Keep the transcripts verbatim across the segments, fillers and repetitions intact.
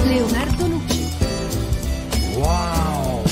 Leonardo Lucci. Wow!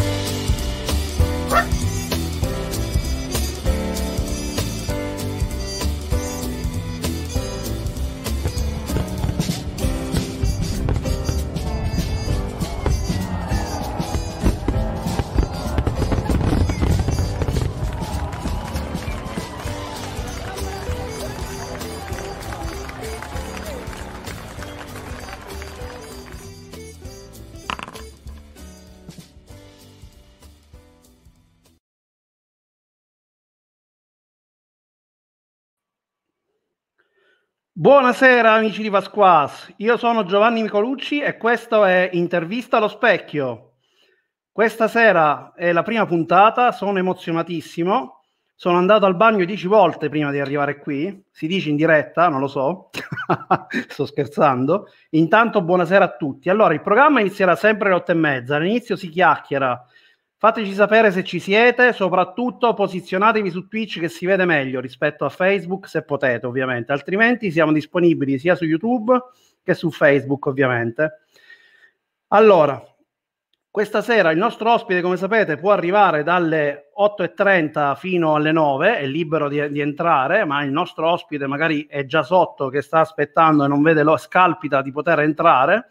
Buonasera amici di Pasquas, io sono Giovanni Micolucci e questo è Intervista allo Specchio. Questa sera è la prima puntata, sono emozionatissimo, sono andato al bagno dieci volte prima di arrivare qui, si dice in diretta, non lo so, sto scherzando. Intanto buonasera a tutti. Allora, il programma inizierà sempre alle otto e mezza, all'inizio si chiacchiera. Fateci sapere se ci siete, soprattutto posizionatevi su Twitch che si vede meglio rispetto a Facebook se potete ovviamente, altrimenti siamo disponibili sia su YouTube che su Facebook ovviamente. Allora, questa sera il nostro ospite come sapete può arrivare dalle otto e trenta fino alle nove, è libero di, di entrare, ma il nostro ospite magari è già sotto che sta aspettando e non vede lo scalpita di poter entrare.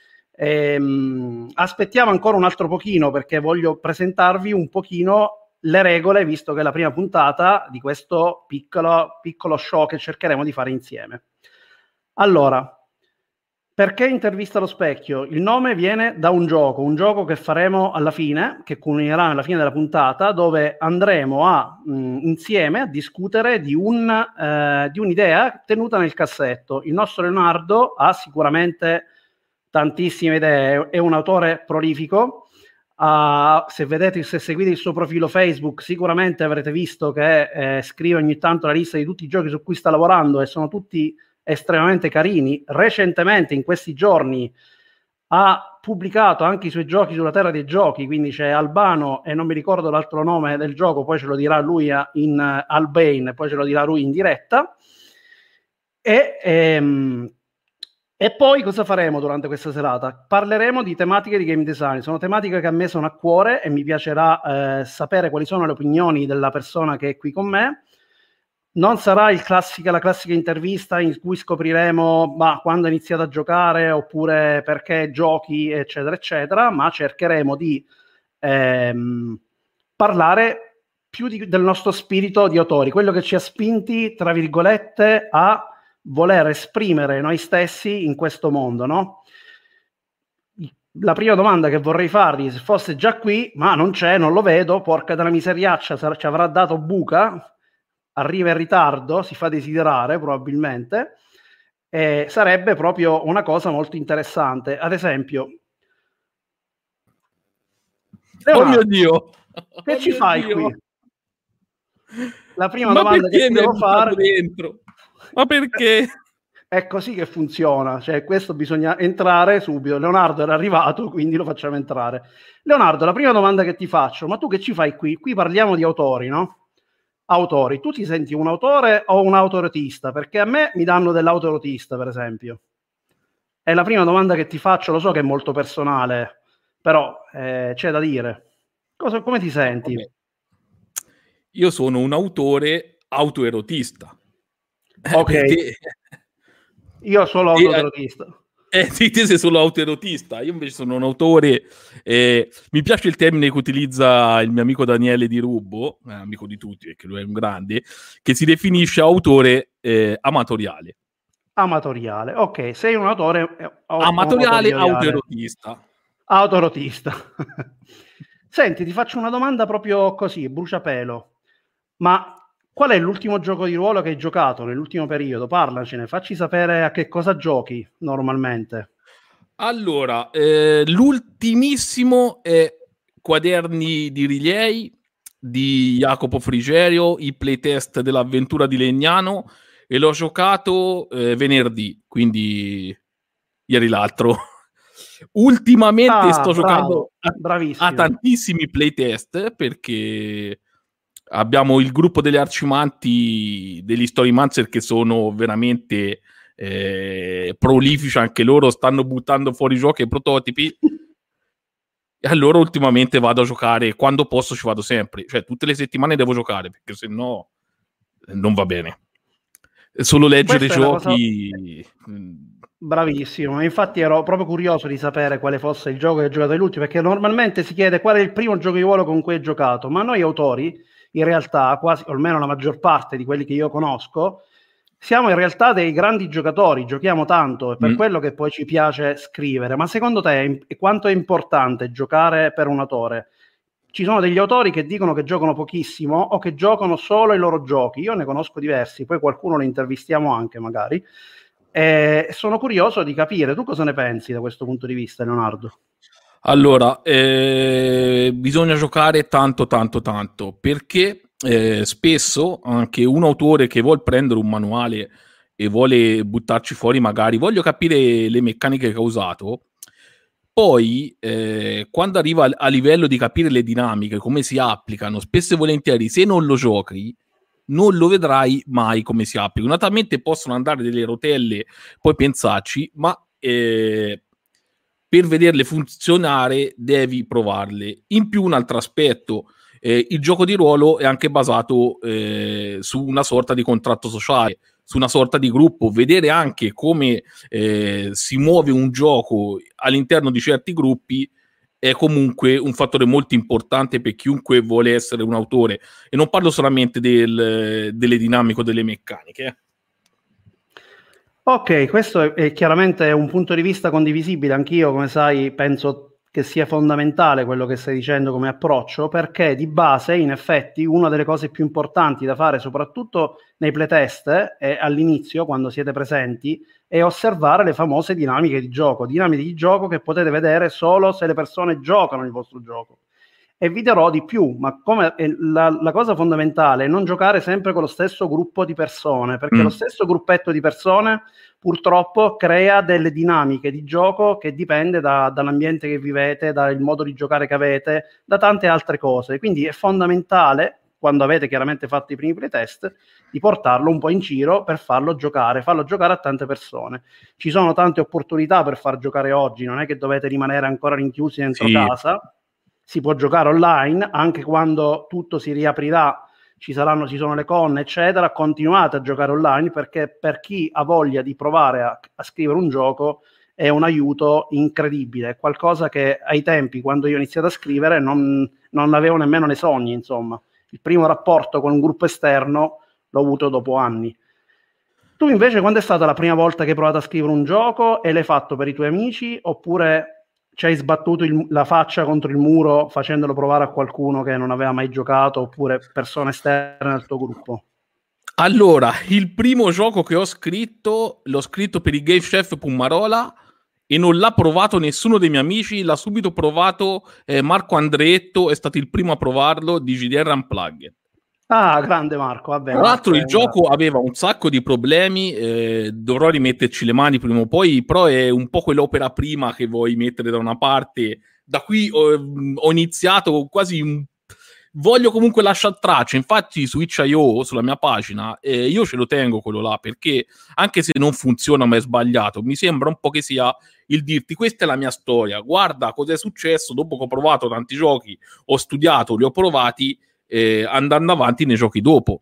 Ehm, aspettiamo ancora un altro pochino perché voglio presentarvi un pochino le regole, visto che è la prima puntata di questo piccolo, piccolo show che cercheremo di fare insieme. Allora, perché Intervista allo Specchio? Il nome viene da un gioco, un gioco che faremo alla fine, che culminerà alla fine della puntata, dove andremo a mh, insieme a discutere di, un, eh, di un'idea tenuta nel cassetto. Il nostro Leonardo ha sicuramente tantissime idee, è un autore prolifico. Uh, se vedete, se seguite il suo profilo Facebook, sicuramente avrete visto che eh, scrive ogni tanto la lista di tutti i giochi su cui sta lavorando e sono tutti estremamente carini. Recentemente, in questi giorni, ha pubblicato anche i suoi giochi sulla Terra dei Giochi, quindi c'è Albano e non mi ricordo l'altro nome del gioco, poi ce lo dirà lui in uh, Albane, poi ce lo dirà lui in diretta. E ehm, E poi cosa faremo durante questa serata? Parleremo di tematiche di game design, sono tematiche che a me sono a cuore e mi piacerà eh, sapere quali sono le opinioni della persona che è qui con me. Non sarà il classica, la classica intervista in cui scopriremo ma, quando ha iniziato a giocare oppure perché giochi, eccetera, eccetera, ma cercheremo di ehm, parlare più di, del nostro spirito di autori, quello che ci ha spinti, tra virgolette, a voler esprimere noi stessi in questo mondo, no? La prima domanda che vorrei fargli, se fosse già qui, ma non c'è, non lo vedo, porca della miseriaccia, sarà, ci avrà dato buca, arriva in ritardo, si fa desiderare probabilmente, eh, sarebbe proprio una cosa molto interessante. Ad esempio, Leonardo, oh mio Dio! Che oh ci fai Dio. qui? La prima ma domanda che ti devo fare... dentro? Ma perché? È così che funziona, cioè questo bisogna entrare subito. Leonardo era arrivato, quindi lo facciamo entrare. Leonardo, la prima domanda che ti faccio, ma tu che ci fai qui? Qui parliamo di autori, no? Autori, tu ti senti un autore o un autorotista? Perché a me mi danno dell'autorotista, per esempio. È la prima domanda che ti faccio, lo so che è molto personale, però eh, c'è da dire. Cosa, come ti senti? Vabbè. Io sono un autore autoerotista. Ok, perché... io sono autoerotista. Eh, sì, te sei solo autoerotista, io invece sono un autore. Eh, mi piace il termine che utilizza il mio amico Daniele Di Rubbo, eh, amico di tutti perché lui è un grande, che si definisce autore eh, amatoriale. Amatoriale, ok, sei un autore eh, amatoriale, autoerotista. Autoerotista. Senti, ti faccio una domanda proprio così, bruciapelo. Ma qual è l'ultimo gioco di ruolo che hai giocato nell'ultimo periodo? Parlacene, facci sapere a che cosa giochi normalmente. Allora, eh, l'ultimissimo è Quaderni di Riley di Jacopo Frigerio, il playtest dell'avventura di Legnano, e l'ho giocato eh, venerdì, quindi ieri l'altro. Ultimamente ah, sto bravo, giocando a, a tantissimi playtest perché abbiamo il gruppo degli arcimanti degli Storymancer che sono veramente eh, prolifici anche loro, stanno buttando fuori giochi e prototipi. E allora ultimamente vado a giocare, quando posso ci vado sempre, cioè tutte le settimane devo giocare, perché se no non va bene. Solo leggere giochi... Cosa... Bravissimo, infatti ero proprio curioso di sapere quale fosse il gioco che hai giocato l'ultimo, perché normalmente si chiede qual è il primo gioco di ruolo con cui hai giocato, ma noi autori, in realtà, quasi, o almeno la maggior parte di quelli che io conosco, siamo in realtà dei grandi giocatori, giochiamo tanto, è per mm. quello che poi ci piace scrivere. Ma secondo te quanto è importante giocare per un autore? Ci sono degli autori che dicono che giocano pochissimo o che giocano solo i loro giochi. Io ne conosco diversi, poi qualcuno lo intervistiamo anche magari. E sono curioso di capire, tu cosa ne pensi da questo punto di vista, Leonardo? Allora, eh, bisogna giocare tanto, tanto, tanto, perché eh, spesso anche un autore che vuol prendere un manuale e vuole buttarci fuori magari, voglio capire le meccaniche che ha usato, poi eh, quando arriva a livello di capire le dinamiche, come si applicano, spesso e volentieri se non lo giochi non lo vedrai mai come si applica. Naturalmente possono andare delle rotelle, puoi pensarci, ma eh, per vederle funzionare devi provarle. In più un altro aspetto, eh, il gioco di ruolo è anche basato eh, su una sorta di contratto sociale, su una sorta di gruppo, vedere anche come eh, si muove un gioco all'interno di certi gruppi è comunque un fattore molto importante per chiunque vuole essere un autore, e non parlo solamente del, delle dinamiche o delle meccaniche. Eh. Ok, questo è, è chiaramente un punto di vista condivisibile, anch'io come sai penso che sia fondamentale quello che stai dicendo come approccio, perché di base in effetti una delle cose più importanti da fare soprattutto nei playtest e all'inizio quando siete presenti è osservare le famose dinamiche di gioco, dinamiche di gioco che potete vedere solo se le persone giocano il vostro gioco. E vi dirò di più, ma come la, la cosa fondamentale è non giocare sempre con lo stesso gruppo di persone, perché mm. lo stesso gruppetto di persone purtroppo crea delle dinamiche di gioco che dipende da, dall'ambiente che vivete, dal modo di giocare che avete, da tante altre cose. Quindi è fondamentale, quando avete chiaramente fatto i primi playtest, di portarlo un po' in giro per farlo giocare, farlo giocare a tante persone. Ci sono tante opportunità per far giocare oggi, non è che dovete rimanere ancora rinchiusi dentro sì. casa. Si può giocare online, anche quando tutto si riaprirà, ci saranno, ci sono le con, eccetera, continuate a giocare online, perché per chi ha voglia di provare a, a scrivere un gioco è un aiuto incredibile, è qualcosa che ai tempi, quando io ho iniziato a scrivere, non, non avevo nemmeno nei sogni, insomma. Il primo rapporto con un gruppo esterno l'ho avuto dopo anni. Tu invece, quando è stata la prima volta che hai provato a scrivere un gioco e l'hai fatto per i tuoi amici, oppure ci hai sbattuto il, la faccia contro il muro facendolo provare a qualcuno che non aveva mai giocato, oppure persone esterne al tuo gruppo? Allora, il primo gioco che ho scritto l'ho scritto per il Game Chef Pummarola e non l'ha provato nessuno dei miei amici, l'ha subito provato eh, Marco Andretto, è stato il primo a provarlo di G D R Unplugged. Ah, grande Marco, vabbè. Tra l'altro il gioco aveva un sacco di problemi, eh, dovrò rimetterci le mani prima o poi, però è un po' quell'opera prima che vuoi mettere da una parte. Da qui ho, ho iniziato quasi un... voglio comunque lasciare traccia, infatti su itch punto i o, sulla mia pagina, eh, io ce lo tengo quello là, perché anche se non funziona ma è sbagliato, mi sembra un po' che sia il dirti questa è la mia storia, guarda cos'è successo dopo che ho provato tanti giochi, ho studiato, li ho provati, Eh, andando avanti nei giochi dopo.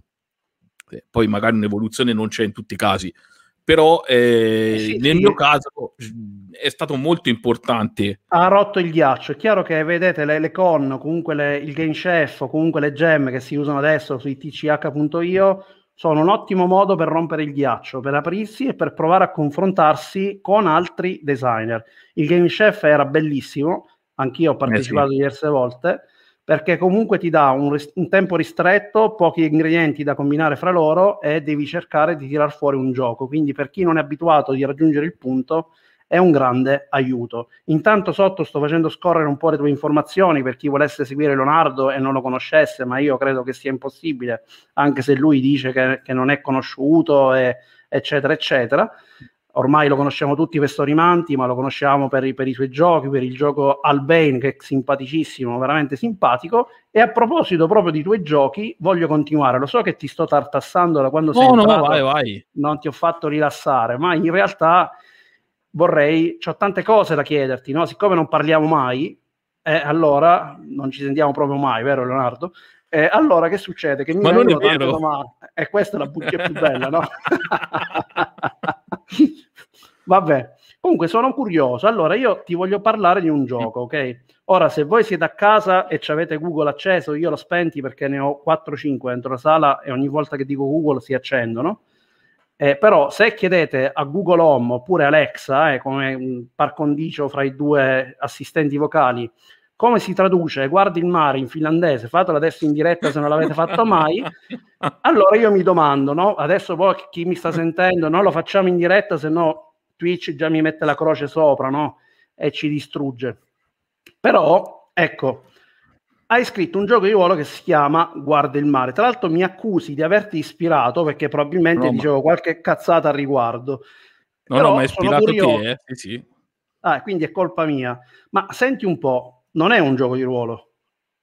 Eh, poi magari un'evoluzione non c'è in tutti i casi, però eh, sì, nel sì. mio caso è stato molto importante. Ha rotto il ghiaccio. È chiaro che vedete le, le con, comunque le, il Game Chef o comunque le gemme che si usano adesso su i t c h punto i o sono un ottimo modo per rompere il ghiaccio, per aprirsi e per provare a confrontarsi con altri designer. Il Game Chef era bellissimo, anch'io ho partecipato eh sì. diverse volte, perché comunque ti dà un, un tempo ristretto, pochi ingredienti da combinare fra loro e devi cercare di tirar fuori un gioco. Quindi per chi non è abituato di raggiungere il punto è un grande aiuto. Intanto sotto sto facendo scorrere un po' le tue informazioni per chi volesse seguire Leonardo e non lo conoscesse, ma io credo che sia impossibile, anche se lui dice che, che non è conosciuto, e, eccetera, eccetera. ormai lo conosciamo tutti per Story Manti, ma lo conosciamo per i, per i suoi giochi, per il gioco Albane, che è simpaticissimo, veramente simpatico. E a proposito proprio di tuoi giochi, voglio continuare. Lo so che ti sto tartassando da quando No, sei no, entrato, vai, vai. non ti ho fatto rilassare, ma in realtà vorrei, c'ho tante cose da chiederti, no? Siccome non parliamo mai, eh, allora non ci sentiamo proprio mai, vero Leonardo? Eh, allora che succede? Che mi Ma non è vengono tante vero. domande, e questa è la bucchia più bella, no? Vabbè, comunque sono curioso. Allora io ti voglio parlare di un gioco, ok? Ora, se voi siete a casa e ci avete Google acceso, io l'ho spenti perché ne ho quattro cinque dentro la sala e ogni volta che dico Google si accendono. Eh, però se chiedete a Google Home oppure Alexa, eh, come un par condicio fra i due assistenti vocali, come si traduce guardi il mare in finlandese, fatelo adesso in diretta se non l'avete fatto mai, allora io mi domando, no? Adesso poi chi mi sta sentendo, no? Lo facciamo in diretta, se no Twitch già mi mette la croce sopra, no? E ci distrugge. Però, ecco, hai scritto un gioco di ruolo che si chiama Guarda il mare. Tra l'altro mi accusi di averti ispirato perché probabilmente no, dicevo ma... qualche cazzata al riguardo. No, Però no, ma è sono ispirato curioso. te, eh? Sì, sì. Ah, quindi è colpa mia. Ma senti un po', non è un gioco di ruolo?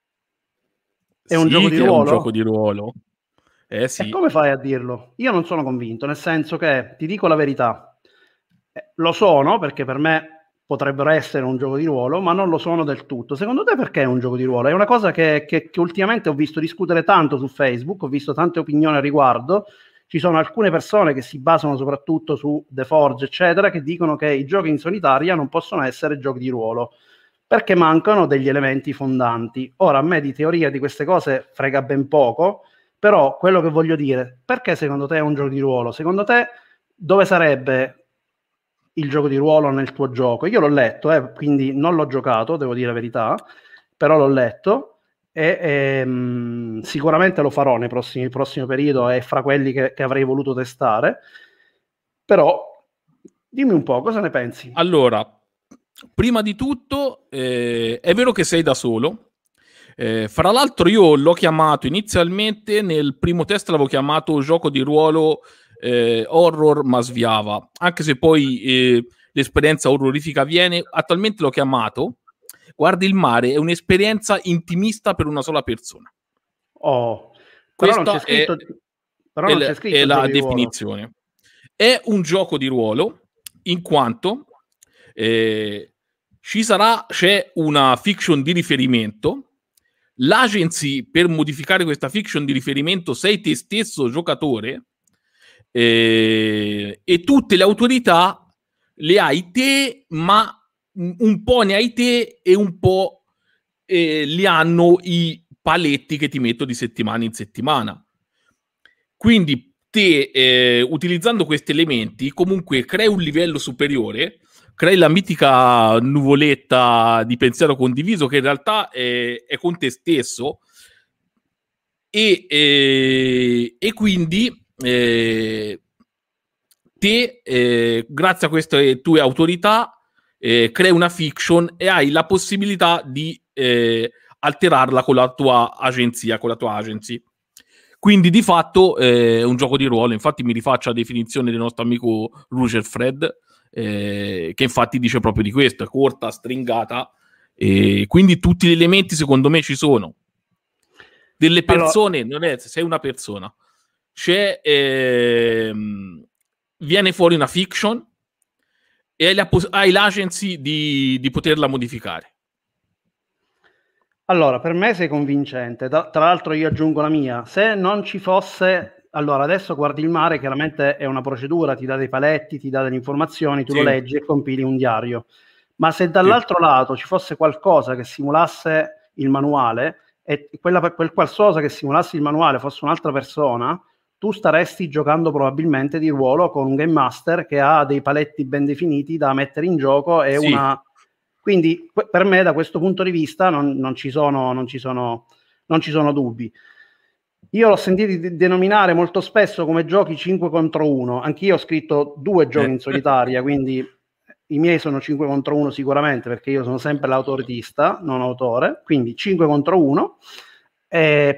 È un Sì, gioco di che è un ruolo? gioco di ruolo. Eh E sì. come fai a dirlo? Io non sono convinto, nel senso che, ti dico la verità, eh, lo sono perché per me potrebbero essere un gioco di ruolo, ma non lo sono del tutto. Secondo te perché è un gioco di ruolo? È una cosa che, che, che ultimamente ho visto discutere tanto su Facebook, ho visto tante opinioni a riguardo. Ci sono alcune persone che si basano soprattutto su The Forge, eccetera, che dicono che i giochi in solitaria non possono essere giochi di ruolo perché mancano degli elementi fondanti. Ora, a me di teoria di queste cose frega ben poco, però quello che voglio dire, perché secondo te è un gioco di ruolo? Secondo te dove sarebbe il gioco di ruolo nel tuo gioco? Io l'ho letto, eh, quindi non l'ho giocato, devo dire la verità, però l'ho letto e ehm, sicuramente lo farò nei prossimi, prossimo periodo, è fra quelli che, che avrei voluto testare. Però dimmi un po', cosa ne pensi? Allora, prima di tutto, eh, è vero che sei da solo. Eh, fra l'altro io l'ho chiamato inizialmente, nel primo test l'avevo chiamato gioco di ruolo eh, horror ma sviava, anche se poi eh, l'esperienza orrorifica viene. Attualmente l'ho chiamato Guardi il mare, è un'esperienza intimista per una sola persona. Oh, però non c'è Questa è, scritto, però è, non c'è l- è scritto gioco la di ruolo. definizione. È un gioco di ruolo in quanto eh, ci sarà, c'è una fiction di riferimento. L'agency per modificare questa fiction di riferimento sei te stesso giocatore, eh, e tutte le autorità le hai te, ma un po' ne hai te e un po' eh, li hanno i paletti che ti metto di settimana in settimana. Quindi te, eh, utilizzando questi elementi, comunque crei un livello superiore, crei la mitica nuvoletta di pensiero condiviso che in realtà è, è con te stesso e, eh, e quindi eh, te, eh, grazie a queste tue autorità, eh, crei una fiction e hai la possibilità di eh, alterarla con la tua agenzia, con la tua agency. Quindi di fatto eh, è un gioco di ruolo. Infatti mi rifaccio la definizione del nostro amico Roger Fred, eh, che infatti dice proprio di questo, è corta, stringata, e quindi tutti gli elementi secondo me ci sono. Delle persone, allora, non è, sei una persona, c'è ehm, viene fuori una fiction e hai, la, hai l'agency di, di poterla modificare. Allora, per me sei convincente. Da, tra l'altro io aggiungo la mia. Se non ci fosse... Allora, adesso Guardi il mare, chiaramente è una procedura, ti dà dei paletti, ti dà delle informazioni, tu sì. Lo leggi e compili un diario. Ma se dall'altro sì. lato ci fosse qualcosa che simulasse il manuale e quella, quel qualcosa che simulasse il manuale fosse un'altra persona, tu staresti giocando probabilmente di ruolo con un game master che ha dei paletti ben definiti da mettere in gioco e sì. una... Quindi per me da questo punto di vista non, non, ci, sono, non, ci, sono, non ci sono dubbi. Io l'ho sentito denominare molto spesso come giochi cinque contro uno, anch'io ho scritto due giochi in solitaria, quindi i miei sono cinque contro uno sicuramente perché io sono sempre l'autoritista, non autore, quindi cinque contro uno, eh, però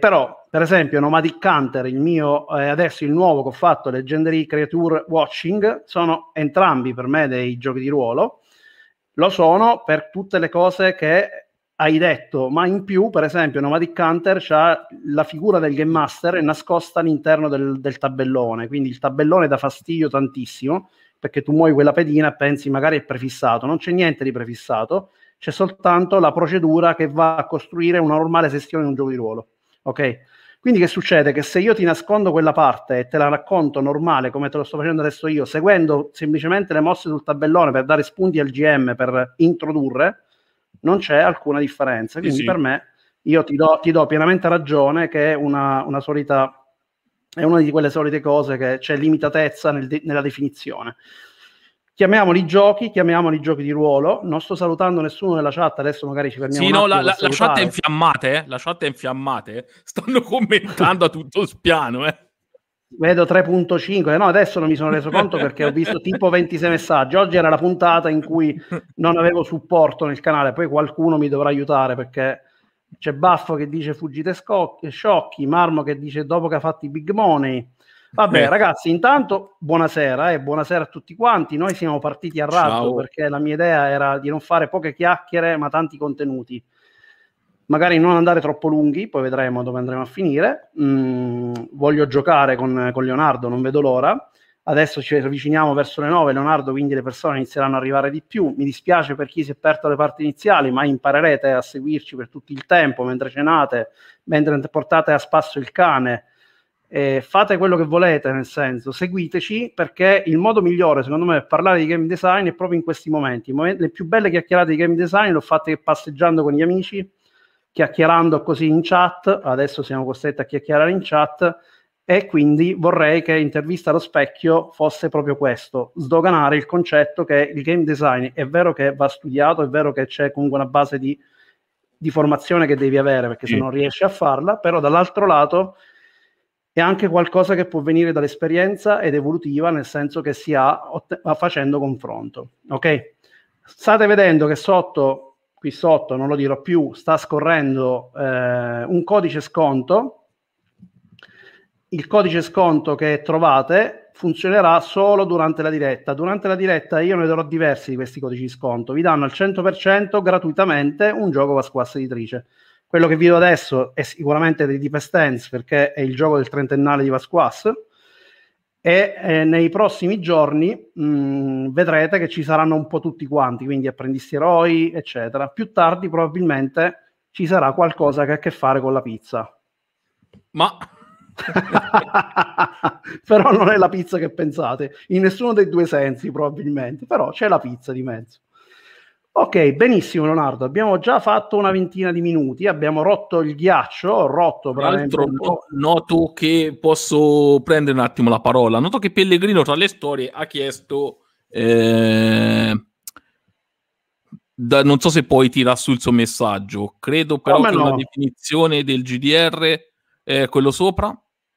per esempio Nomadic Hunter, il mio eh, adesso il nuovo che ho fatto, Legendary Creature Watching, sono entrambi per me dei giochi di ruolo. Lo sono per tutte le cose che hai detto, ma in più, per esempio, Nomadic Hunter c'ha la figura del Game Master è nascosta all'interno del, del tabellone, quindi il tabellone dà fastidio tantissimo, perché tu muovi quella pedina e pensi magari è prefissato, non c'è niente di prefissato, c'è soltanto la procedura che va a costruire una normale sessione di un gioco di ruolo, ok? Quindi che succede? Che se io ti nascondo quella parte e te la racconto normale, come te lo sto facendo adesso io, seguendo semplicemente le mosse sul tabellone per dare spunti al G M, per introdurre, non c'è alcuna differenza. Quindi sì, sì. per me, io ti do, ti do pienamente ragione che è una, una solita, è una di quelle solite cose che c'è limitatezza nel de- nella definizione. Chiamiamoli giochi, chiamiamoli giochi di ruolo. Non sto salutando nessuno nella chat, adesso magari ci fermiamo sì, un no, attimo la, la, per la chat è salutare. infiammata, eh? La chat è infiammata, eh? Stanno commentando a tutto spiano, eh? Vedo tre punto cinque, no, adesso non mi sono reso conto perché ho visto tipo ventisei messaggi. Oggi era la puntata in cui non avevo supporto nel canale, poi qualcuno mi dovrà aiutare perché c'è Baffo che dice fuggite scocchi, sciocchi, Marmo che dice dopo che ha fatto i big money. Vabbè, Eh. ragazzi, intanto buonasera e eh, buonasera a tutti quanti. Noi siamo partiti a razzo Ciao. perché la mia idea era di non fare poche chiacchiere ma tanti contenuti. Magari non andare troppo lunghi, poi vedremo dove andremo a finire. Mm, voglio giocare con, con Leonardo, non vedo l'ora. Adesso ci avviciniamo verso le nove, Leonardo, quindi le persone inizieranno ad arrivare di più. Mi dispiace per chi si è perso le parti iniziali, ma imparerete a seguirci per tutto il tempo, mentre cenate, mentre portate a spasso il cane. Eh, fate quello che volete, nel senso, seguiteci, perché il modo migliore, secondo me, per parlare di game design è proprio in questi momenti. I momenti le più belle chiacchierate di game design l'ho fatte passeggiando con gli amici, chiacchierando così in chat. Adesso siamo costretti a chiacchierare in chat e quindi vorrei che Intervista allo Specchio fosse proprio questo, sdoganare il concetto che il game design è vero che va studiato, è vero che c'è comunque una base di, di formazione che devi avere, perché Sì. se non riesci a farla, però dall'altro lato è anche qualcosa che può venire dall'esperienza ed evolutiva, nel senso che si ha facendo confronto, ok? State vedendo che sotto qui sotto, non lo dirò più, sta scorrendo eh, un codice sconto. Il codice sconto che trovate funzionerà solo durante la diretta. Durante la diretta io ne darò diversi di questi codici sconto. Vi danno al cento per cento gratuitamente un gioco Vasquas Editrice. Quello che vi do adesso è sicuramente di Deep Stance, perché è il gioco del trentennale di Vasquas. E eh, nei prossimi giorni mh, vedrete che ci saranno un po' tutti quanti, quindi apprendisti eroi, eccetera. Più tardi probabilmente ci sarà qualcosa che ha a che fare con la pizza. Ma però non è la pizza che pensate, in nessuno dei due sensi probabilmente, però c'è la pizza di mezzo. Ok, benissimo Leonardo, abbiamo già fatto una ventina di minuti, abbiamo rotto il ghiaccio, ho rotto tra l'altro un po'. noto che posso prendere un attimo la parola. Noto che Pellegrino tra le storie ha chiesto eh, da, non so se poi tira sul suo messaggio, credo però Come che no? la definizione del G D R è quello sopra.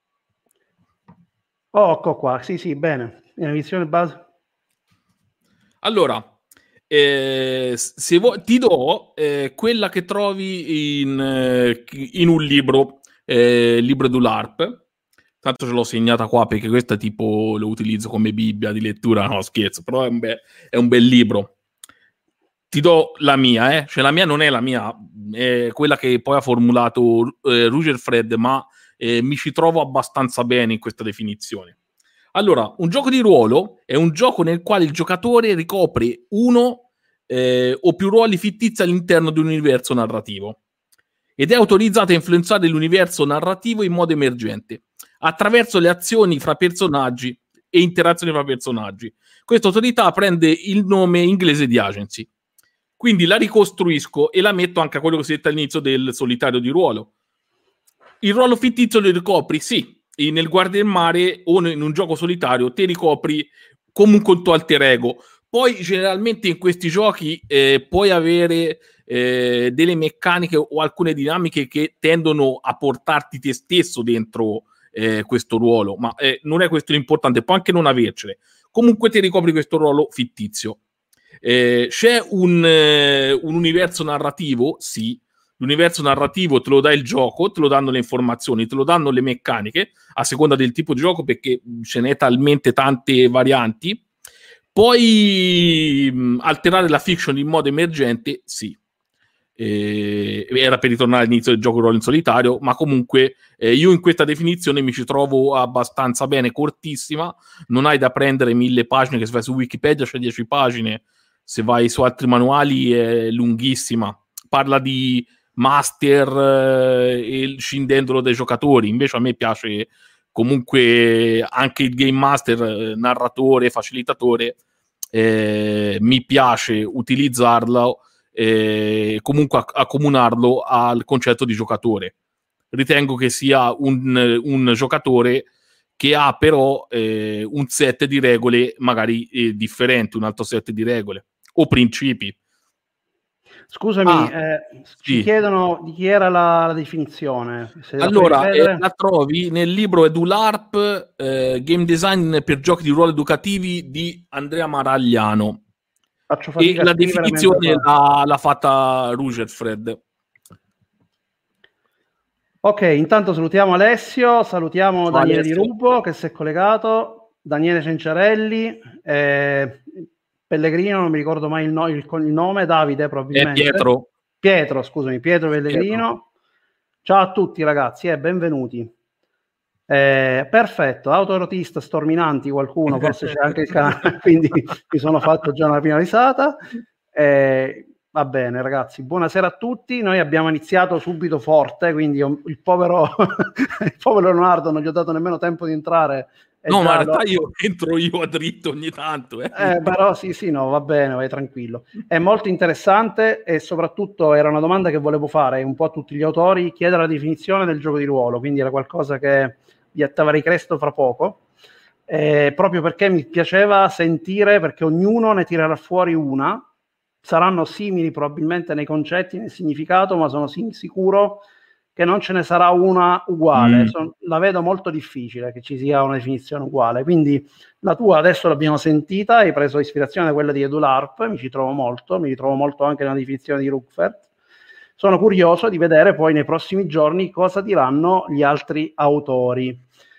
Oh, ecco qua, sì sì, bene, edizione base. Allora, eh, se vuoi, ti do eh, quella che trovi in, eh, in un libro, eh, libro dell'Arp. Tanto ce l'ho segnata qua perché questa tipo lo utilizzo come Bibbia di lettura, no scherzo, però è un, be- è un bel libro. Ti do la mia, eh? Cioè la mia non è la mia, è quella che poi ha formulato eh, Roger Fred, ma eh, mi ci trovo abbastanza bene in questa definizione. Allora, un gioco di ruolo è un gioco nel quale il giocatore ricopre uno eh, o più ruoli fittizi all'interno di un universo narrativo ed è autorizzato a influenzare l'universo narrativo in modo emergente attraverso le azioni fra personaggi e interazioni fra personaggi. Questa autorità prende il nome inglese di agency. Quindi la ricostruisco e la metto anche a quello che si è detto all'inizio del solitario di ruolo. Il ruolo fittizio lo ricopri, sì, nel Guardia del Mare o in un gioco solitario te ricopri comunque il tuo alter ego. Poi generalmente in questi giochi eh, puoi avere eh, delle meccaniche o alcune dinamiche che tendono a portarti te stesso dentro eh, questo ruolo, ma eh, non è questo l'importante, può anche non avercene. Comunque ti ricopri questo ruolo fittizio. Eh, c'è un, eh, un universo narrativo, sì, l'universo narrativo te lo dà il gioco, te lo danno le informazioni, te lo danno le meccaniche, a seconda del tipo di gioco, perché ce n'è talmente tante varianti. Poi mh, alterare la fiction in modo emergente, sì. Eh, era per ritornare all'inizio del gioco ruolo in solitario, ma comunque eh, io in questa definizione mi ci trovo abbastanza bene, cortissima, non hai da prendere mille pagine, che se vai su Wikipedia c'è dieci pagine, se vai su altri manuali è lunghissima, parla di master eh, e scindendolo dai giocatori. Invece a me piace comunque anche il game master, eh, narratore, facilitatore, eh, mi piace utilizzarlo, eh, comunque accomunarlo al concetto di giocatore. Ritengo che sia un, un giocatore che ha però eh, un set di regole magari eh, differente, un altro set di regole o principi. Scusami, ah, eh, sì. ci chiedono di chi era la, la definizione. Se allora, la, eh, la trovi nel libro EduLARP, eh, Game Design per giochi di ruolo educativi di Andrea Maragliano. Faccio fatica e a la scrivere definizione mentre l'ha, l'ha fatta Rugerfred. Ok, intanto salutiamo Alessio, salutiamo Ciao, Daniele Alessio. Di Rubo che si è collegato, Daniele Cenciarelli, eh, Pellegrino, non mi ricordo mai il, no, il, il nome, Davide probabilmente. È Pietro. Pietro, scusami, Pietro Pellegrino. Pietro. Ciao a tutti ragazzi e eh, benvenuti. Eh, perfetto, autoerotista storminanti qualcuno, forse c'è anche il canale, quindi mi sono fatto già una prima risata. Eh, va bene ragazzi, buonasera a tutti. Noi abbiamo iniziato subito forte, quindi io, il povero il povero Leonardo non gli ho dato nemmeno tempo di entrare. No, ma in realtà lo... io entro io a dritto ogni tanto. Eh. Eh, però sì, sì, no, va bene, vai tranquillo. È molto interessante e soprattutto era una domanda che volevo fare un po' a tutti gli autori, chiedere la definizione del gioco di ruolo, quindi era qualcosa che vi avrei chiesto fra poco, eh, proprio perché mi piaceva sentire, perché ognuno ne tirerà fuori una, saranno simili probabilmente nei concetti, nel significato, ma sono sicuro che non ce ne sarà una uguale. Mm. Son, la vedo molto difficile che ci sia una definizione uguale, quindi la tua adesso l'abbiamo sentita, hai preso ispirazione da quella di EduLARP, mi ci trovo molto, mi ritrovo molto anche nella definizione di Ruckfert. Sono curioso di vedere poi nei prossimi giorni cosa diranno gli altri autori.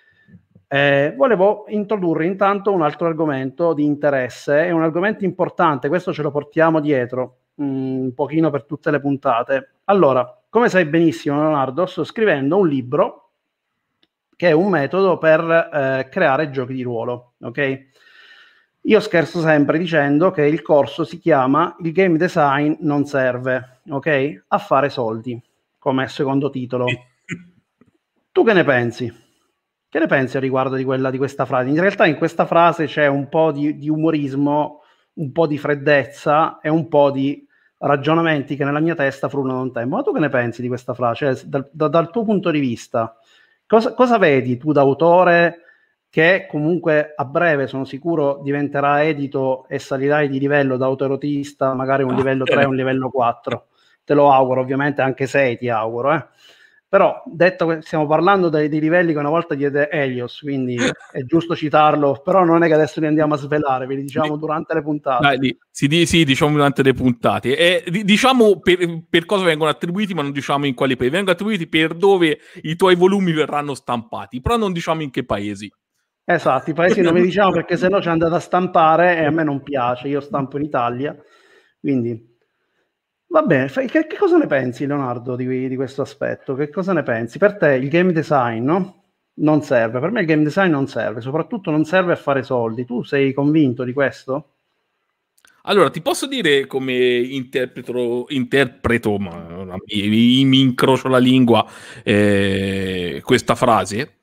Eh, volevo introdurre intanto un altro argomento di interesse, è un argomento importante, questo ce lo portiamo dietro mh, un pochino per tutte le puntate. Allora, come sai benissimo Leonardo, sto scrivendo un libro che è un metodo per eh, creare giochi di ruolo, ok? Io scherzo sempre dicendo che il corso si chiama Il game design non serve, ok? A fare soldi, come secondo titolo. Tu che ne pensi? Che ne pensi a riguardo di, quella, di questa frase? In realtà in questa frase c'è un po' di, di umorismo, un po' di freddezza e un po' di ragionamenti che nella mia testa frullano un tempo. Ma tu che ne pensi di questa frase? Cioè, dal, da, dal tuo punto di vista, cosa, cosa vedi tu da autore che comunque a breve, sono sicuro, diventerà edito e salirai di livello da autoerotista, magari un livello tre, un livello quattro. Te lo auguro, ovviamente, anche sei ti auguro, eh. Però, detto che stiamo parlando dei, dei livelli che una volta diede Helios, quindi è giusto citarlo, però non è che adesso li andiamo a svelare, ve li diciamo durante le puntate. Dai, sì, sì, diciamo durante le puntate. E, diciamo per, per cosa vengono attribuiti, ma non diciamo in quali paesi. Vengono attribuiti per dove i tuoi volumi verranno stampati, però non diciamo in che paesi. Esatto, i paesi non vi diciamo perché sennò ci andate a stampare e a me non piace, io stampo in Italia, quindi va bene. Che, che cosa ne pensi Leonardo di, di questo aspetto? Che cosa ne pensi? Per te il game design, no? Non serve, per me il game design non serve, soprattutto non serve a fare soldi. Tu sei convinto di questo? Allora, ti posso dire come interpreto, interpreto ma mi, mi incrocio la lingua, eh, questa frase,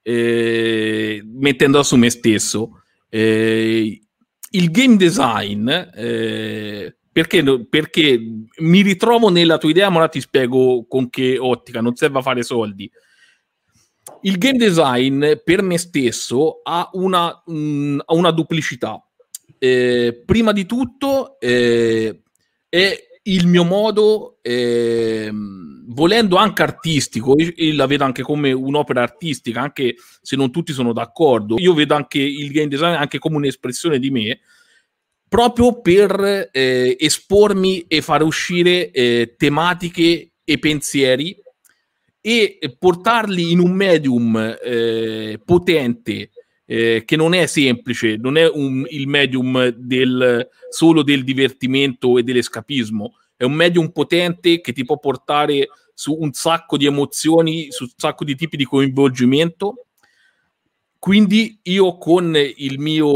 eh, mettendola su me stesso. Eh, il game design, eh, perché, perché mi ritrovo nella tua idea, ma ora ti spiego con che ottica, non serve a fare soldi. Il game design per me stesso ha una, mh, ha una duplicità. Eh, prima di tutto eh, è il mio modo, eh, volendo anche artistico, io, io la vedo anche come un'opera artistica, anche se non tutti sono d'accordo. Io vedo anche il game design anche come un'espressione di me, proprio per eh, espormi e far uscire eh, tematiche e pensieri e portarli in un medium eh, potente, eh, che non è semplice, non è un, il medium del, solo del divertimento e dell'escapismo, è un medium potente che ti può portare su un sacco di emozioni, su un sacco di tipi di coinvolgimento. Quindi io con il mio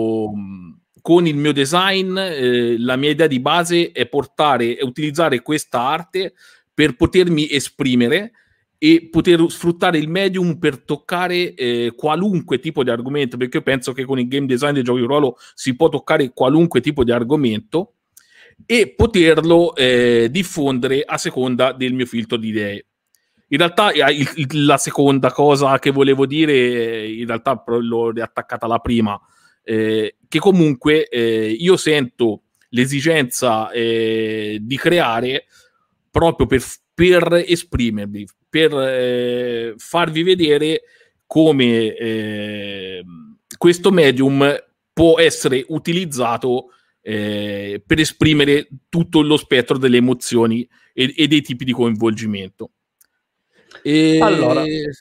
con il mio design, eh, la mia idea di base è portare e utilizzare questa arte per potermi esprimere e poter sfruttare il medium per toccare eh, qualunque tipo di argomento, perché io penso che con il game design dei giochi di ruolo si può toccare qualunque tipo di argomento e poterlo eh, diffondere a seconda del mio filtro di idee. In realtà il, il, la seconda cosa che volevo dire, in realtà l'ho riattaccata la prima, eh, che comunque eh, io sento l'esigenza eh, di creare proprio per, per esprimervi, per eh, farvi vedere come eh, questo medium può essere utilizzato eh, per esprimere tutto lo spettro delle emozioni e, e dei tipi di coinvolgimento. E... Allora,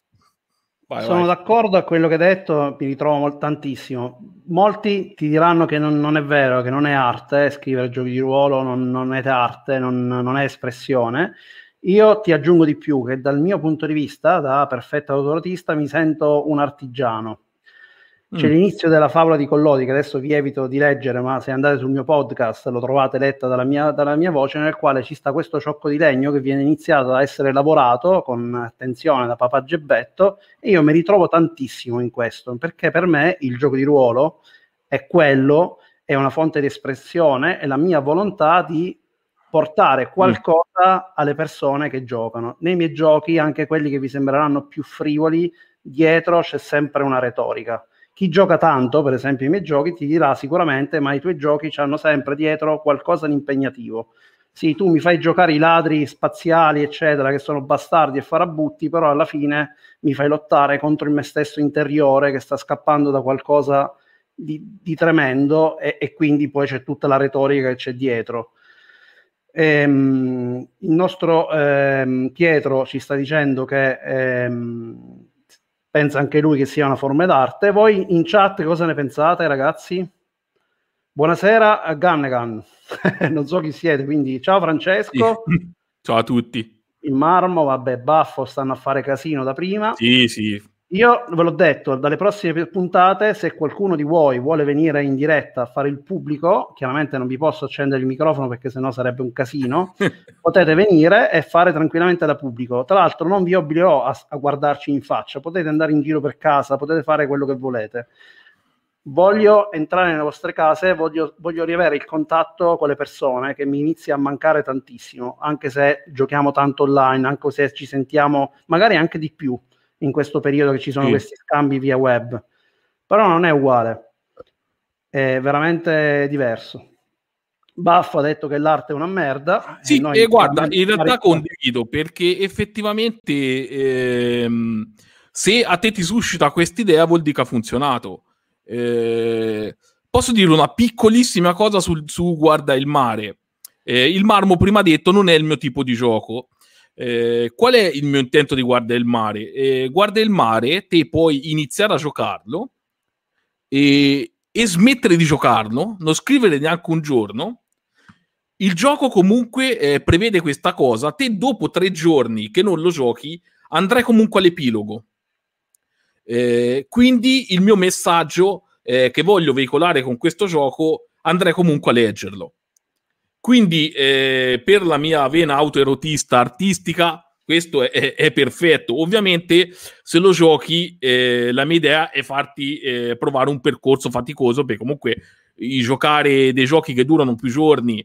vai, sono vai. d'accordo a quello che hai detto, mi ritrovo molt- tantissimo. Molti ti diranno che non, non è vero, che non è arte, scrivere giochi di ruolo non, non è arte, non, non è espressione. Io ti aggiungo di più, che dal mio punto di vista, da perfetto autoratista, mi sento un artigiano. C'è mm. l'inizio della favola di Collodi, che adesso vi evito di leggere, ma se andate sul mio podcast lo trovate letta dalla mia, dalla mia voce, nel quale ci sta questo ciocco di legno che viene iniziato a essere lavorato con attenzione da Papà Gebbetto, e io mi ritrovo tantissimo in questo, perché per me il gioco di ruolo è quello, è una fonte di espressione, è la mia volontà di portare qualcosa alle persone che giocano. Nei miei giochi, anche quelli che vi sembreranno più frivoli, dietro c'è sempre una retorica. Chi gioca tanto, per esempio i miei giochi, ti dirà sicuramente, ma i tuoi giochi hanno sempre dietro qualcosa di impegnativo. Sì, tu mi fai giocare i ladri spaziali, eccetera, che sono bastardi e farabutti, però alla fine mi fai lottare contro il me stesso interiore che sta scappando da qualcosa di, di tremendo, e, e quindi poi c'è tutta la retorica che c'è dietro. Ehm, il nostro ehm, Pietro ci sta dicendo che ehm, pensa anche lui che sia una forma d'arte. Voi in chat cosa ne pensate, ragazzi? Buonasera a Gannegan. Non so chi siete, quindi ciao Francesco. Sì. Ciao a tutti. Il Marmo, vabbè, Baffo stanno a fare casino da prima. Sì, sì. Io ve l'ho detto, dalle prossime puntate, se qualcuno di voi vuole venire in diretta a fare il pubblico, chiaramente non vi posso accendere il microfono perché sennò sarebbe un casino, potete venire e fare tranquillamente da pubblico. Tra l'altro non vi obbligherò a, a guardarci in faccia, potete andare in giro per casa, potete fare quello che volete. Voglio entrare nelle vostre case, voglio, voglio riavere il contatto con le persone, che mi inizia a mancare tantissimo, anche se giochiamo tanto online, anche se ci sentiamo magari anche di più in questo periodo che ci sono sì. questi scambi via web, però non è uguale, è veramente diverso. Baffo ha detto che l'arte è una merda. Sì, e noi e guarda, in realtà condivido, perché effettivamente ehm, se a te ti suscita quest'idea vuol dire che ha funzionato. Eh, posso dire una piccolissima cosa sul, su Guarda il mare. Eh, il Marmo prima detto non è il mio tipo di gioco. Eh, qual è il mio intento di Guarda il mare? Eh, Guarda il mare, te puoi iniziare a giocarlo e, e smettere di giocarlo, non scrivere neanche un giorno. Il gioco comunque eh, prevede questa cosa. Te dopo tre giorni che non lo giochi andrai comunque all'epilogo. Eh, quindi il mio messaggio eh, che voglio veicolare con questo gioco andrei comunque a leggerlo. Quindi eh, per la mia vena autoerotista artistica questo è, è, è perfetto. Ovviamente se lo giochi eh, la mia idea è farti eh, provare un percorso faticoso, perché comunque i giocare dei giochi che durano più giorni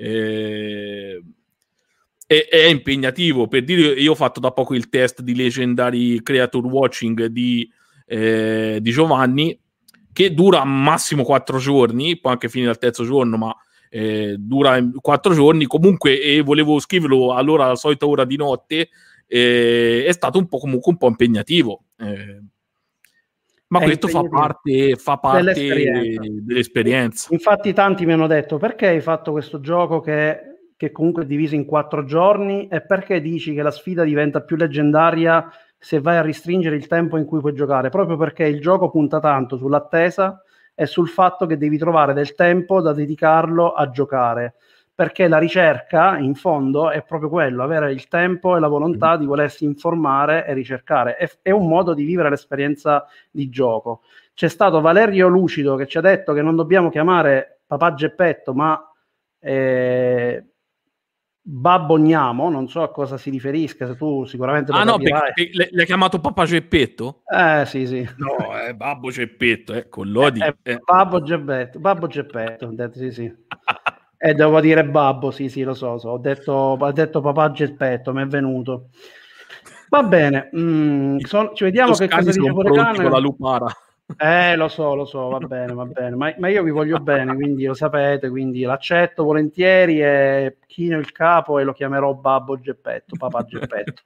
eh, è, è impegnativo. Per dire, io ho fatto da poco il test di Legendary Creature Watching di, eh, di Giovanni, che dura massimo quattro giorni, può anche finire al terzo giorno, ma Eh, dura quattro giorni comunque, e volevo scriverlo allora alla solita ora di notte. Eh, è stato un po' comunque un po' impegnativo, eh, ma è questo fa parte, fa parte dell'esperienza. dell'esperienza. Infatti tanti mi hanno detto: perché hai fatto questo gioco che, che comunque è diviso in quattro giorni, e perché dici che la sfida diventa più leggendaria se vai a restringere il tempo in cui puoi giocare? Proprio perché il gioco punta tanto sull'attesa e sul fatto che devi trovare del tempo da dedicarlo a giocare, perché la ricerca in fondo è proprio quello, avere il tempo e la volontà di volersi informare e ricercare, è, è un modo di vivere l'esperienza di gioco. C'è stato Valerio Lucido che ci ha detto che non dobbiamo chiamare papà Geppetto ma eh, Babbo Gnamo, non so a cosa si riferisca, se tu sicuramente lo ah no, capirai. perché l'hai chiamato papà Geppetto? Eh sì sì. No, è Babbo Geppetto, eh, con Eh, l'Odi. eh, Eh. Babbo Geppetto, Babbo Geppetto, ho detto sì sì. E devo dire babbo, sì sì lo so, so. Ho, detto, ho detto papà Geppetto, mi è venuto. Va bene, mm, son, ci vediamo che cosa dice Sono pronti con la Furecan. lupara. Eh, lo so, lo so, va bene, va bene, ma, ma io vi voglio bene, quindi lo sapete, quindi l'accetto volentieri e chino il capo e lo chiamerò Babbo Geppetto, papà Geppetto.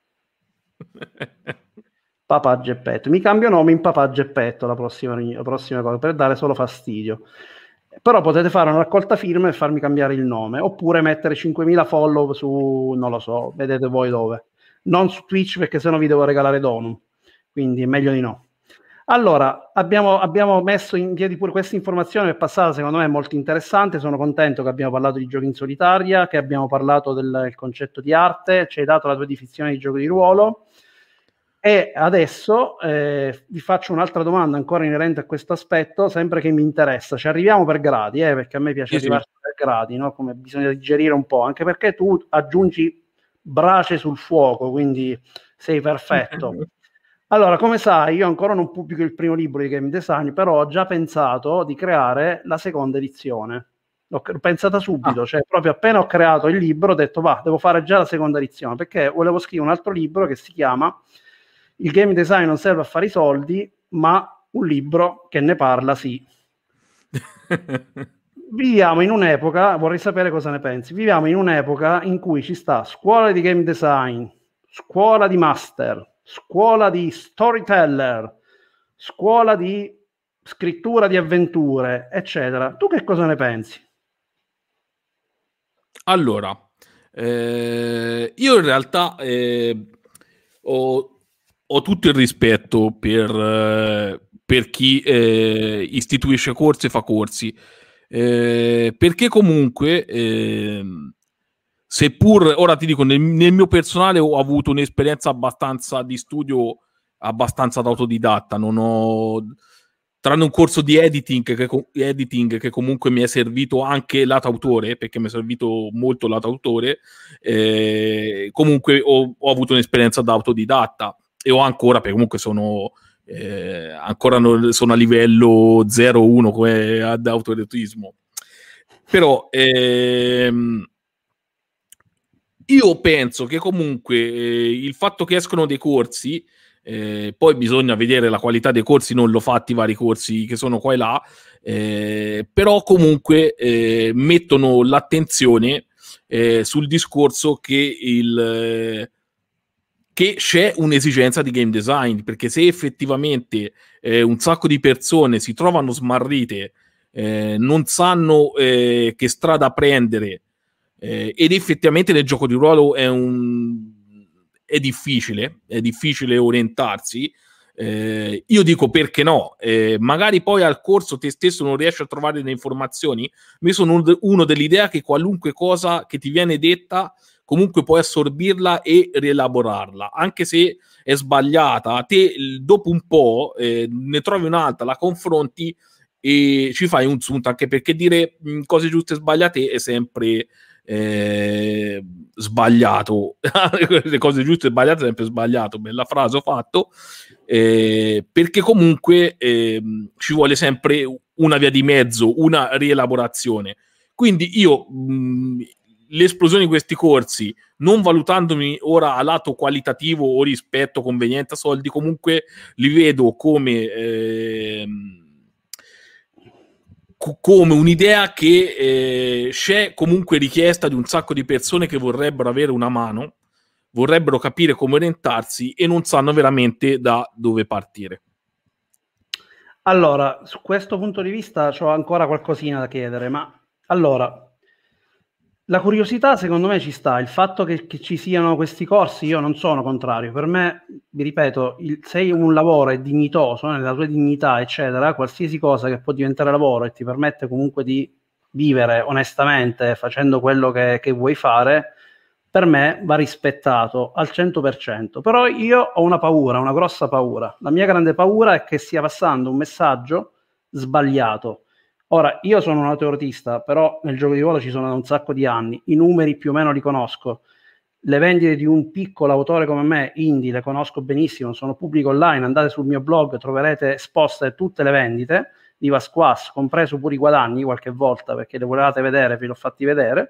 Papà Geppetto, mi cambio nome in Papà Geppetto la prossima, la prossima cosa, per dare solo fastidio. Però potete fare una raccolta firme e farmi cambiare il nome, oppure mettere cinquemila follow su, non lo so, vedete voi dove. Non su Twitch, perché sennò vi devo regalare donum, quindi è meglio di no. Allora, abbiamo, abbiamo messo in piedi pure questa informazione che è passata, secondo me è molto interessante. Sono contento che abbiamo parlato di giochi in solitaria, che abbiamo parlato del, del concetto di arte, ci hai dato la tua definizione di gioco di ruolo. E adesso eh, vi faccio un'altra domanda ancora inerente a questo aspetto, sempre che mi interessa. Ci arriviamo per gradi, eh, perché a me piace Sì, arrivarci sì. per gradi, no? Come bisogna digerire un po', anche perché tu aggiungi brace sul fuoco, quindi sei perfetto. Allora, come sai, io ancora non pubblico il primo libro di game design, però ho già pensato di creare la seconda edizione. L'ho pensata subito, Ah. cioè proprio appena ho creato il libro ho detto va, devo fare già la seconda edizione, perché volevo scrivere un altro libro che si chiama Il game design non serve a fare i soldi, ma un libro che ne parla sì. Viviamo in un'epoca, vorrei sapere cosa ne pensi, viviamo in un'epoca in cui ci sta scuola di game design, scuola di master, scuola di storyteller, scuola di scrittura di avventure, eccetera. Tu che cosa ne pensi? Allora, eh, io in realtà eh, ho, ho tutto il rispetto per, eh, per chi eh, istituisce corsi e fa corsi, eh, perché comunque, eh, seppur, ora ti dico, nel, nel mio personale ho avuto un'esperienza abbastanza di studio, abbastanza da autodidatta, non ho... tranne un corso di editing che, editing che comunque mi è servito anche lato autore, perché mi è servito molto lato autore, eh, comunque ho, ho avuto un'esperienza da autodidatta e ho ancora, perché comunque sono eh, ancora no, sono a livello zero uno come ad autodidattismo. Però ehm, io penso che comunque eh, il fatto che escono dei corsi, eh, poi bisogna vedere la qualità dei corsi, non l'ho fatti i vari corsi che sono qua e là, eh, però comunque eh, mettono l'attenzione eh, sul discorso che il... Eh, che c'è un'esigenza di game design, perché se effettivamente eh, un sacco di persone si trovano smarrite, eh, non sanno eh, che strada prendere, eh, ed effettivamente nel gioco di ruolo è un è difficile, è difficile orientarsi. Eh, io dico perché no, eh, magari poi al corso te stesso non riesci a trovare le informazioni. Io sono uno dell'idea che qualunque cosa che ti viene detta comunque puoi assorbirla e rielaborarla, anche se è sbagliata. Te dopo un po' eh, ne trovi un'altra, la confronti e ci fai un sunto, anche perché dire mh, cose giuste e sbagliate è sempre eh, sbagliato. Le cose giuste e sbagliate è sempre sbagliato. Bella frase ho fatto, eh, perché comunque eh, ci vuole sempre una via di mezzo, una rielaborazione. Quindi io mh, l'esplosione di questi corsi, non valutandomi ora a lato qualitativo o rispetto, convenienza, soldi, comunque li vedo come eh, come un'idea che eh, c'è comunque richiesta di un sacco di persone che vorrebbero avere una mano, vorrebbero capire come orientarsi e non sanno veramente da dove partire. Allora, su questo punto di vista ho ancora qualcosina da chiedere, ma allora, La curiosità secondo me ci sta, il fatto che, che ci siano questi corsi io non sono contrario, per me, vi ripeto, il, se un lavoro è dignitoso, nella tua dignità eccetera, qualsiasi cosa che può diventare lavoro e ti permette comunque di vivere onestamente facendo quello che, che vuoi fare, per me va rispettato al cento per cento, però io ho una paura, una grossa paura, la mia grande paura è che stia passando un messaggio sbagliato. Ora, io sono un autoreotista, però nel gioco di ruolo ci sono da un sacco di anni, i numeri più o meno li conosco, le vendite di un piccolo autore come me, indie, le conosco benissimo, sono pubblico online, andate sul mio blog, troverete esposte tutte le vendite di Vasquas, compreso pure i guadagni qualche volta, perché le volevate vedere, ve l'ho fatti vedere,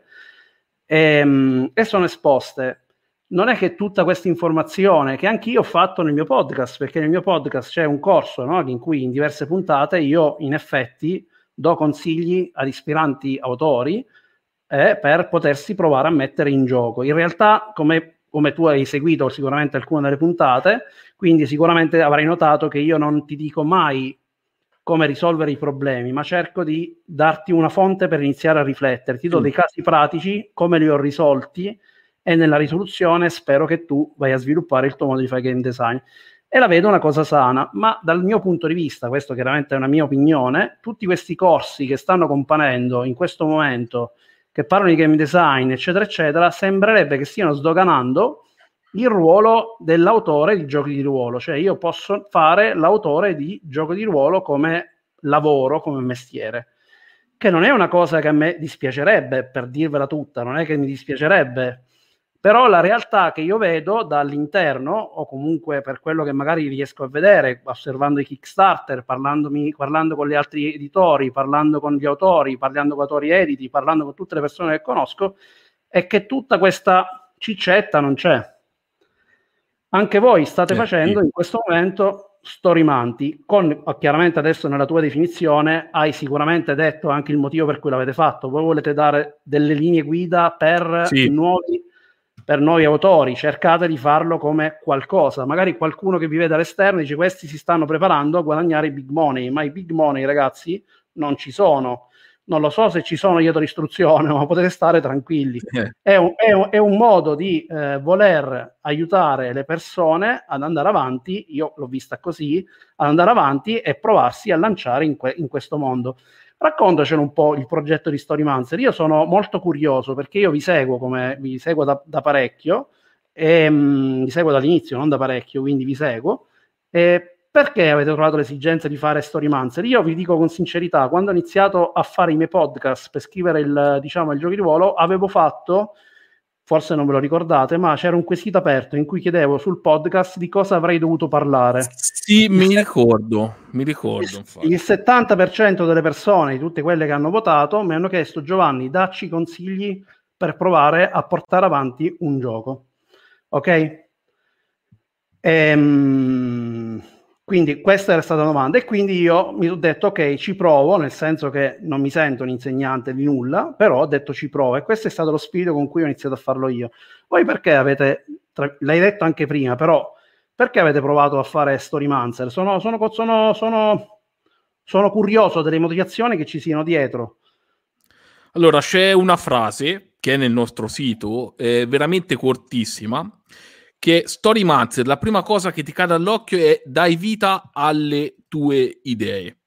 e, e sono esposte. Non è che tutta questa informazione, che anche io ho fatto nel mio podcast, perché nel mio podcast c'è un corso, no, in cui in diverse puntate io in effetti do consigli ad ispiranti autori eh, per potersi provare a mettere in gioco. In realtà, come, come tu hai seguito sicuramente alcune delle puntate, quindi sicuramente avrai notato che io non ti dico mai come risolvere i problemi, ma cerco di darti una fonte per iniziare a riflettere. Ti do dei casi pratici, come li ho risolti, e nella risoluzione spero che tu vai a sviluppare il tuo modo di fare game design. E la vedo una cosa sana, ma dal mio punto di vista, questo chiaramente è una mia opinione, tutti questi corsi che stanno comparendo in questo momento, che parlano di game design, eccetera, eccetera, sembrerebbe che stiano sdoganando il ruolo dell'autore di giochi di ruolo. Cioè io posso fare l'autore di gioco di ruolo come lavoro, come mestiere, che non è una cosa che a me dispiacerebbe, per dirvela tutta, non è che mi dispiacerebbe, però la realtà che io vedo dall'interno, o comunque per quello che magari riesco a vedere osservando i Kickstarter, parlandomi, parlando con gli altri editori, parlando con gli autori, parlando con autori editi, parlando con tutte le persone che conosco, è che tutta questa ciccetta non c'è. Anche voi state eh, facendo sì. in questo momento Storymanti, con chiaramente adesso nella tua definizione hai sicuramente detto anche il motivo per cui l'avete fatto. Voi volete dare delle linee guida per sì. nuovi per noi autori, cercate di farlo come qualcosa, magari qualcuno che vi vede all'esterno dice questi si stanno preparando a guadagnare i big money, ma i big money ragazzi non ci sono, non lo so se ci sono dietro l'istruzione, ma potete stare tranquilli, eh. è, un, è, un, è un modo di eh, voler aiutare le persone ad andare avanti, io l'ho vista così, ad andare avanti e provarsi a lanciare in, que- in questo mondo. Raccontacelo un po' il progetto di Storymancer. Io sono molto curioso perché io vi seguo come vi seguo da, da parecchio, e, mh, vi seguo dall'inizio, non da parecchio, quindi vi seguo. E perché avete trovato l'esigenza di fare Storymancer? Io vi dico con sincerità, quando ho iniziato a fare i miei podcast per scrivere il, diciamo, il gioco di ruolo, avevo fatto, forse non ve lo ricordate, ma c'era un quesito aperto in cui chiedevo sul podcast di cosa avrei dovuto parlare. Sì, mi il ricordo, mi ricordo. Il, il settanta per cento delle persone, di tutte quelle che hanno votato, mi hanno chiesto Giovanni, dacci consigli per provare a portare avanti un gioco. Ok? Ehm... Quindi questa era stata la domanda e quindi io mi ho detto ok, ci provo, nel senso che non mi sento un insegnante di nulla, però ho detto ci provo e questo è stato lo spirito con cui ho iniziato a farlo io. Voi perché avete, tra, l'hai detto anche prima, però perché avete provato a fare Storymancer? Sono, sono, sono, sono, sono curioso delle motivazioni che ci siano dietro. Allora c'è una frase che è nel nostro sito, è veramente cortissima, che Storymancer, la prima cosa che ti cade all'occhio è dai vita alle tue idee.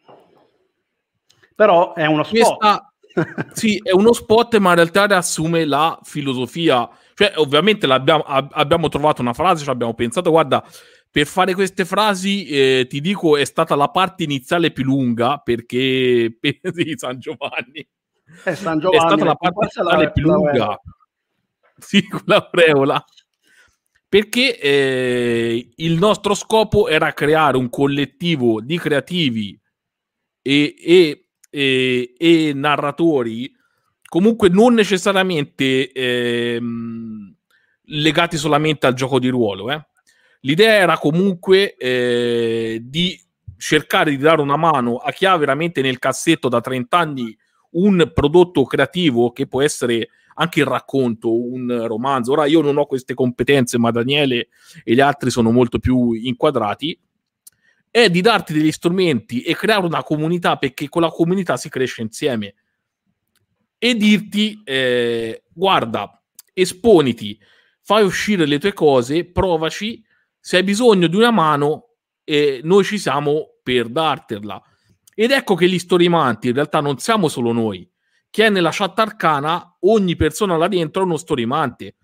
Però è uno spot. Questa, sì, è uno spot, ma in realtà riassume la filosofia. Cioè, ovviamente l'abbiamo, ab- abbiamo trovato una frase, ci abbiamo pensato, guarda, per fare queste frasi, eh, ti dico, è stata la parte iniziale più lunga, perché sì, San Giovanni. Eh, San Giovanni è stata la parte iniziale più lunga. Sì, con l'aureola. Perché eh, il nostro scopo era creare un collettivo di creativi e, e, e, e narratori comunque non necessariamente eh, legati solamente al gioco di ruolo. Eh. L'idea era comunque eh, di cercare di dare una mano a chi ha veramente nel cassetto da trenta anni un prodotto creativo che può essere anche il racconto, un romanzo. Ora io non ho queste competenze, ma Daniele e gli altri sono molto più inquadrati, è di darti degli strumenti e creare una comunità, perché con la comunità si cresce insieme. e dirti eh, guarda, esponiti, fai uscire le tue cose, provaci, se hai bisogno di una mano eh, noi ci siamo per dartela. Ed ecco che gli storymanti in realtà non siamo solo noi, che è nella chat arcana ogni persona là dentro è uno storymante.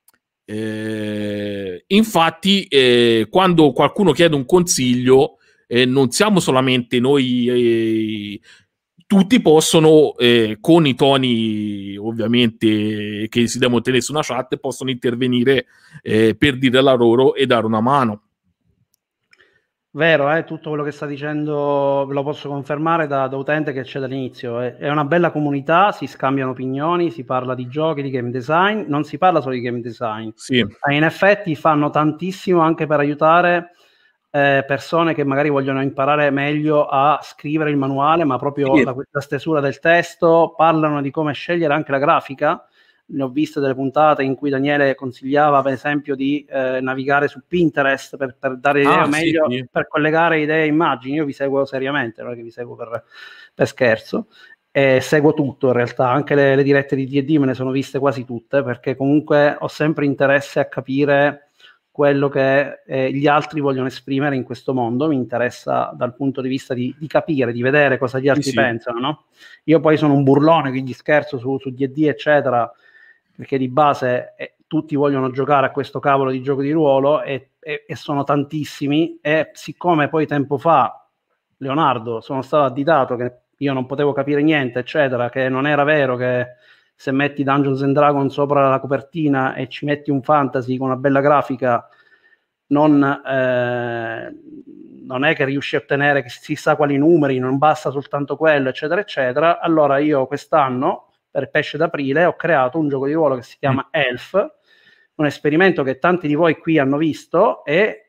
Eh, infatti eh, quando qualcuno chiede un consiglio eh, non siamo solamente noi, eh, tutti possono eh, con i toni ovviamente che si devono tenere su una chat possono intervenire eh, per dire la loro e dare una mano. Vero, eh, tutto quello che sta dicendo ve lo posso confermare da, da utente che c'è dall'inizio. È, è una bella comunità, si scambiano opinioni, si parla di giochi, di game design, non si parla solo di game design. Sì. Eh, in effetti fanno tantissimo anche per aiutare eh, persone che magari vogliono imparare meglio a scrivere il manuale, ma proprio Sì. la, la stesura del testo, parlano di come scegliere anche la grafica. Ne ho viste delle puntate in cui Daniele consigliava per esempio di eh, navigare su Pinterest per, per dare idee Ah, meglio, sì, sì. per collegare idee e immagini. Io vi seguo seriamente, non è che vi seguo per, per scherzo, e seguo tutto in realtà, anche le, le dirette di D and D me ne sono viste quasi tutte, perché comunque ho sempre interesse a capire quello che eh, gli altri vogliono esprimere in questo mondo. Mi interessa dal punto di vista di, di capire, di vedere cosa gli altri Sì, sì. pensano, no? Io poi sono un burlone, quindi scherzo su, su D and D eccetera, perché di base eh, tutti vogliono giocare a questo cavolo di gioco di ruolo e, e, e sono tantissimi, e siccome poi tempo fa Leonardo sono stato additato che io non potevo capire niente eccetera, che non era vero che se metti Dungeons and Dragons sopra la copertina e ci metti un fantasy con una bella grafica non, eh, non è che riesci a ottenere che si sa quali numeri, non basta soltanto quello eccetera eccetera. Allora io quest'anno per Pesce d'Aprile ho creato un gioco di ruolo che si chiama mm. Elf, un esperimento che tanti di voi qui hanno visto e,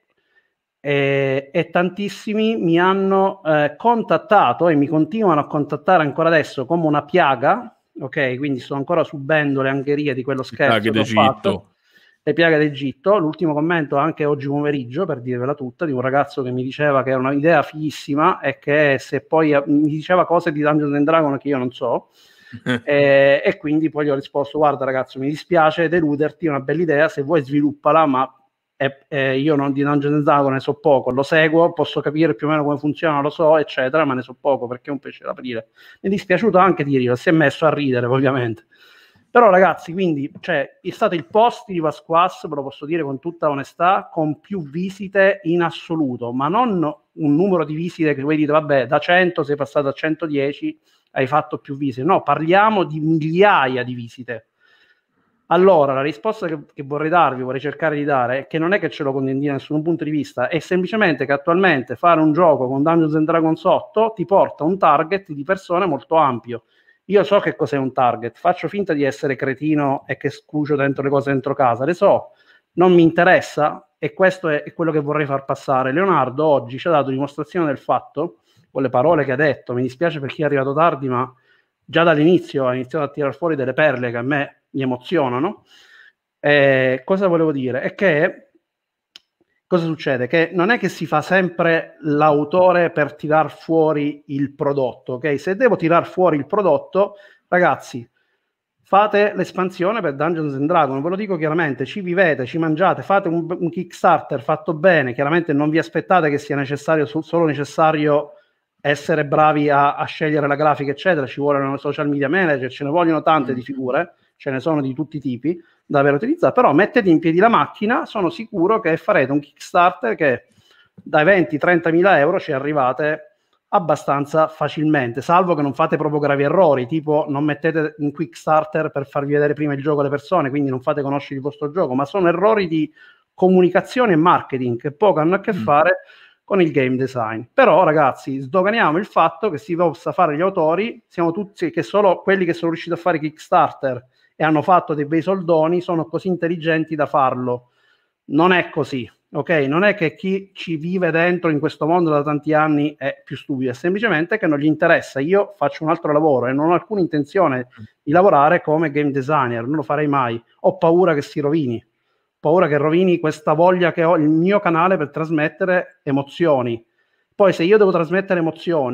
e, e tantissimi mi hanno eh, contattato e mi continuano a contattare ancora adesso come una piaga, ok? Quindi sto ancora subendo le angherie di quello scherzo che ho fatto. Le piaghe d'Egitto. L'ultimo commento anche oggi pomeriggio, per dirvela tutta, di un ragazzo che mi diceva che era un'idea fighissima e che se poi mi diceva cose di Dungeons and Dragons che io non so. e, e quindi poi gli ho risposto: guarda ragazzo, mi dispiace deluderti, è una bella idea, se vuoi sviluppala, ma è, è, io non di Dungeons and Dragons ne so poco, lo seguo, posso capire più o meno come funziona, lo so eccetera, ma ne so poco perché è un pesce d'aprile. Mi è dispiaciuto anche dirlo, si è messo a ridere ovviamente. Però ragazzi, quindi cioè, è stato il post di Vasquas, ve lo posso dire con tutta onestà, con più visite in assoluto, ma non un numero di visite che voi dite vabbè da cento sei passato a centodieci, hai fatto più visite. No, parliamo di migliaia di visite. Allora, la risposta che, che vorrei darvi, vorrei cercare di dare, è che non è che ce lo condividi da nessun punto di vista, è semplicemente che attualmente fare un gioco con Dungeons and Dragons otto ti porta un target di persone molto ampio. Io so che cos'è un target, faccio finta di essere cretino e che scucio dentro le cose dentro casa, le so, non mi interessa e questo è, è quello che vorrei far passare. Leonardo oggi ci ha dato dimostrazione del fatto, con le parole che ha detto, mi dispiace per chi è arrivato tardi, ma già dall'inizio ha iniziato a tirar fuori delle perle che a me mi emozionano. Eh, cosa volevo dire? È che cosa succede? Che non è che si fa sempre l'autore per tirar fuori il prodotto, ok? Se devo tirar fuori il prodotto, ragazzi, fate l'espansione per Dungeons and Dragons, ve lo dico chiaramente, ci vivete, ci mangiate, fate un, un Kickstarter fatto bene, chiaramente non vi aspettate che sia necessario, solo necessario essere bravi a, a scegliere la grafica, eccetera, ci vogliono social media manager, ce ne vogliono tante di figure, ce ne sono di tutti i tipi da aver utilizzato, però mettete in piedi la macchina, sono sicuro che farete un Kickstarter che dai venti trenta mila euro ci arrivate abbastanza facilmente, salvo che non fate proprio gravi errori, tipo non mettete un Kickstarter per farvi vedere prima il gioco alle persone, quindi non fate conoscere il vostro gioco, ma sono errori di comunicazione e marketing che poco hanno a che fare con il game design. Però ragazzi, sdoganiamo il fatto che si possa fare gli autori, siamo tutti, che solo quelli che sono riusciti a fare Kickstarter e hanno fatto dei bei soldoni sono così intelligenti da farlo. Non è così, ok? Non è che chi ci vive dentro in questo mondo da tanti anni è più stupido, è semplicemente che non gli interessa. Io faccio un altro lavoro e non ho alcuna intenzione di lavorare come game designer, non lo farei mai. Ho paura che si rovini, ho paura che rovini questa voglia che ho, il mio canale per trasmettere emozioni. Poi se io devo trasmettere emozioni,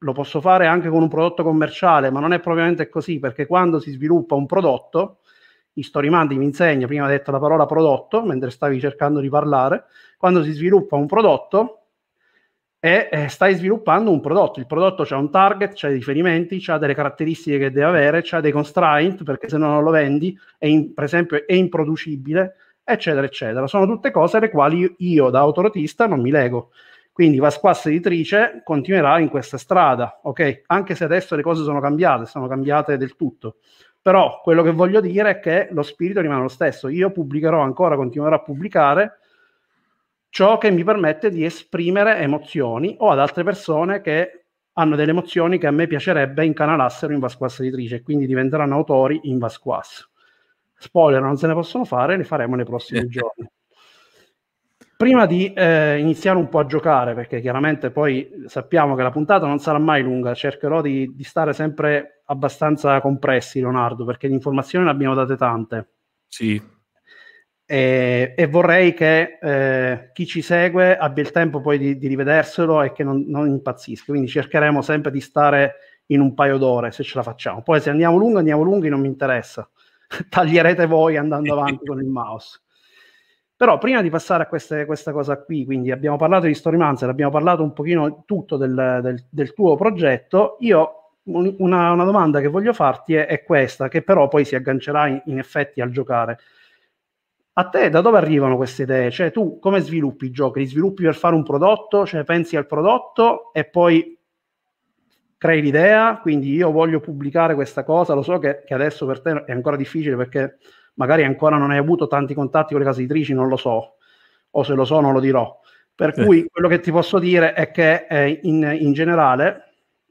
lo posso fare anche con un prodotto commerciale, ma non è propriamente così, perché quando si sviluppa un prodotto, Storimandi mi insegna, prima ha detto la parola prodotto, mentre stavi cercando di parlare, quando si sviluppa un prodotto e eh, stai sviluppando un prodotto, il prodotto c'ha un target, c'ha dei riferimenti, c'ha delle caratteristiche che deve avere, c'ha dei constraint, perché se no non lo vendi, è in, per esempio è improducibile, eccetera, eccetera. Sono tutte cose alle quali io, io da autorotista non mi lego. Quindi Vasquas Editrice continuerà in questa strada, ok? Anche se adesso le cose sono cambiate, sono cambiate del tutto. Però quello che voglio dire è che lo spirito rimane lo stesso. Io pubblicherò ancora, continuerò a pubblicare ciò che mi permette di esprimere emozioni, o ad altre persone che hanno delle emozioni che a me piacerebbe incanalassero in Vasquas Editrice, quindi diventeranno autori in Vasquas. Spoiler, non se ne possono fare, le faremo nei prossimi giorni. Prima di eh, iniziare un po' a giocare, perché chiaramente poi sappiamo che la puntata non sarà mai lunga, cercherò di, di stare sempre abbastanza compressi, Leonardo, perché di informazioni ne abbiamo date tante. Sì. E, e vorrei che eh, chi ci segue abbia il tempo poi di, di rivederselo e che non, non impazzisca, quindi cercheremo sempre di stare in un paio d'ore, se ce la facciamo. Poi se andiamo lunghi, andiamo lunghi, non mi interessa. Taglierete voi andando avanti con il mouse. Però prima di passare a queste, questa cosa qui, quindi abbiamo parlato di Storymancer, abbiamo parlato un pochino tutto del, del, del tuo progetto, io un, una, una domanda che voglio farti è, è questa, che però poi si aggancerà in, in effetti al giocare. A te da dove arrivano queste idee? Cioè tu come sviluppi i giochi? Li sviluppi per fare un prodotto? Cioè pensi al prodotto e poi crei l'idea? Quindi io voglio pubblicare questa cosa, lo so che, che adesso per te è ancora difficile perché magari ancora non hai avuto tanti contatti con le case editrici, non lo so, o se lo so non lo dirò. Per eh. cui quello che ti posso dire è che eh, in, in generale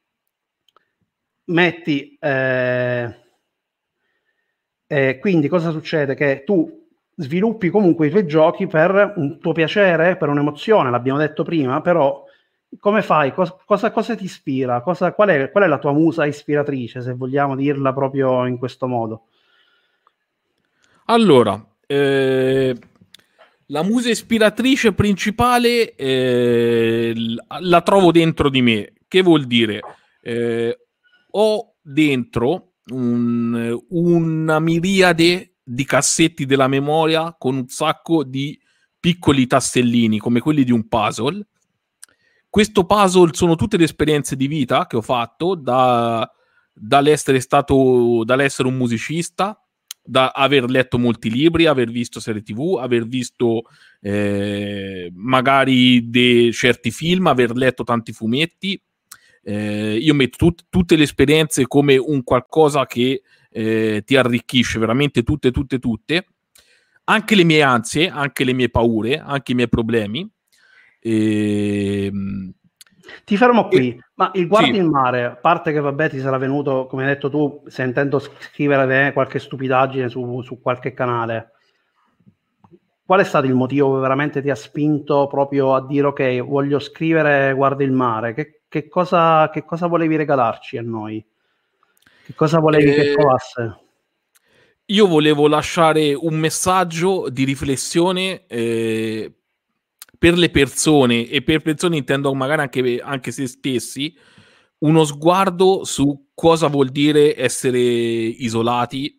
metti... Eh, eh, quindi cosa succede? Che tu sviluppi comunque i tuoi giochi per un tuo piacere, per un'emozione, l'abbiamo detto prima, però come fai? Cosa, cosa, cosa ti ispira? Cosa, qual, è, qual è la tua musa ispiratrice, se vogliamo dirla proprio in questo modo? Allora, eh, la musa ispiratrice principale eh, la trovo dentro di me. Che vuol dire? Eh, ho dentro un, una miriade di cassetti della memoria con un sacco di piccoli tastellini come quelli di un puzzle. Questo puzzle sono tutte le esperienze di vita che ho fatto da, dall'essere stato dall'essere un musicista, da aver letto molti libri, aver visto serie tv, aver visto eh, magari de certi film, aver letto tanti fumetti. Eh, io metto tut tutte le esperienze come un qualcosa che eh, ti arricchisce veramente tutte, tutte, tutte. Anche le mie ansie, anche le mie paure, anche i miei problemi. E... Ti fermo qui, e, ma il Guardi sì. il mare, a parte che vabbè ti sarà venuto, come hai detto tu, sentendo scrivere qualche stupidaggine su, su qualche canale, qual è stato il motivo che veramente ti ha spinto proprio a dire ok, voglio scrivere Guardi il mare? Che, che, cosa, che cosa volevi regalarci a noi? Che cosa volevi eh... che provasse? Io volevo lasciare un messaggio di riflessione eh, per le persone, e per persone intendo magari anche, anche se stessi, uno sguardo su cosa vuol dire essere isolati,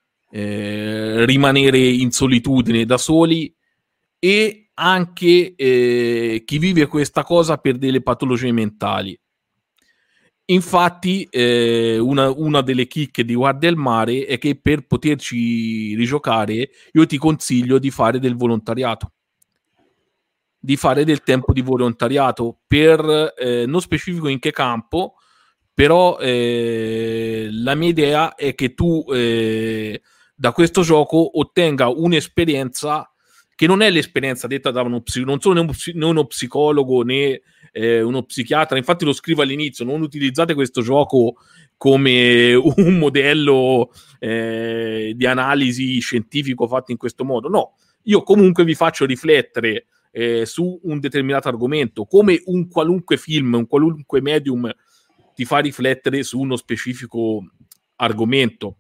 eh, rimanere in solitudine da soli, e anche eh, chi vive questa cosa per delle patologie mentali. Infatti eh, una, una delle chicche di Guardia il Mare è che per poterci rigiocare io ti consiglio di fare del volontariato, di fare del tempo di volontariato per eh, non specifico in che campo, però eh, la mia idea è che tu eh, da questo gioco ottenga un'esperienza che non è l'esperienza detta da uno psicologo, non sono né uno, né uno psicologo né eh, uno psichiatra, infatti lo scrivo all'inizio, non utilizzate questo gioco come un modello eh, di analisi scientifico fatto in questo modo, no, io comunque vi faccio riflettere eh, su un determinato argomento, come un qualunque film, un qualunque medium ti fa riflettere su uno specifico argomento.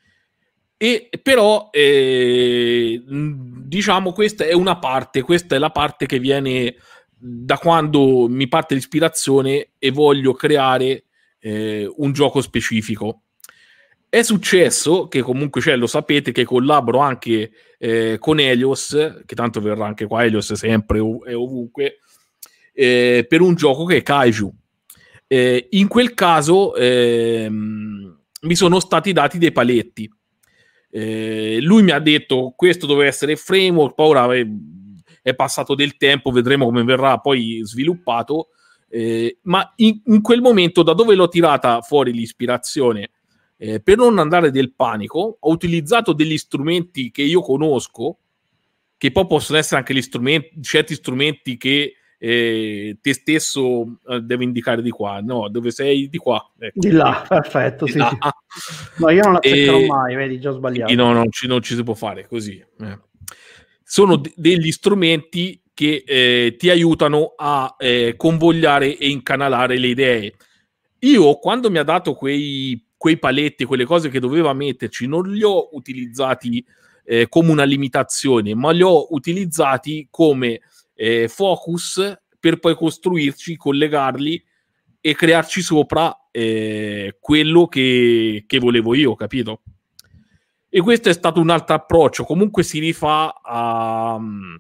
E però eh, diciamo questa è una parte, questa è la parte che viene da quando mi parte l'ispirazione e voglio creare eh, un gioco specifico. È successo che comunque, cioè, lo sapete che collaboro anche eh, con Helios, che tanto verrà anche qua Helios sempre e ovunque, eh, per un gioco che è Kaiju. Eh, in quel caso eh, mi sono stati dati dei paletti. Eh, lui mi ha detto questo doveva essere il framework, poi ora è, è passato del tempo, vedremo come verrà poi sviluppato, eh, ma in, in quel momento da dove l'ho tirata fuori l'ispirazione? Eh, per non andare del panico, ho utilizzato degli strumenti che io conosco, che poi possono essere anche gli strumenti, certi strumenti che eh, te stesso eh, devi indicare di qua, no, dove sei di qua, ecco. Di là, perfetto, di sì, là. sì. No, io non azzeccherò E... mai, vedi, già ho sbagliato. Sì, no, non ci, non ci si può fare così. Eh. Sono d- degli strumenti che eh, ti aiutano a eh, convogliare e incanalare le idee. Io, quando mi ha dato quei, quei paletti, quelle cose che doveva metterci, non li ho utilizzati eh, come una limitazione, ma li ho utilizzati come eh, focus per poi costruirci, collegarli e crearci sopra eh, quello che, che volevo io, capito? E questo è stato un altro approccio, comunque si rifà a,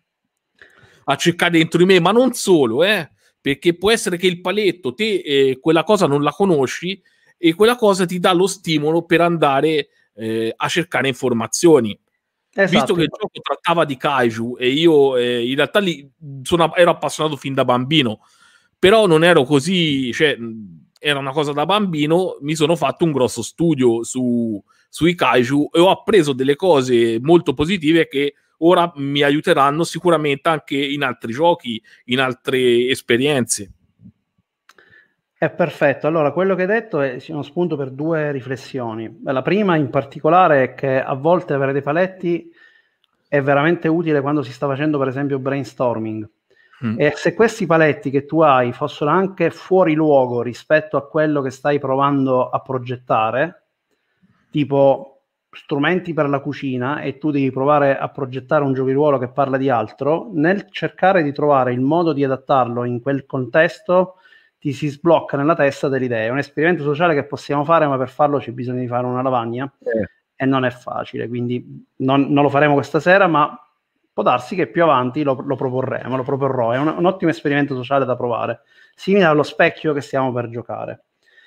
a cercare dentro di me, ma non solo, eh, perché può essere che il paletto, te eh, quella cosa non la conosci e quella cosa ti dà lo stimolo per andare eh, a cercare informazioni. Esatto. Visto che il gioco trattava di kaiju e io eh, in realtà lì sono, ero appassionato fin da bambino, però non ero così, cioè era una cosa da bambino, mi sono fatto un grosso studio su, sui kaiju e ho appreso delle cose molto positive che ora mi aiuteranno sicuramente anche in altri giochi, in altre esperienze. È perfetto. Allora, quello che hai detto è uno spunto per due riflessioni. La prima in particolare è che a volte avere dei paletti è veramente utile quando si sta facendo per esempio brainstorming. Mm. E se questi paletti che tu hai fossero anche fuori luogo rispetto a quello che stai provando a progettare, tipo strumenti per la cucina, e tu devi provare a progettare un gioco di ruolo che parla di altro, nel cercare di trovare il modo di adattarlo in quel contesto ti si sblocca nella testa delle idee. È un esperimento sociale che possiamo fare, ma per farlo c'è bisogno di fare una lavagna eh. e non è facile, quindi non, non lo faremo questa sera, ma può darsi che più avanti lo, lo proporremo, lo proporrò. È un, un ottimo esperimento sociale da provare, simile allo specchio che stiamo per giocare.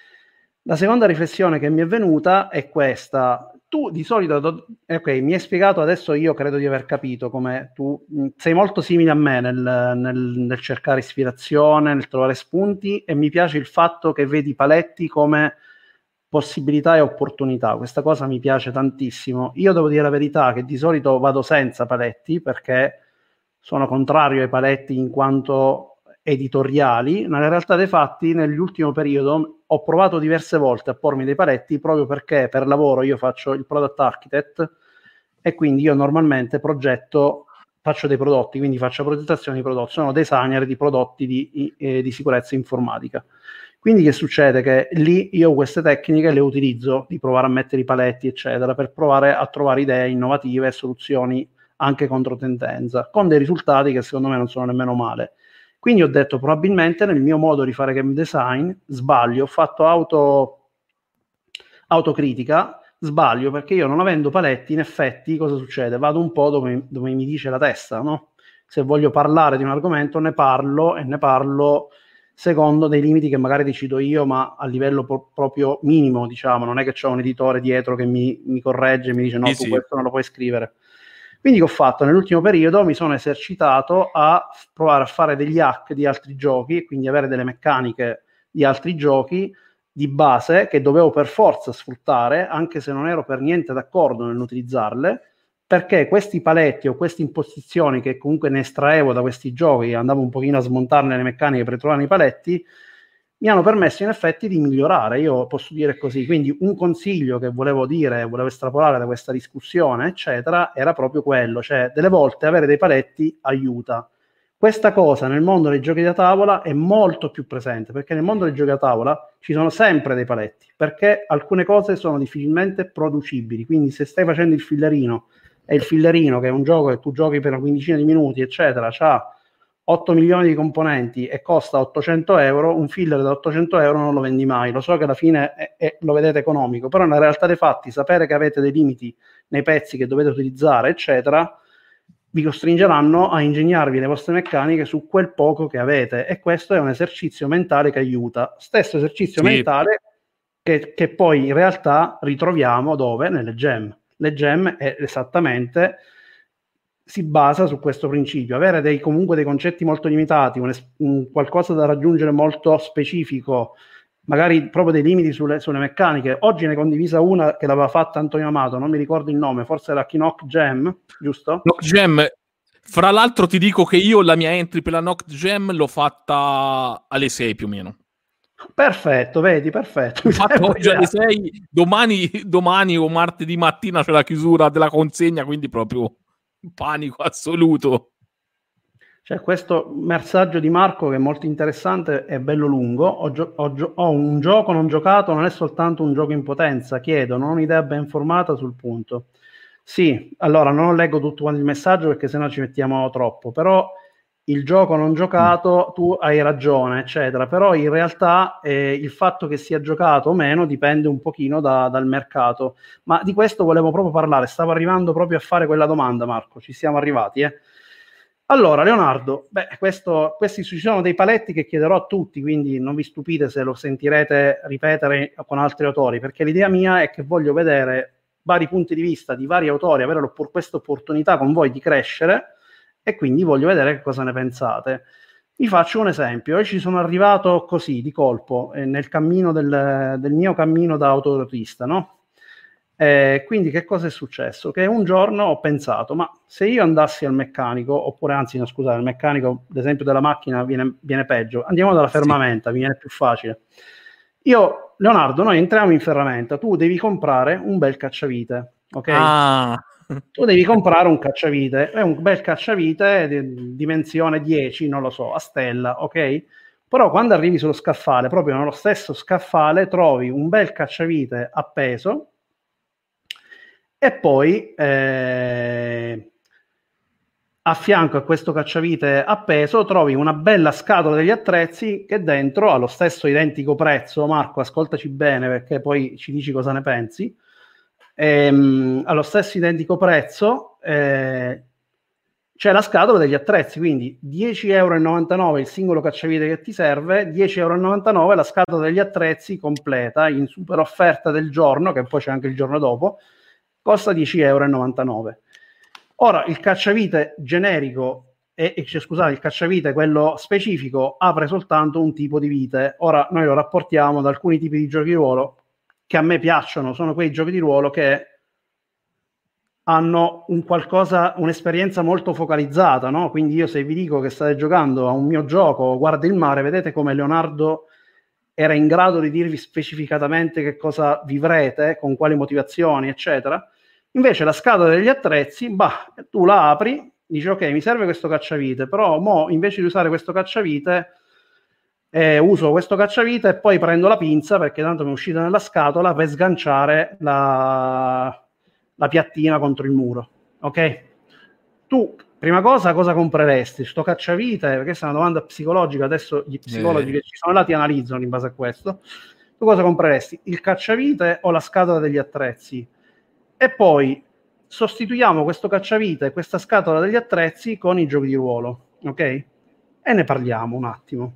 La seconda riflessione che mi è venuta è questa. Tu di solito, ok, mi hai spiegato, adesso io credo di aver capito come tu sei molto simile a me nel, nel, nel cercare ispirazione, nel trovare spunti, e mi piace il fatto che vedi i paletti come possibilità e opportunità. Questa cosa mi piace tantissimo. Io devo dire la verità che di solito vado senza paletti perché sono contrario ai paletti in quanto editoriali. Nella realtà dei fatti, nell'ultimo periodo ho provato diverse volte a pormi dei paletti, proprio perché per lavoro io faccio il product architect e quindi io normalmente progetto, faccio dei prodotti, quindi faccio progettazione di prodotti, sono designer di prodotti di, eh, di sicurezza informatica. Quindi che succede? Che lì io queste tecniche le utilizzo, di provare a mettere i paletti eccetera, per provare a trovare idee innovative e soluzioni anche contro tendenza, con dei risultati che secondo me non sono nemmeno male. Quindi ho detto, probabilmente nel mio modo di fare game design sbaglio, ho fatto auto, autocritica, sbaglio, perché io non avendo paletti, in effetti, cosa succede? Vado un po' dove, dove mi dice la testa, no? Se voglio parlare di un argomento ne parlo, e ne parlo secondo dei limiti che magari decido io, ma a livello pro- proprio minimo, diciamo, non è che c'ho un editore dietro che mi, mi corregge e mi dice no, sì, tu sì. questo non lo puoi scrivere. Quindi che ho fatto? Nell'ultimo periodo mi sono esercitato a provare a fare degli hack di altri giochi, quindi avere delle meccaniche di altri giochi di base che dovevo per forza sfruttare, anche se non ero per niente d'accordo nell'utilizzarle, perché questi paletti o queste impostazioni che comunque ne estraevo da questi giochi, andavo un pochino a smontarne le meccaniche per trovare i paletti, mi hanno permesso in effetti di migliorare, io posso dire così. Quindi un consiglio che volevo dire, volevo estrapolare da questa discussione, eccetera, era proprio quello, cioè delle volte avere dei paletti aiuta. Questa cosa nel mondo dei giochi da tavola è molto più presente, perché nel mondo dei giochi da tavola ci sono sempre dei paletti, perché alcune cose sono difficilmente producibili, quindi se stai facendo il fillerino, e il fillerino, che è un gioco che tu giochi per una quindicina di minuti, eccetera, c'ha otto milioni di componenti e costa ottocento euro, un filler da ottocento euro non lo vendi mai. Lo so che alla fine è, è, lo vedete economico, però nella realtà dei fatti sapere che avete dei limiti nei pezzi che dovete utilizzare, eccetera, vi costringeranno a ingegnarvi le vostre meccaniche su quel poco che avete, e questo è un esercizio mentale che aiuta. Stesso esercizio sì. mentale che, che poi in realtà ritroviamo dove? Nelle gem. Le gem è esattamente... si basa su questo principio, avere dei, comunque dei concetti molto limitati, un, un qualcosa da raggiungere molto specifico, magari proprio dei limiti sulle, sulle meccaniche. Oggi ne condivisa una che l'aveva fatta Antonio Amato, non mi ricordo il nome, forse era Knock Gem, giusto? Knock Gem, fra l'altro ti dico che io la mia entry per la Knock Gem l'ho fatta alle sei più o meno. Perfetto, vedi, perfetto. Oggi alle sei, domani, domani o martedì mattina c'è la chiusura della consegna, quindi proprio... panico assoluto. C'è questo messaggio di Marco che è molto interessante e bello lungo. Ho, gio- ho, gio- ho un gioco non giocato, non è soltanto un gioco in potenza. Chiedo, non ho un'idea ben formata sul punto. Sì, allora non leggo tutto il messaggio perché sennò ci mettiamo troppo, però il gioco non giocato, tu hai ragione, eccetera, però in realtà eh, il fatto che sia giocato o meno dipende un pochino da, dal mercato, ma di questo volevo proprio parlare, stavo arrivando proprio a fare quella domanda, Marco, ci siamo arrivati, eh. Allora, Leonardo, beh, questo, questi ci sono dei paletti che chiederò a tutti, quindi non vi stupite se lo sentirete ripetere con altri autori, perché l'idea mia è che voglio vedere vari punti di vista di vari autori, avere questa opportunità con voi di crescere, e quindi voglio vedere che cosa ne pensate. Vi faccio un esempio. Io ci sono arrivato così, di colpo, eh, nel cammino del, del mio cammino da autodotista, no? Eh, quindi che cosa è successo? Che un giorno ho pensato, ma se io andassi al meccanico, oppure anzi, no, scusate, il meccanico, ad esempio della macchina, viene, viene peggio. Andiamo dalla ferramenta, sì. Mi viene più facile. Io, Leonardo, noi entriamo in ferramenta, tu devi comprare un bel cacciavite, ok? Ah... tu devi comprare un cacciavite, è un bel cacciavite di dimensione dieci, non lo so, a stella, ok? Però quando arrivi sullo scaffale, proprio nello stesso scaffale, trovi un bel cacciavite appeso e poi eh, a fianco a questo cacciavite appeso trovi una bella scatola degli attrezzi che dentro, allo stesso identico prezzo, Marco, ascoltaci bene perché poi ci dici cosa ne pensi, Ehm, allo stesso identico prezzo eh, c'è la scatola degli attrezzi, quindi dieci virgola novantanove euro il singolo cacciavite che ti serve, dieci virgola novantanove euro la scatola degli attrezzi completa in super offerta del giorno, che poi c'è anche il giorno dopo, costa dieci virgola novantanove euro. Ora il cacciavite generico e, e scusate, il cacciavite quello specifico apre soltanto un tipo di vite. Ora noi lo rapportiamo ad alcuni tipi di giochi di ruolo che a me piacciono, sono quei giochi di ruolo che hanno un qualcosa, un'esperienza molto focalizzata, no? Quindi io se vi dico che state giocando a un mio gioco, Guarda il mare, vedete come Leonardo era in grado di dirvi specificatamente che cosa vivrete, con quali motivazioni, eccetera. Invece la scatola degli attrezzi, bah, tu la apri, dici ok, mi serve questo cacciavite, però mo invece di usare questo cacciavite Eh, uso questo cacciavite e poi prendo la pinza perché tanto mi è uscita nella scatola per sganciare la, la piattina contro il muro, ok? Tu, prima cosa, cosa compreresti? Sto cacciavite? Perché questa è una domanda psicologica, adesso gli psicologi eh. che ci sono là ti analizzano in base a questo. Tu cosa compreresti? Il cacciavite o la scatola degli attrezzi? E poi sostituiamo questo cacciavite e questa scatola degli attrezzi con i giochi di ruolo, ok? E ne parliamo un attimo.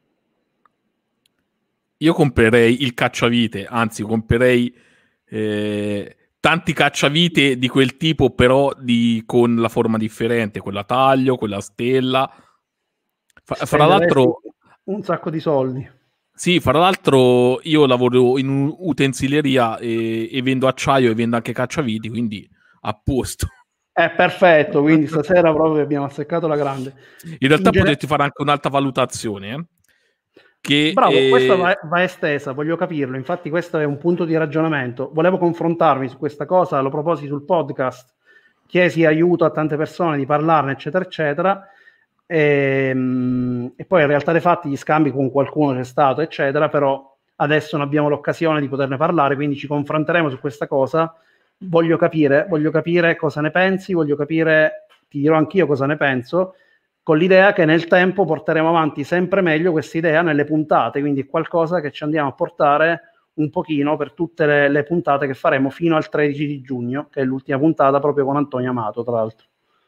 Io comprerei il cacciavite, anzi comprerei eh, tanti cacciavite di quel tipo, però di, con la forma differente, quella a taglio, quella a stella. Fra, fra l'altro... un sacco di soldi. Sì, fra l'altro io lavoro in un'utensileria e, e vendo acciaio e vendo anche cacciaviti, quindi a posto. È perfetto, quindi stasera proprio abbiamo azzeccato la grande. In realtà in potresti gener- fare anche un'alta valutazione, eh? Che, Bravo, eh... questa va, va estesa, voglio capirlo, infatti questo è un punto di ragionamento, volevo confrontarmi su questa cosa, lo proposi sul podcast, chiesi aiuto a tante persone di parlarne, eccetera, eccetera, e, e poi in realtà dei fatti gli scambi con qualcuno c'è stato, eccetera, però adesso non abbiamo l'occasione di poterne parlare, quindi ci confronteremo su questa cosa, voglio capire, voglio capire cosa ne pensi, voglio capire, ti dirò anch'io cosa ne penso, con l'idea che nel tempo porteremo avanti sempre meglio questa idea nelle puntate, quindi è qualcosa che ci andiamo a portare un pochino per tutte le, le puntate che faremo fino al tredici di giugno, che è l'ultima puntata proprio con Antonio Amato, tra l'altro.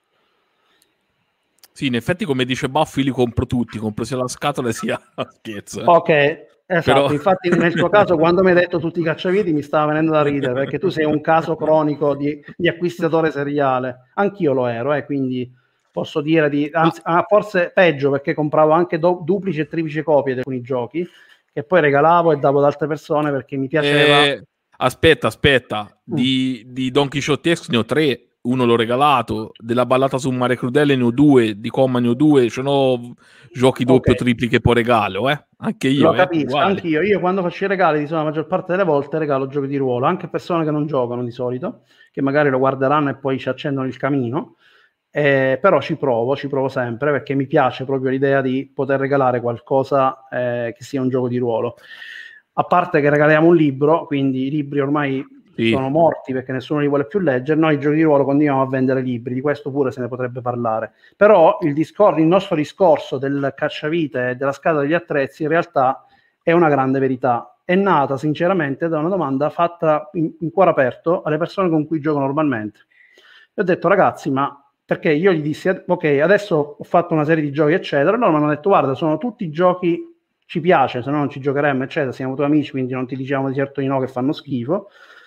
Sì, in effetti, come dice Baffi, li compro tutti, compro sia la scatola sia la scherzo. Eh. Ok, esatto, Però... infatti nel tuo caso quando mi hai detto tutti i cacciaviti mi stava venendo da ridere, perché tu sei un caso cronico di, di acquistatore seriale, anch'io lo ero, eh, quindi posso dire di, anzi, ah, forse peggio, perché compravo anche do, duplice e triplice copie di alcuni giochi, che poi regalavo e davo ad altre persone perché mi piaceva. Eh, aspetta, aspetta, mm. di, di Don Quixote ne ho tre. Uno l'ho regalato, della ballata su Mare Crudele ne ho due, di Comma ne ho due, ce n'ho giochi doppio, okay. tripli che poi regalo, eh? Anche io. Lo capisco, eh, anch'io. Io quando faccio i regali, insomma, la maggior parte delle volte regalo giochi di ruolo, anche persone che non giocano di solito, che magari lo guarderanno e poi ci accendono il camino, eh, però ci provo, ci provo sempre, perché mi piace proprio l'idea di poter regalare qualcosa eh, che sia un gioco di ruolo. A parte che regaliamo un libro, quindi i libri ormai... Sì. sono morti perché nessuno li vuole più leggere, noi giochi di ruolo continuiamo a vendere libri, di questo pure se ne potrebbe parlare, però il, discor- il nostro discorso del cacciavite e della scatola degli attrezzi in realtà è una grande verità, è nata sinceramente da una domanda fatta in, in cuore aperto alle persone con cui gioco normalmente. E ho detto ragazzi, ma perché io gli dissi ok, adesso ho fatto una serie di giochi eccetera, loro mi hanno detto guarda, sono tutti giochi, ci piace, se no non ci giocheremmo eccetera, siamo tuoi amici quindi non ti diciamo di certo di no che fanno schifo.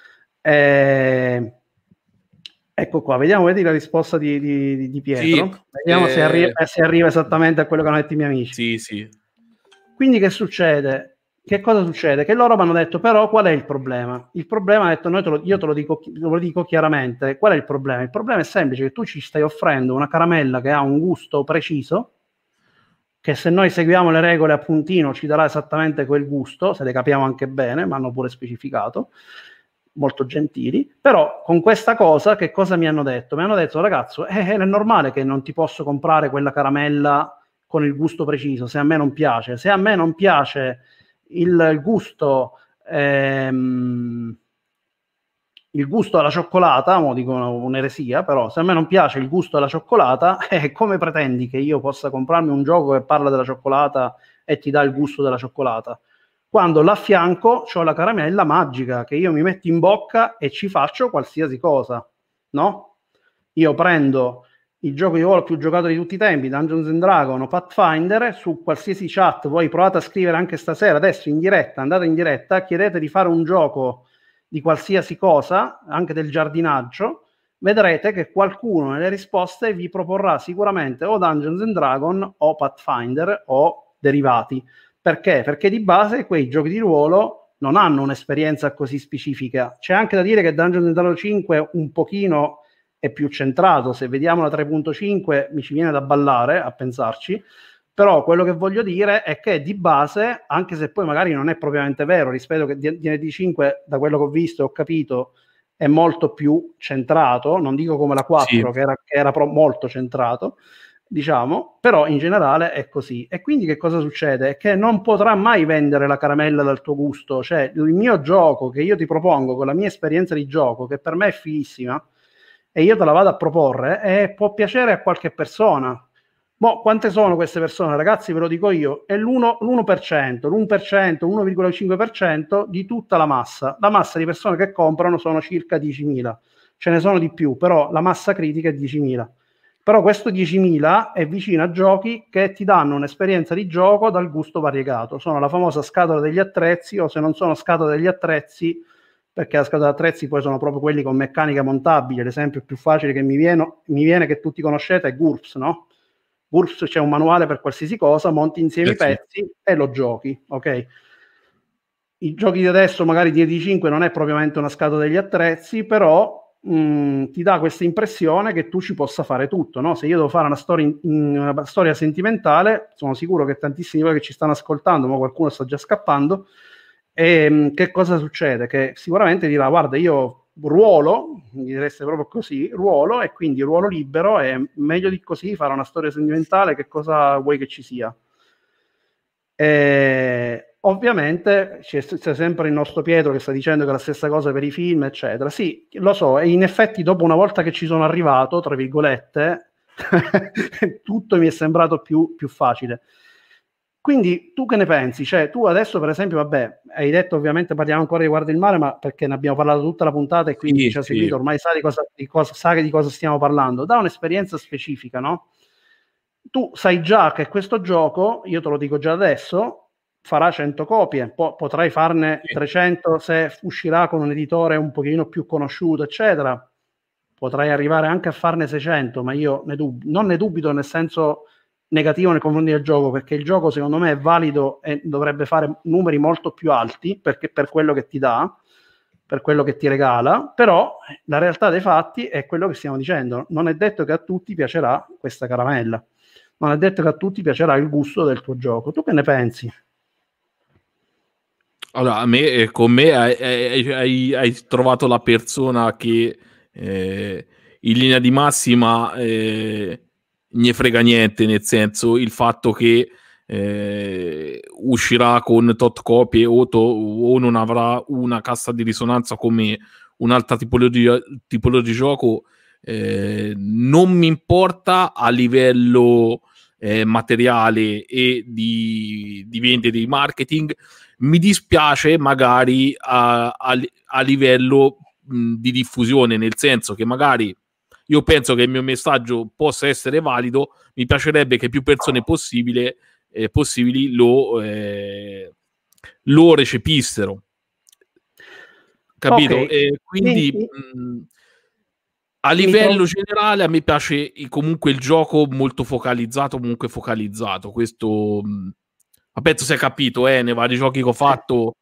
Eh, ecco qua, vediamo, vedi la risposta di, di, di Pietro, sì, vediamo eh, se, arri- se arriva esattamente a quello che hanno detto i miei amici. Sì, sì. Quindi che succede? Che cosa succede? Che loro mi hanno detto però qual è il problema? Il problema, ha detto, noi te lo, io te lo dico, te lo dico chiaramente, qual è il problema? Il problema è semplice, che tu ci stai offrendo una caramella che ha un gusto preciso, che se noi seguiamo le regole a puntino ci darà esattamente quel gusto, se le capiamo anche bene, ma hanno pure specificato, molto gentili, però con questa cosa che cosa mi hanno detto? Mi hanno detto ragazzo, eh, è normale che non ti posso comprare quella caramella con il gusto preciso, se a me non piace, se a me non piace il, il gusto ehm, il gusto alla cioccolata, mo dico un'eresia, però se a me non piace il gusto alla cioccolata, eh, come pretendi che io possa comprarmi un gioco che parla della cioccolata e ti dà il gusto della cioccolata? Quando là a fianco c'ho la caramella magica che io mi metto in bocca e ci faccio qualsiasi cosa, no? Io prendo il gioco di ruolo più giocato di tutti i tempi, Dungeons and Dragons o Pathfinder, su qualsiasi chat, voi provate a scrivere anche stasera, adesso in diretta, andate in diretta, chiedete di fare un gioco di qualsiasi cosa, anche del giardinaggio, vedrete che qualcuno nelle risposte vi proporrà sicuramente o Dungeons and Dragons o Pathfinder o derivati. Perché? Perché di base quei giochi di ruolo non hanno un'esperienza così specifica. C'è anche da dire che Dungeons and Dragons cinque un pochino è più centrato, se vediamo la tre punto cinque mi ci viene da ballare a pensarci, però quello che voglio dire è che di base, anche se poi magari non è propriamente vero, rispetto che D and D cinque, da quello che ho visto e ho capito, è molto più centrato, non dico come la quattro, sì, che era, che era pro- molto centrato, diciamo, però in generale è così. E quindi che cosa succede? È che non potrà mai vendere la caramella dal tuo gusto, cioè il mio gioco che io ti propongo con la mia esperienza di gioco, che per me è fighissima, e io te la vado a proporre, e può piacere a qualche persona. Boh, quante sono queste persone, ragazzi? Ve lo dico io, è l'uno, l'uno per cento, l'uno per cento, l'uno virgola cinque per cento di tutta la massa. La massa di persone che comprano sono circa diecimila, ce ne sono di più, però la massa critica è diecimila. Però questo diecimila è vicino a giochi che ti danno un'esperienza di gioco dal gusto variegato. Sono la famosa scatola degli attrezzi, o se non sono scatola degli attrezzi, perché la scatola degli attrezzi poi sono proprio quelli con meccanica montabile. L'esempio più facile che mi viene, mi viene che tutti conoscete è GURPS, no? GURPS c'è un manuale per qualsiasi cosa, monti insieme i pezzi e lo giochi, ok? I giochi di adesso, magari D and D cinque non è propriamente una scatola degli attrezzi, però mh, ti dà questa impressione che tu ci possa fare tutto, no? Se io devo fare una storia, in, una storia sentimentale, sono sicuro che tantissimi di voi che ci stanno ascoltando, ma qualcuno sta già scappando, e mh, che cosa succede? Che sicuramente dirà, guarda, io ruolo, mi direste proprio così, ruolo, e quindi ruolo libero, è meglio di così fare una storia sentimentale, che cosa vuoi che ci sia? E ovviamente c'è, c'è sempre il nostro Pietro che sta dicendo che è la stessa cosa per i film, eccetera. Sì, lo so, e in effetti dopo, una volta che ci sono arrivato, tra virgolette, Tutto mi è sembrato più, più facile. Quindi tu che ne pensi? Cioè, tu adesso, per esempio, vabbè, hai detto, ovviamente parliamo ancora di Guarda il Mare, ma perché ne abbiamo parlato tutta la puntata e quindi Sì, chi ci ha sì. seguito ormai sa di cosa, di cosa, sa di cosa stiamo parlando. Da un'esperienza specifica, no? Tu sai già che questo gioco, io te lo dico già adesso, farà cento copie, po- potrai farne Sì. trecento se uscirà con un editore un pochino più conosciuto, eccetera. Potrai arrivare anche a farne seicento, ma io ne dub- non ne dubito nel senso negativo nei confronti del gioco, perché il gioco secondo me è valido e dovrebbe fare numeri molto più alti, perché per quello che ti dà, per quello che ti regala, però la realtà dei fatti è quello che stiamo dicendo. Non è detto che a tutti piacerà questa caramella, non è detto che a tutti piacerà il gusto del tuo gioco. Tu che ne pensi? Allora, a me, eh, con me hai, hai- hai- hai trovato la persona che eh, in linea di massima eh, ne frega niente, nel senso il fatto che eh, uscirà con tot copie o, to- o non avrà una cassa di risonanza come un'altra tipologia, tipologia di gioco, eh, non mi importa a livello eh, materiale e di, di vendita di marketing. Mi dispiace magari a, a, a livello mh, di diffusione, nel senso che magari io penso che il mio messaggio possa essere valido, mi piacerebbe che più persone possibile, eh, possibili lo, eh, lo recepissero, capito? Ok, E mi, quindi mi, mh, a mi livello trovo... generale a me piace comunque il gioco molto focalizzato, comunque focalizzato. Questo mh, ma penso si è capito, eh, nei vari giochi che ho Sì. fatto,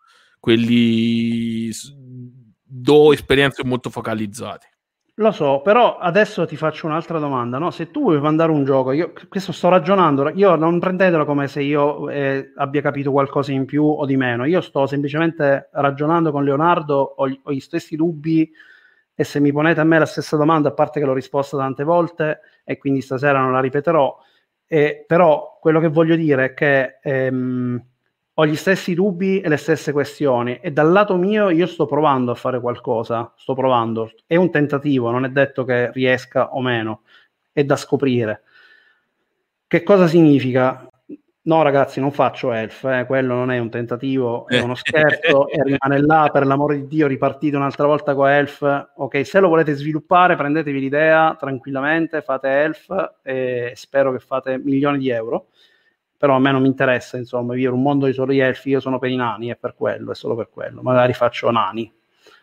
quelli s- do esperienze molto focalizzate. Lo so, però adesso ti faccio un'altra domanda, no? Se tu vuoi mandare un gioco, io questo sto ragionando, io non prendetelo come se io eh, abbia capito qualcosa in più o di meno, io sto semplicemente ragionando con Leonardo, ho, gli- ho gli stessi dubbi e se mi ponete a me la stessa domanda, a parte che l'ho risposta tante volte e quindi stasera non la ripeterò, eh, però quello che voglio dire è che ehm, ho gli stessi dubbi e le stesse questioni e dal lato mio io sto provando a fare qualcosa, sto provando, è un tentativo, non è detto che riesca o meno, è da scoprire. Che cosa significa? No ragazzi, non faccio elf, eh, quello non è un tentativo, è uno scherzo e rimane là, per l'amore di Dio, ripartite un'altra volta con elf. Ok, se lo volete sviluppare, prendetevi l'idea tranquillamente, fate elf e spero che fate milioni di euro. Però a me non mi interessa, insomma, vivere un mondo di solo di elfi, io sono per i nani, è per quello, è solo per quello. Magari faccio nani.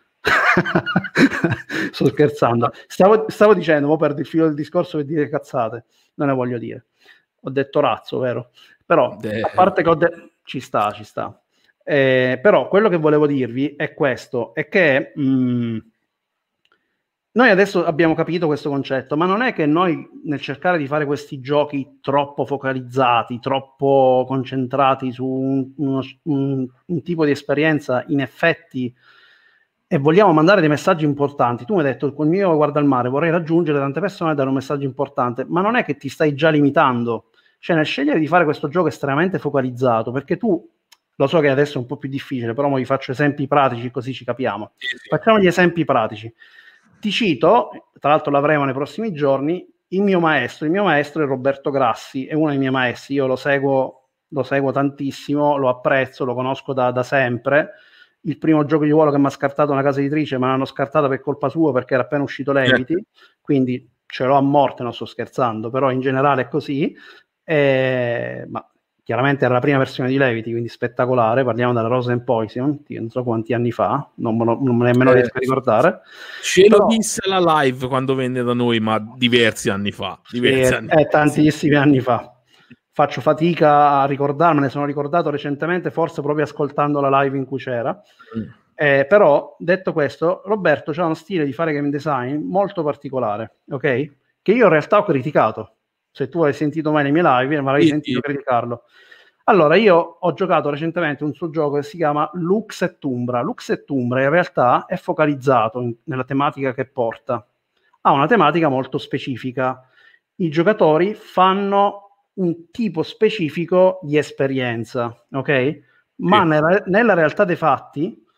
Sto scherzando. Stavo, stavo dicendo, mo perdo il filo del discorso per dire cazzate, non ne voglio dire. Ho detto razzo, vero? Però, a De- parte che ho detto... Ci sta, ci sta. Eh, però quello che volevo dirvi è questo, è che... Mh, noi adesso abbiamo capito questo concetto, ma non è che noi nel cercare di fare questi giochi troppo focalizzati, troppo concentrati su un, uno, un, un tipo di esperienza, in effetti, e vogliamo mandare dei messaggi importanti. Tu mi hai detto, col mio Guarda il Mare vorrei raggiungere tante persone e dare un messaggio importante, ma non è che ti stai già limitando. Cioè nel scegliere di fare questo gioco estremamente focalizzato, perché tu, lo so che adesso è un po' più difficile, però vi faccio esempi pratici così ci capiamo. sì, sì. Facciamo gli esempi pratici. Ti cito, tra l'altro l'avremo nei prossimi giorni, il mio maestro. Il mio maestro è Roberto Grassi, è uno dei miei maestri. Io lo seguo, lo seguo tantissimo, lo apprezzo, lo conosco da, da sempre. Il primo gioco di ruolo che mi ha scartato una casa editrice, me l'hanno scartato per colpa sua perché era appena uscito Levity, quindi ce l'ho a morte, non sto scherzando, però in generale è così. Eh, ma chiaramente era la prima versione di Levity, quindi spettacolare. Parliamo della Rose and Poison, non so quanti anni fa, non me, lo, non me nemmeno Eh, riesco a ricordare. ce lo Però disse alla live quando venne da noi, ma diversi anni fa. sì, Diversi è, anni è fa, sì. tantissimi anni fa. Faccio fatica a ricordarmene, sono ricordato recentemente, forse proprio ascoltando la live in cui c'era. Mm. Eh, però, detto questo, Roberto ha uno stile di fare game design molto particolare, ok? Che io in realtà ho criticato. Se tu hai sentito mai le mie live, mi avevi Sì, sentito sì. criticarlo. Allora, io ho giocato recentemente un suo gioco che si chiama Lux et Umbra. Lux et Umbra in realtà è focalizzato in, nella tematica che porta. Ha una tematica molto specifica. I giocatori fanno un tipo specifico di esperienza, ok? Ma Sì. nella, nella realtà dei fatti,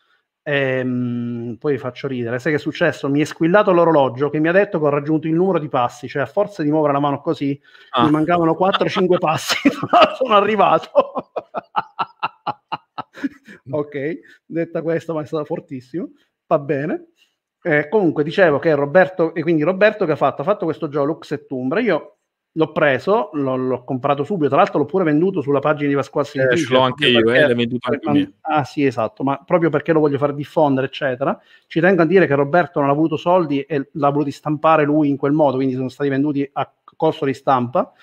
ehm, poi vi faccio ridere. Sai che è successo? Mi è squillato l'orologio che mi ha detto che ho raggiunto il numero di passi, cioè a forza di muovere la mano così Ah. mi mancavano quattro cinque passi, sono arrivato. Ok, detta questo, ma è stato fortissimo, va bene. Eh, comunque dicevo che Roberto, e quindi Roberto che ha fatto? Ha fatto questo gioco Lux et Umbra, io l'ho preso, l'ho, l'ho comprato subito, tra l'altro l'ho pure venduto sulla pagina di Pasquale Eh, Editrice, ce l'ho anche io, perché, eh, l'hai venduto anche man, me. ah sì, esatto, ma proprio perché lo voglio far diffondere, eccetera. Ci tengo a dire che Roberto non ha avuto soldi e l'ha voluto stampare lui in quel modo, quindi sono stati venduti a costo di stampa.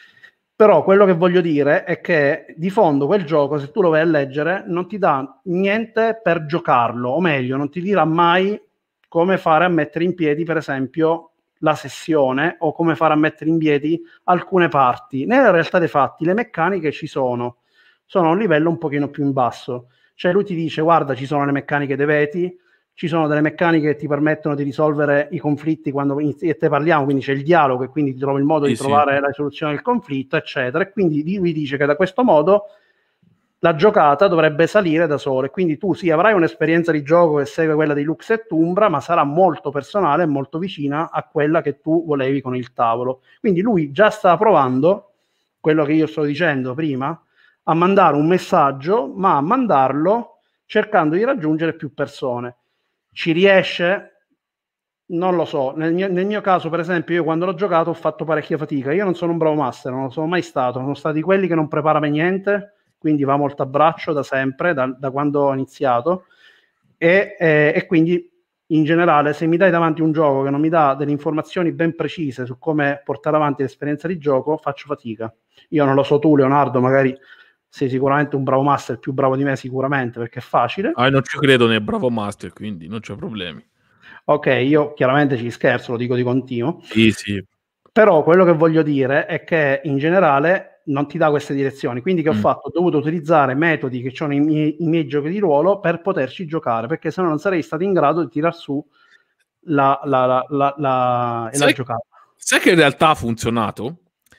Però quello che voglio dire è che di fondo quel gioco, se tu lo vai a leggere, non ti dà niente per giocarlo, o meglio, non ti dirà mai come fare a mettere in piedi, per esempio, la sessione o come fare a mettere in piedi alcune parti. Nella realtà dei fatti le meccaniche ci sono, sono a un livello un pochino più in basso. Cioè lui ti dice guarda, ci sono le meccaniche dei veti, ci sono delle meccaniche che ti permettono di risolvere i conflitti quando inizi e te parliamo, quindi c'è il dialogo e quindi ti trovi il modo Sì, di trovare sì. la soluzione del conflitto, eccetera. E quindi lui dice che da questo modo la giocata dovrebbe salire da sola. E quindi tu sì, avrai un'esperienza di gioco che segue quella di Lux et Umbra, ma sarà molto personale e molto vicina a quella che tu volevi con il tavolo. Quindi lui già sta provando quello che io sto dicendo prima, a mandare un messaggio, ma a mandarlo cercando di raggiungere più persone. Ci riesce? Non lo so. Nel mio, nel mio caso, per esempio, io quando l'ho giocato ho fatto parecchia fatica. Io non sono un bravo master, non lo sono mai stato. Sono stati quelli che non preparano niente, quindi va molto a braccio da sempre, da, da quando ho iniziato. E, e, e quindi, in generale, se mi dai davanti un gioco che non mi dà delle informazioni ben precise su come portare avanti l'esperienza di gioco, faccio fatica. Io non lo so tu, Leonardo, magari sei sicuramente un bravo master, più bravo di me sicuramente, perché è facile. Ah, non ci credo nel bravo master, quindi non c'è problemi. Ok, io chiaramente ci scherzo, lo dico di continuo. Sì, sì. Però quello che voglio dire è che in generale non ti dà queste direzioni. Quindi che ho Mm. fatto? Ho dovuto utilizzare metodi che sono i miei, i miei giochi di ruolo per poterci giocare, perché se no non sarei stato in grado di tirar su la, la, la, la, la, la Sai, giocata. sai che in realtà ha funzionato?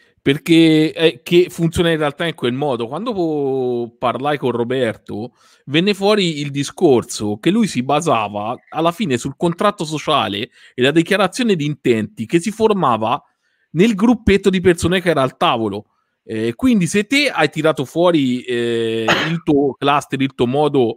Perché eh, che funziona in realtà in quel modo. Quando parlai con Roberto, venne fuori il discorso che lui si basava alla fine sul contratto sociale e la dichiarazione di intenti che si formava nel gruppetto di persone che era al tavolo. Eh, quindi se te hai tirato fuori eh, il tuo cluster, il tuo modo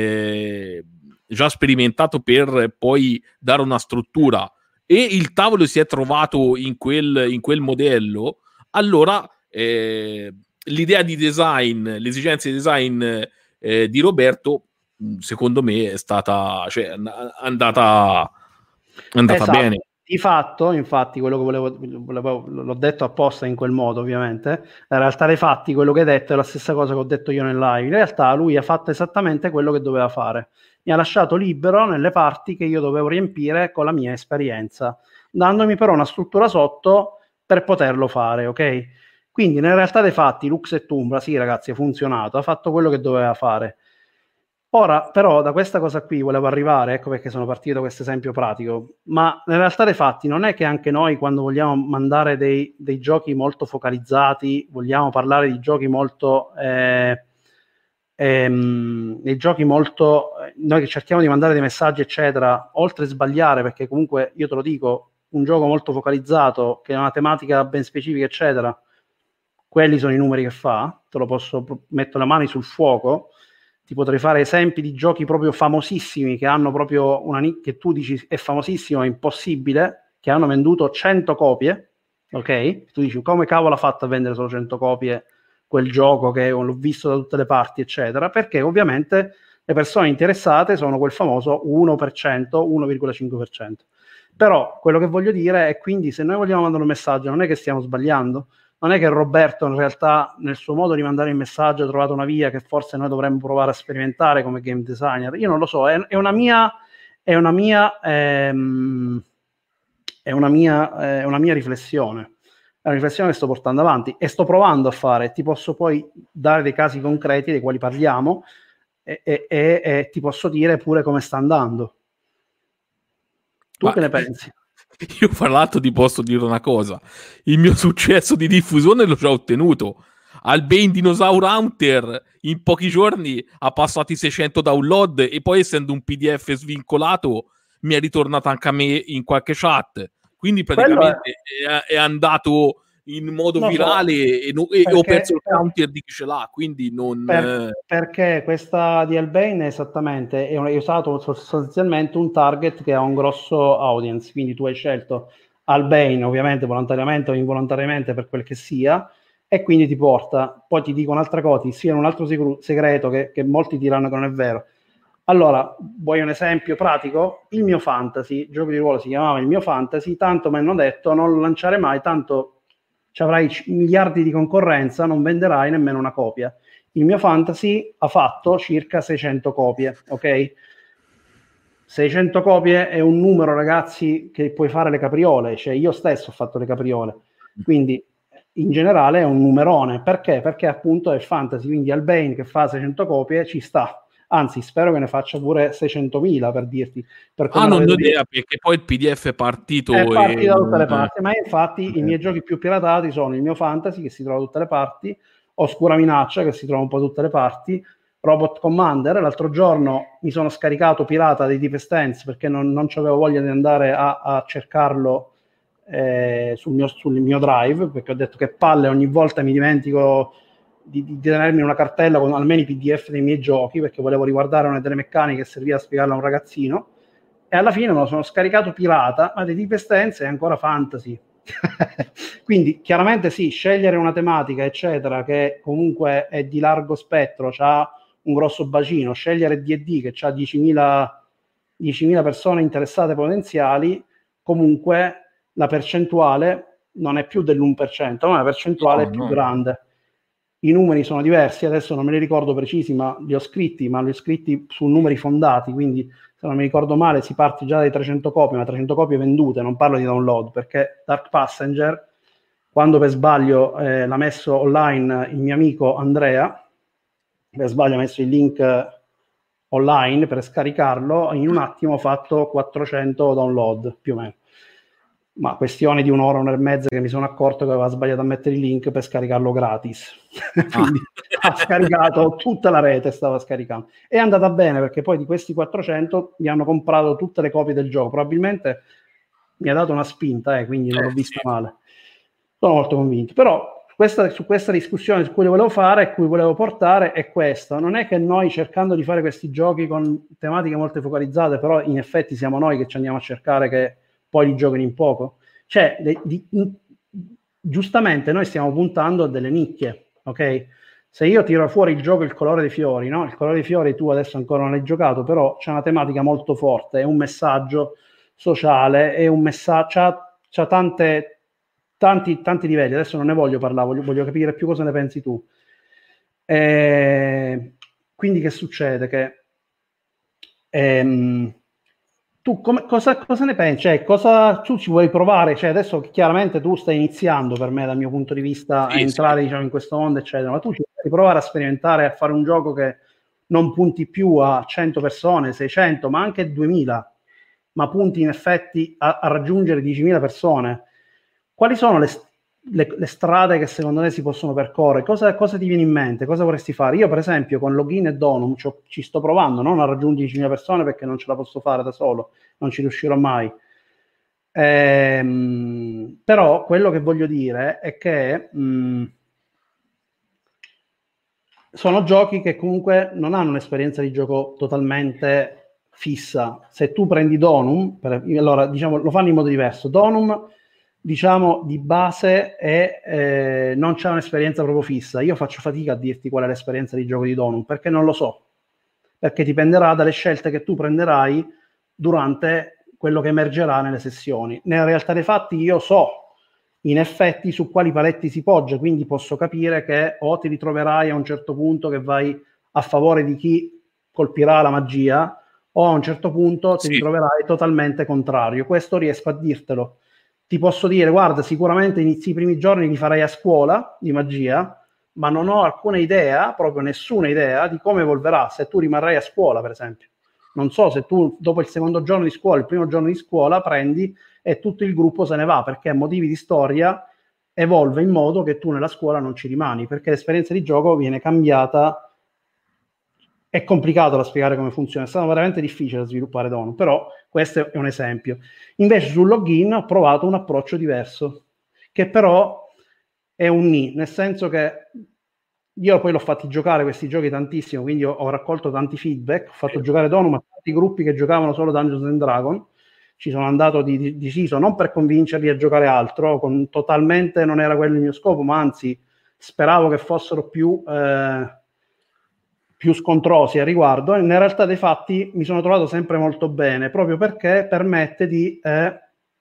eh, già sperimentato per poi dare una struttura e il tavolo si è trovato in quel, in quel modello, allora eh, l'idea di design, l'esigenza di design eh, di Roberto, secondo me, è stata, cioè, andata, andata Esatto. bene. Di fatto, infatti, quello che volevo, volevo, l'ho detto apposta in quel modo, ovviamente. In realtà dei fatti, quello che hai detto è la stessa cosa che ho detto io nel live. In realtà lui ha fatto esattamente quello che doveva fare. Mi ha lasciato libero nelle parti che io dovevo riempire con la mia esperienza, dandomi però una struttura sotto per poterlo fare, ok? Quindi, nella realtà dei fatti, Lux et Umbra, sì, ragazzi, ha funzionato, ha fatto quello che doveva fare. Ora, però, da questa cosa qui volevo arrivare, ecco perché sono partito da questo esempio pratico, ma nella realtà dei fatti non è che anche noi quando vogliamo mandare dei, dei giochi molto focalizzati, vogliamo parlare di giochi molto... Eh, ehm, dei giochi molto... Noi che cerchiamo di mandare dei messaggi, eccetera, oltre a sbagliare, perché comunque, io te lo dico, un gioco molto focalizzato, che ha una tematica ben specifica, eccetera, quelli sono i numeri che fa, te lo posso mettere le mani sul fuoco. Ti potrei fare esempi di giochi proprio famosissimi che hanno proprio una che tu dici è famosissimo, è impossibile, che hanno venduto cento copie, ok? Tu dici come cavolo ha fatto a vendere solo cento copie quel gioco che l'ho visto da tutte le parti, eccetera, perché ovviamente le persone interessate sono quel famoso uno per cento, uno virgola cinque per cento. Però quello che voglio dire è quindi se noi vogliamo mandare un messaggio non è che stiamo sbagliando, non è che Roberto in realtà nel suo modo di mandare il messaggio ha trovato una via che forse noi dovremmo provare a sperimentare come game designer. Io non lo so, è, è una mia è una mia ehm, è una mia è una mia riflessione. È una riflessione che sto portando avanti e sto provando a fare. Ti posso poi dare dei casi concreti dei quali parliamo e, e, e, e ti posso dire pure come sta andando. Tu Ma che ne pensi? io fra l'altro ti posso dire una cosa, il mio successo di diffusione l'ho già ottenuto, Albane Dinosaur Hunter in pochi giorni ha passato i seicento download e poi, essendo un P D F svincolato, mi è ritornato anche a me in qualche chat. Quindi praticamente è... è andato in modo non virale so, e, no, e perché, ho perso il counter di chi ce l'ha, quindi non... per, perché questa di Albane è esattamente, è, un, è usato sostanzialmente un target che ha un grosso audience, quindi tu hai scelto Albane, ovviamente volontariamente o involontariamente, per quel che sia, e quindi ti porta. Poi ti dico un'altra cosa, ti sia un altro segreto che, che molti diranno che non è vero. Allora, vuoi un esempio pratico? Il mio fantasy, gioco di ruolo si chiamava Il mio fantasy, tanto mi hanno detto non lo lanciare mai, tanto ci avrai miliardi di concorrenza, non venderai nemmeno una copia. Il mio fantasy ha fatto circa seicento copie, ok? seicento copie è un numero, ragazzi, che puoi fare le capriole, cioè io stesso ho fatto le capriole, quindi in generale è un numerone. Perché? Perché appunto è fantasy, quindi Albane che fa seicento copie ci sta. Anzi, spero che ne faccia pure seicentomila, per dirti. Per ah, non ho idea, perché poi il P D F è partito. È partito e... da tutte le parti, ma infatti eh. i miei giochi più piratati sono Il mio fantasy, che si trova da tutte le parti, Oscura Minaccia, che si trova un po' da tutte le parti, Robot Commander. L'altro giorno mi sono scaricato pirata dei Deep Stance perché non, non avevo voglia di andare a, a cercarlo eh, sul, mio, sul mio drive, perché ho detto che palle, ogni volta mi dimentico di, di tenermi una cartella con almeno i P D F dei miei giochi, perché volevo riguardare una delle meccaniche che serviva a spiegarla a un ragazzino, e alla fine me lo sono scaricato pirata, ma di Deep Stance è ancora fantasy. Quindi chiaramente sì, scegliere una tematica eccetera che comunque è di largo spettro, c'ha un grosso bacino, scegliere D e D che ha diecimila persone interessate potenziali, comunque la percentuale non è più dell'uno per cento, ma una percentuale no, più no. grande. I numeri sono diversi, adesso non me li ricordo precisi, ma li ho scritti, ma li ho scritti su numeri fondati, quindi se non mi ricordo male si parte già dai trecento copie, ma trecento copie vendute, non parlo di download, perché Dark Passenger, quando per sbaglio eh, l'ha messo online il mio amico Andrea, per sbaglio ha messo il link online per scaricarlo, in un attimo ho fatto quattrocento download, più o meno. Ma questione di un'ora, un'ora e mezza che mi sono accorto che aveva sbagliato a mettere il link per scaricarlo gratis. Quindi ah. ha scaricato tutta la rete, stava scaricando. È andata bene perché poi di questi quattrocento mi hanno comprato tutte le copie del gioco. Probabilmente mi ha dato una spinta, eh, quindi non l'ho vista male. Sono molto convinto. Però questa, su questa discussione su cui volevo fare e cui volevo portare è questa. Non è che noi, cercando di fare questi giochi con tematiche molto focalizzate, però in effetti siamo noi che ci andiamo a cercare che poi li giochino in poco. Cioè, de, di, in, giustamente noi stiamo puntando a delle nicchie, ok? Se io tiro fuori il gioco Il colore dei fiori, no? Il colore dei fiori tu adesso ancora non l'hai giocato, però c'è una tematica molto forte, è un messaggio sociale, è un messaggio, c'ha, c'ha tante, tanti, tanti livelli, adesso non ne voglio parlare, voglio, voglio capire più cosa ne pensi tu. E quindi che succede? Che ehm, tu come, cosa, cosa ne pensi? Cioè, cosa tu ci vuoi provare? Cioè, adesso chiaramente tu stai iniziando, per me, dal mio punto di vista, sì, a entrare sì. diciamo, in questo mondo, eccetera, ma tu ci vuoi provare a sperimentare, a fare un gioco che non punti più a cento persone, seicento, ma anche duemila, ma punti in effetti a, a raggiungere diecimila persone. Quali sono le, le, le strade che secondo te si possono percorrere? Cosa, cosa ti viene in mente? Cosa vorresti fare? Io per esempio con Login e Donum ci, ci sto provando, non a raggiungere diecimila persone perché non ce la posso fare da solo, non ci riuscirò mai. Ehm, però quello che voglio dire è che mh, sono giochi che comunque non hanno un'esperienza di gioco totalmente fissa. Se tu prendi Donum, per, allora diciamo lo fanno in modo diverso. Donum diciamo di base è, eh, non c'è un'esperienza proprio fissa. Io faccio fatica a dirti qual è l'esperienza di gioco di Donum perché non lo so, perché dipenderà dalle scelte che tu prenderai durante quello che emergerà nelle sessioni. Nella realtà dei fatti io so in effetti su quali paletti si poggia, quindi posso capire che o ti ritroverai a un certo punto che vai a favore di chi colpirà la magia o a un certo punto ti sì. ritroverai totalmente contrario. Questo riesco a dirtelo. Ti posso dire, guarda, sicuramente inizi i primi giorni li farai a scuola di magia, ma non ho alcuna idea, proprio nessuna idea di come evolverà se tu rimarrai a scuola, per esempio. Non so se tu dopo il secondo giorno di scuola, il primo giorno di scuola, prendi e tutto il gruppo se ne va, perché motivi di storia evolve in modo che tu nella scuola non ci rimani, perché l'esperienza di gioco viene cambiata. È complicato da spiegare come funziona, è stato veramente difficile da sviluppare Donum, però questo è un esempio. Invece sul login ho provato un approccio diverso, che però è un ni, nel senso che io poi l'ho fatti giocare questi giochi tantissimo, quindi ho, ho raccolto tanti feedback, ho fatto giocare Donum a tanti gruppi che giocavano solo Dungeons and Dragons, ci sono andato di, di, deciso non per convincerli a giocare altro, con, totalmente non era quello il mio scopo, ma anzi speravo che fossero più, eh, più scontrosi a riguardo, e in realtà dei fatti mi sono trovato sempre molto bene, proprio perché permette di... Eh,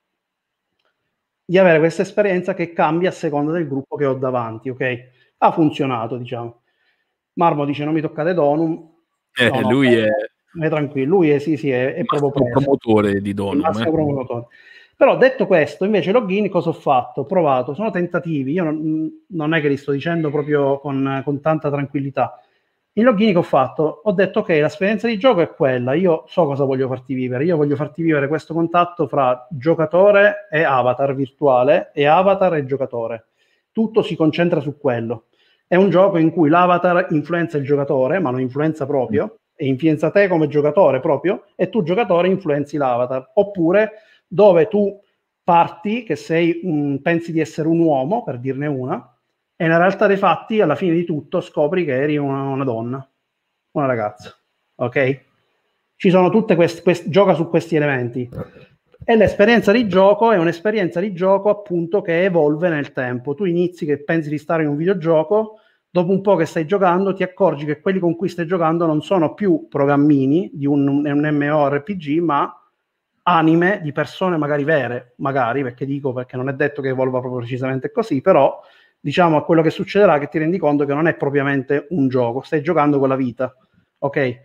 di avere questa esperienza che cambia a seconda del gruppo che ho davanti, ok? Ha funzionato, diciamo. Marmo dice non mi toccate Donum. Eh, no, no, lui è... è tranquillo, lui è, sì, sì, è, è proprio preso. promotore di Donum. Il eh. promotore. Però detto questo, invece login cosa ho fatto? Ho provato, sono tentativi, io non, non è che li sto dicendo proprio con, con tanta tranquillità. Il login che ho fatto, ho detto ok, l'esperienza di gioco è quella, io so cosa voglio farti vivere, io voglio farti vivere questo contatto fra giocatore e avatar virtuale e avatar e giocatore. Tutto si concentra su quello. È un gioco in cui l'avatar influenza il giocatore, ma lo influenza proprio, e influenza te come giocatore proprio, e tu giocatore influenzi l'avatar. Oppure dove tu parti, che sei un, pensi di essere un uomo, per dirne una, e nella realtà dei fatti, alla fine di tutto, scopri che eri una, una donna, una ragazza, ok? Ci sono tutte queste, quest, gioca su questi elementi. E l'esperienza di gioco è un'esperienza di gioco appunto che evolve nel tempo. Tu inizi che pensi di stare in un videogioco, dopo un po' che stai giocando ti accorgi che quelli con cui stai giocando non sono più programmini di un, un MMORPG, ma anime di persone magari vere, magari, perché dico perché non è detto che evolva proprio precisamente così, però diciamo a quello che succederà che ti rendi conto che non è propriamente un gioco, stai giocando con la vita, ok?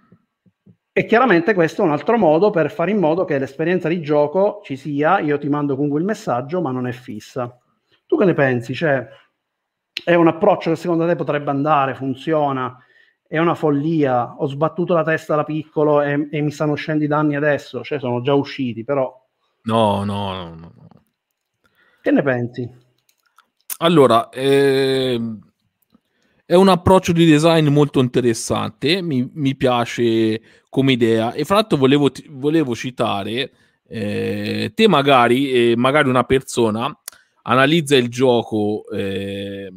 E chiaramente questo è un altro modo per fare in modo che l'esperienza di gioco ci sia, io ti mando comunque il messaggio, ma non è fissa. Tu che ne pensi? Cioè, è un approccio che secondo te potrebbe andare, funziona, è una follia, ho sbattuto la testa da piccolo e, e mi stanno uscendo i danni adesso, cioè sono già usciti, però... No, no, no, no. Che ne pensi? Allora, ehm... è un approccio di design molto interessante, mi, mi piace come idea, e fra l'altro volevo, volevo citare, eh, te magari, eh, magari una persona analizza il gioco eh,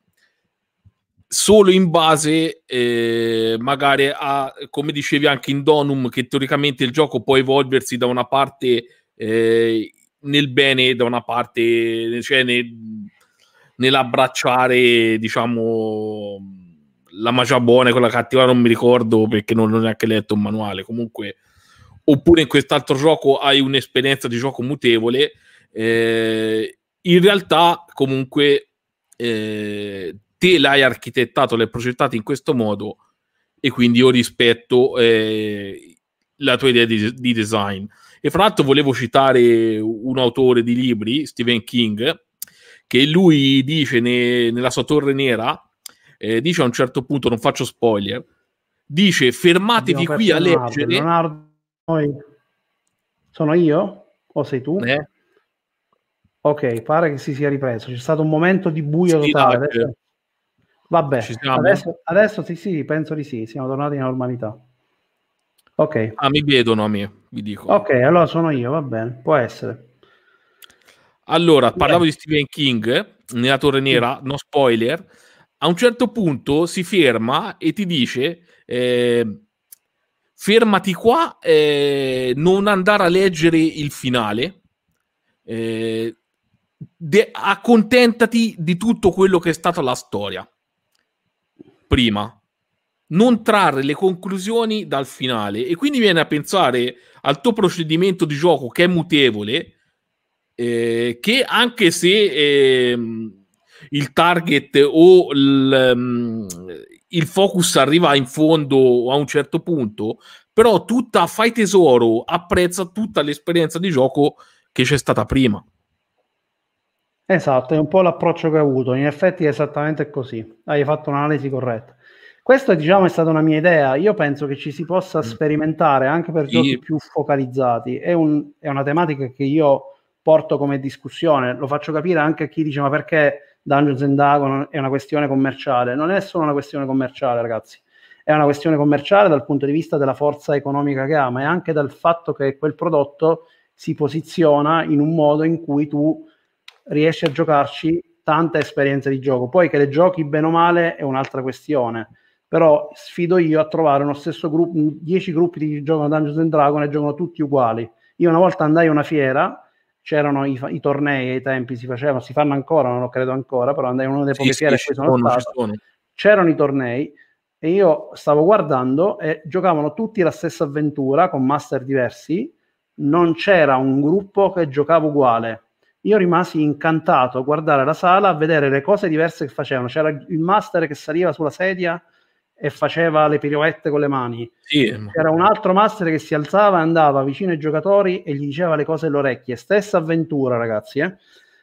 solo in base eh, magari a, come dicevi anche in Donum, che teoricamente il gioco può evolversi da una parte eh, nel bene, da una parte, cioè nel... nell'abbracciare, diciamo, la magiabona e quella cattiva, non mi ricordo perché non ho neanche letto un manuale, comunque, oppure in quest'altro gioco hai un'esperienza di gioco mutevole, eh, in realtà comunque eh, te l'hai architettato, l'hai progettato in questo modo, e quindi io rispetto eh, la tua idea di, di design. E fra l'altro volevo citare un autore di libri, Stephen King, che lui dice ne, nella sua Torre Nera, eh, dice a un certo punto, non faccio spoiler, dice fermatevi qui a leggere. Leonardo, sono io o sei tu? Eh? Ok, pare che si sia ripreso, c'è stato un momento di buio sì, totale. Adesso... Adesso... Vabbè, adesso, adesso sì, sì, penso di sì, siamo tornati in normalità. Ok. Ah, mi vedono a me, vi dico. Ok, allora sono io, va bene, può essere. Allora, parlavo Beh. di Stephen King nella Torre Nera, sì. No spoiler. A un certo punto si ferma e ti dice eh, fermati qua, eh, non andare a leggere il finale, eh, de- accontentati di tutto quello che è stata la storia prima, non trarre le conclusioni dal finale. E quindi viene a pensare al tuo procedimento di gioco che è mutevole, eh, che anche se eh, il target o il, um, il focus arriva in fondo a un certo punto, però tutta fai tesoro, apprezza tutta l'esperienza di gioco che c'è stata prima. Esatto, è un po' l'approccio che ho avuto, in effetti è esattamente così, hai fatto un'analisi corretta. Questa, diciamo, è stata una mia idea. Io penso che ci si possa sperimentare anche per sì. giochi più focalizzati. È, un, è una tematica che io porto come discussione, lo faccio capire anche a chi dice ma perché Dungeons and Dragons è una questione commerciale. Non è solo una questione commerciale, ragazzi, è una questione commerciale dal punto di vista della forza economica che ha, ma è anche dal fatto che quel prodotto si posiziona in un modo in cui tu riesci a giocarci tanta esperienza di gioco. Poi che le giochi bene o male è un'altra questione, però sfido io a trovare uno stesso gruppo, dieci gruppi di giocano Dungeons and Dragons e giocano tutti uguali. Io una volta andai a una fiera, c'erano i, i tornei ai tempi, si facevano, si fanno ancora, non lo credo ancora, però andai a una delle poche sì, fiere sì, in cui sono sono, stato, c'erano i tornei e io stavo guardando e giocavano tutti la stessa avventura con master diversi, non c'era un gruppo che giocava uguale. Io rimasi incantato a guardare la sala, a vedere le cose diverse che facevano. C'era il master che saliva sulla sedia e faceva le pirouette con le mani. Sì. C'era un altro master che si alzava e andava vicino ai giocatori e gli diceva le cose alle orecchie. Stessa avventura, ragazzi, eh?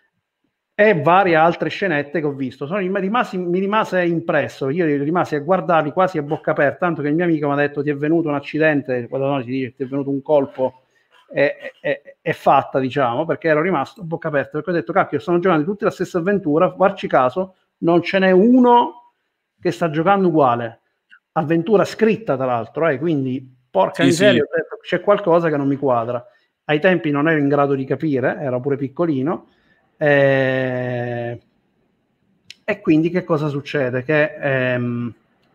E varie altre scenette che ho visto. Sono rimasi, mi rimase impresso. Io rimasi a guardarli quasi a bocca aperta, tanto che il mio amico mi ha detto ti è venuto un accidente, quando no, ti dice ti è venuto un colpo. È, è, è fatta, diciamo, perché ero rimasto a bocca aperta, perché ho detto cacchio, stanno giocando tutte la stessa avventura, guarci caso non ce n'è uno che sta giocando uguale, avventura scritta tra l'altro, eh, quindi porca sì, miseria, sì. ho detto, c'è qualcosa che non mi quadra. Ai tempi non ero in grado di capire, ero pure piccolino, eh, e quindi che cosa succede? Che ehm,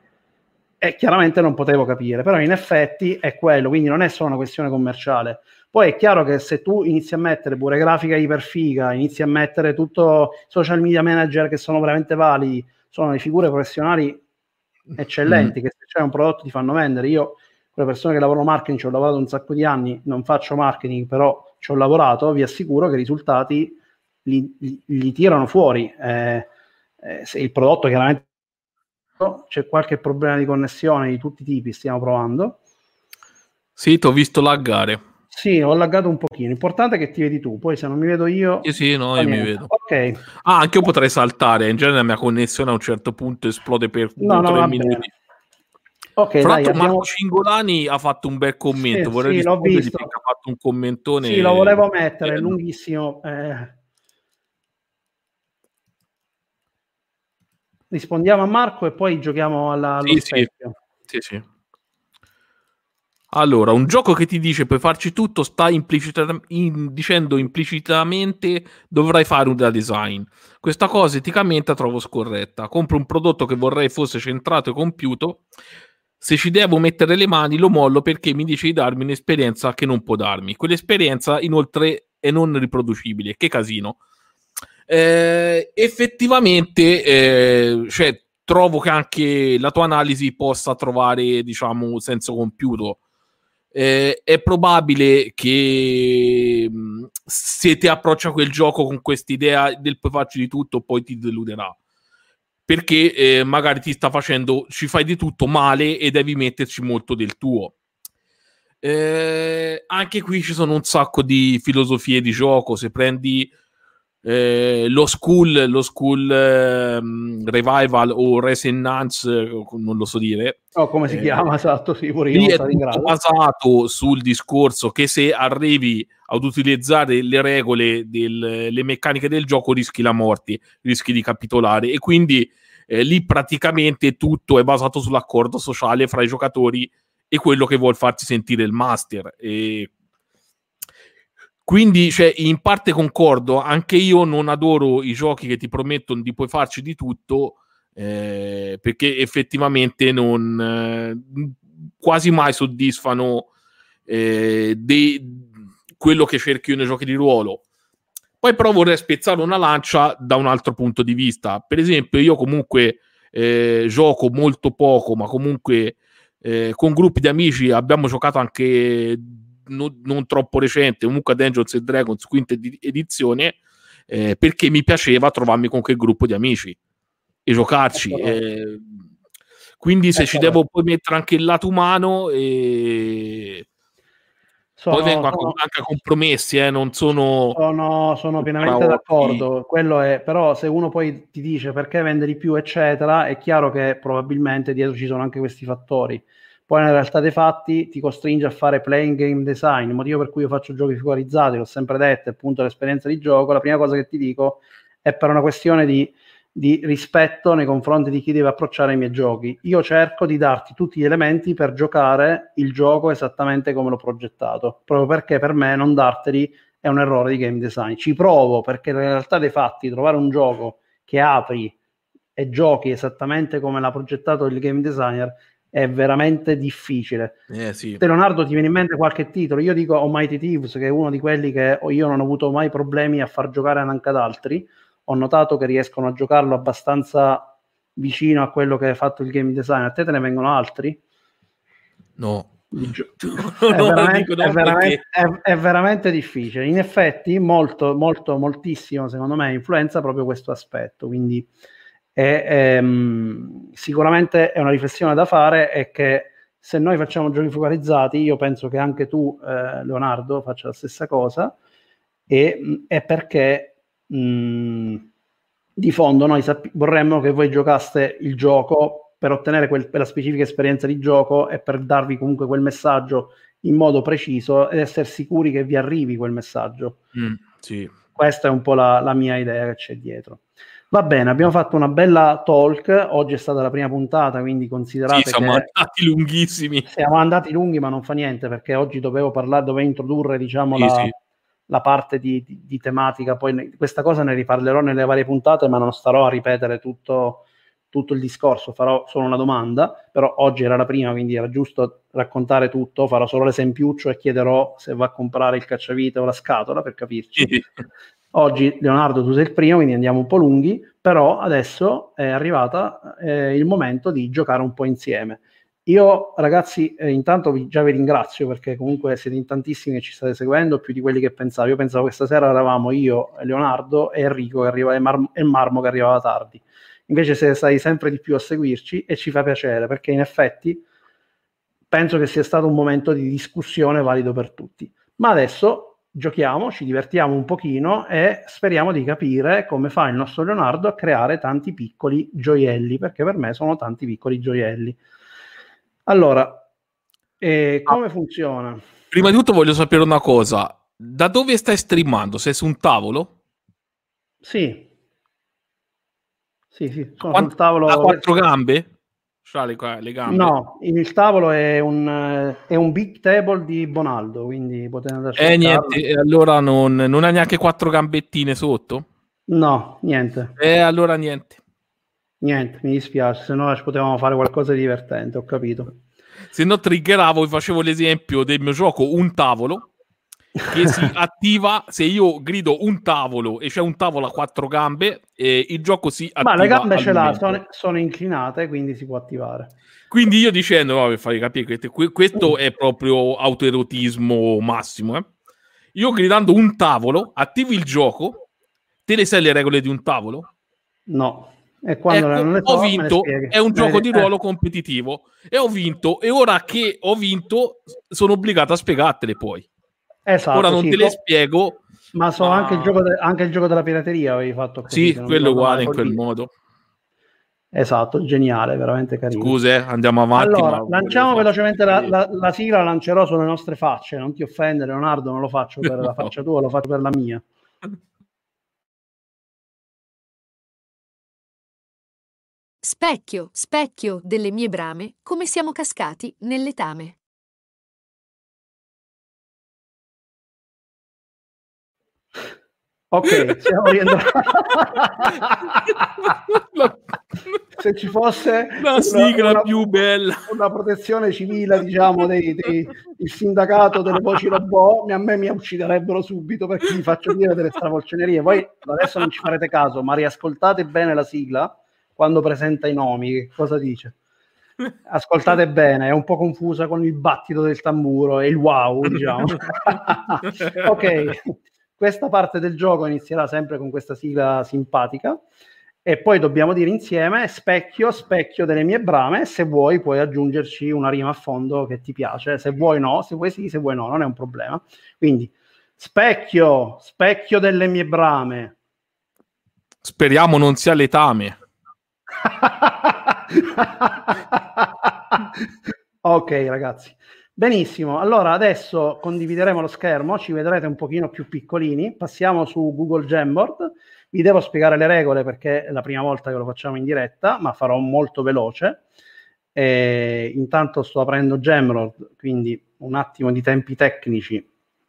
e chiaramente non potevo capire, però in effetti è quello, quindi non è solo una questione commerciale. Poi è chiaro che se tu inizi a mettere pure grafica iperfiga, inizi a mettere tutto social media manager che sono veramente validi, sono le figure professionali eccellenti, mm. che se c'è un prodotto ti fanno vendere. Io, con le persone che lavorano marketing, ci ho lavorato un sacco di anni, non faccio marketing, però ci ho lavorato, vi assicuro che i risultati li, li, li tirano fuori. Eh, eh, se il prodotto chiaramente c'è qualche problema di connessione di tutti i tipi, stiamo provando. Sì, ti ho visto laggare. Sì, ho laggato un pochino. L'importante è che ti vedi tu, poi se non mi vedo io... Sì, sì, no, io niente. mi vedo. Ok. Ah, anche io potrei saltare. In genere la mia connessione a un certo punto esplode per no, due o no, tre minuti. Ok, Fra dai, l'altro abbiamo... Marco Cingolani ha fatto un bel commento. Sì, Vorrei sì, l'ho rispondergli visto. perché ha fatto un commentone. Sì, lo volevo mettere, è lunghissimo. Eh... Rispondiamo a Marco e poi giochiamo alla, allo sì, specchio. Sì, sì, sì. Allora, un gioco che ti dice puoi farci tutto sta implicita- in, dicendo implicitamente dovrai fare un design. Questa cosa eticamente la trovo scorretta. Compro un prodotto che vorrei fosse centrato e compiuto. Se ci devo mettere le mani lo mollo perché mi dice di darmi un'esperienza che non può darmi. Quell'esperienza inoltre è non riproducibile. Che casino. Eh, effettivamente, eh, cioè, trovo che anche la tua analisi possa trovare, diciamo, senso compiuto. Eh, è probabile che mh, se ti approccia quel gioco con quest'idea del puoi farci di tutto, poi ti deluderà. Perché eh, magari ti sta facendo, ci fai di tutto male e devi metterci molto del tuo. Eh, anche qui ci sono un sacco di filosofie di gioco. Se prendi eh, lo school, lo school eh, revival o resonance, non lo so dire. Oh, come si eh, chiama, esatto, sì, pure io lì non è sarò in tutto grado. basato sul discorso che se arrivi ad utilizzare le regole, del, le meccaniche del gioco, rischi la morte, rischi di capitolare, e quindi eh, lì praticamente tutto è basato sull'accordo sociale fra i giocatori e quello che vuol farti sentire il master. E quindi, cioè, in parte concordo, anche io non adoro i giochi che ti promettono di puoi farci di tutto, eh, perché effettivamente non eh, quasi mai soddisfano eh, dei, quello che cerchi io nei giochi di ruolo. Poi però vorrei spezzare una lancia da un altro punto di vista. Per esempio, io comunque eh, gioco molto poco, ma comunque eh, con gruppi di amici abbiamo giocato anche non, non troppo recente, comunque a Dungeons and Dragons quinta edizione, eh, perché mi piaceva trovarmi con quel gruppo di amici e giocarci. Eh, quindi se ci devo poi mettere anche il lato umano, e sono, poi vengo sono, anche a compromessi, eh, non sono sono, sono pienamente d'accordo. Quello è, però se uno poi ti dice perché vende di più, eccetera, è chiaro che probabilmente dietro ci sono anche questi fattori. poi nella realtà dei fatti ti costringe a fare playing game design, il motivo per cui io faccio giochi focalizzati, l'ho sempre detto, è appunto l'esperienza di gioco. La prima cosa che ti dico è per una questione di, di rispetto nei confronti di chi deve approcciare i miei giochi. Io cerco di darti tutti gli elementi per giocare il gioco esattamente come l'ho progettato, proprio perché per me non darteli è un errore di game design. Ci provo, perché nella realtà dei fatti trovare un gioco che apri e giochi esattamente come l'ha progettato il game designer è veramente difficile. Eh, sì. Te, Leonardo, ti viene in mente qualche titolo? Io dico Almighty Thieves, che è uno di quelli che io non ho avuto mai problemi a far giocare anche ad altri. Ho notato che riescono a giocarlo abbastanza vicino a quello che ha fatto il game design. A te te ne vengono altri? No. Gio- no, è, no, veramente, no, è, veramente, perché... è, è veramente difficile. In effetti, molto, molto, moltissimo, secondo me, influenza proprio questo aspetto. Quindi è, ehm, sicuramente è una riflessione da fare, è che se noi facciamo giochi focalizzati, io penso che anche tu, eh, Leonardo, faccia la stessa cosa, e mh, è perché mh, di fondo noi sappi- vorremmo che voi giocaste il gioco per ottenere quel, quella specifica esperienza di gioco e per darvi comunque quel messaggio in modo preciso ed essere sicuri che vi arrivi quel messaggio. Mm, sì. Questa è un po' la, la mia idea che c'è dietro. Va bene, abbiamo fatto una bella talk, oggi è stata la prima puntata, quindi considerate sì, siamo che andati lunghissimi. Siamo andati lunghi, ma non fa niente, perché oggi dovevo parlare, dovevo introdurre, diciamo, sì, la, sì. la parte di, di, di tematica. Poi ne, questa cosa ne riparlerò nelle varie puntate, ma non starò a ripetere tutto, tutto il discorso, farò solo una domanda, però oggi era la prima, quindi era giusto raccontare tutto, farò solo l'esempiuccio e chiederò se va a comprare il cacciavite o la scatola, per capirci. Sì. Oggi, Leonardo, tu sei il primo, quindi andiamo un po' lunghi, però adesso è arrivata eh, il momento di giocare un po' insieme. Io, ragazzi, eh, intanto vi, già vi ringrazio, perché comunque siete in tantissimi che ci state seguendo, più di quelli che pensavo. Io pensavo che stasera eravamo io, Leonardo e Enrico che arriva, e, Mar- e Marmo che arrivava tardi. Invece siete stati sempre di più a seguirci e ci fa piacere, perché in effetti penso che sia stato un momento di discussione valido per tutti. Ma adesso giochiamo, ci divertiamo un pochino e speriamo di capire come fa il nostro Leonardo a creare tanti piccoli gioielli, perché per me sono tanti piccoli gioielli. Allora, eh, come funziona? Prima di tutto voglio sapere una cosa. Da dove stai streamando? Sei su un tavolo? Sì. Sì, sì, sono Quant- sul tavolo. Ha quattro gambe? C'ha le, le gambe? No, il tavolo è un, eh, è un big table di Bonaldo, quindi potete andare a Eh, cercarlo. niente, allora non, non ha neanche quattro gambettine sotto? No, niente. Eh, allora niente. Niente, mi dispiace, se no potevamo fare qualcosa di divertente, ho capito. Se no triggeravo e facevo l'esempio del mio gioco Un tavolo che si attiva se io grido un tavolo e c'è un tavolo a quattro gambe e il gioco si attiva. Ma le gambe ce l'ha, momento. sono, sono inclinate, quindi si può attivare. Quindi io dicendo, no, per farvi capire che questo è proprio autoerotismo massimo, eh? Io gridando un tavolo, attivi il gioco, te le sai le regole di un tavolo? No. E quando Ecco, non le ho so, me le vinto, spieghi. è un Me gioco le... di eh. ruolo competitivo e ho vinto, e ora che ho vinto sono obbligato a spiegartele poi. Esatto, ora non sì, te le co- spiego, ma so ma... anche il gioco, de- anche il gioco della pirateria avevi fatto, ho sì, capito, non mi quello ricordo uguale male. in Col quel video. modo. Esatto, geniale, veramente carino. Scuse, eh, andiamo avanti. Allora, Ma lanciamo velocemente la, la, la sigla, la lancerò sulle nostre facce, non ti offendere Leonardo, non lo faccio per no. la faccia tua, lo faccio per la mia. Specchio, specchio delle mie brame, come siamo cascati nel letame. Ok, siamo rientrati. Se ci fosse la una, sigla una, più bella, una protezione civile, diciamo, dei, dei, il sindacato delle voci robot, a me mi ucciderebbero subito perché vi faccio dire delle stravolcenerie. Voi adesso non ci farete caso, ma riascoltate bene la sigla quando presenta i nomi. Che cosa dice? Ascoltate bene, è un po' confusa con il battito del tamburo e il wow, diciamo. Ok, questa parte del gioco inizierà sempre con questa sigla simpatica e poi dobbiamo dire insieme specchio, specchio delle mie brame. Se vuoi puoi aggiungerci una rima a fondo che ti piace, se vuoi no, se vuoi sì, se vuoi no, non è un problema. Quindi specchio, specchio delle mie brame. speriamo non sia letame. Ok, ragazzi. Benissimo. Allora, adesso condivideremo lo schermo, ci vedrete un pochino più piccolini. Passiamo su Google Jamboard. Vi devo spiegare le regole perché è la prima volta che lo facciamo in diretta, ma farò molto veloce. E intanto sto aprendo Jamboard, quindi un attimo di tempi tecnici.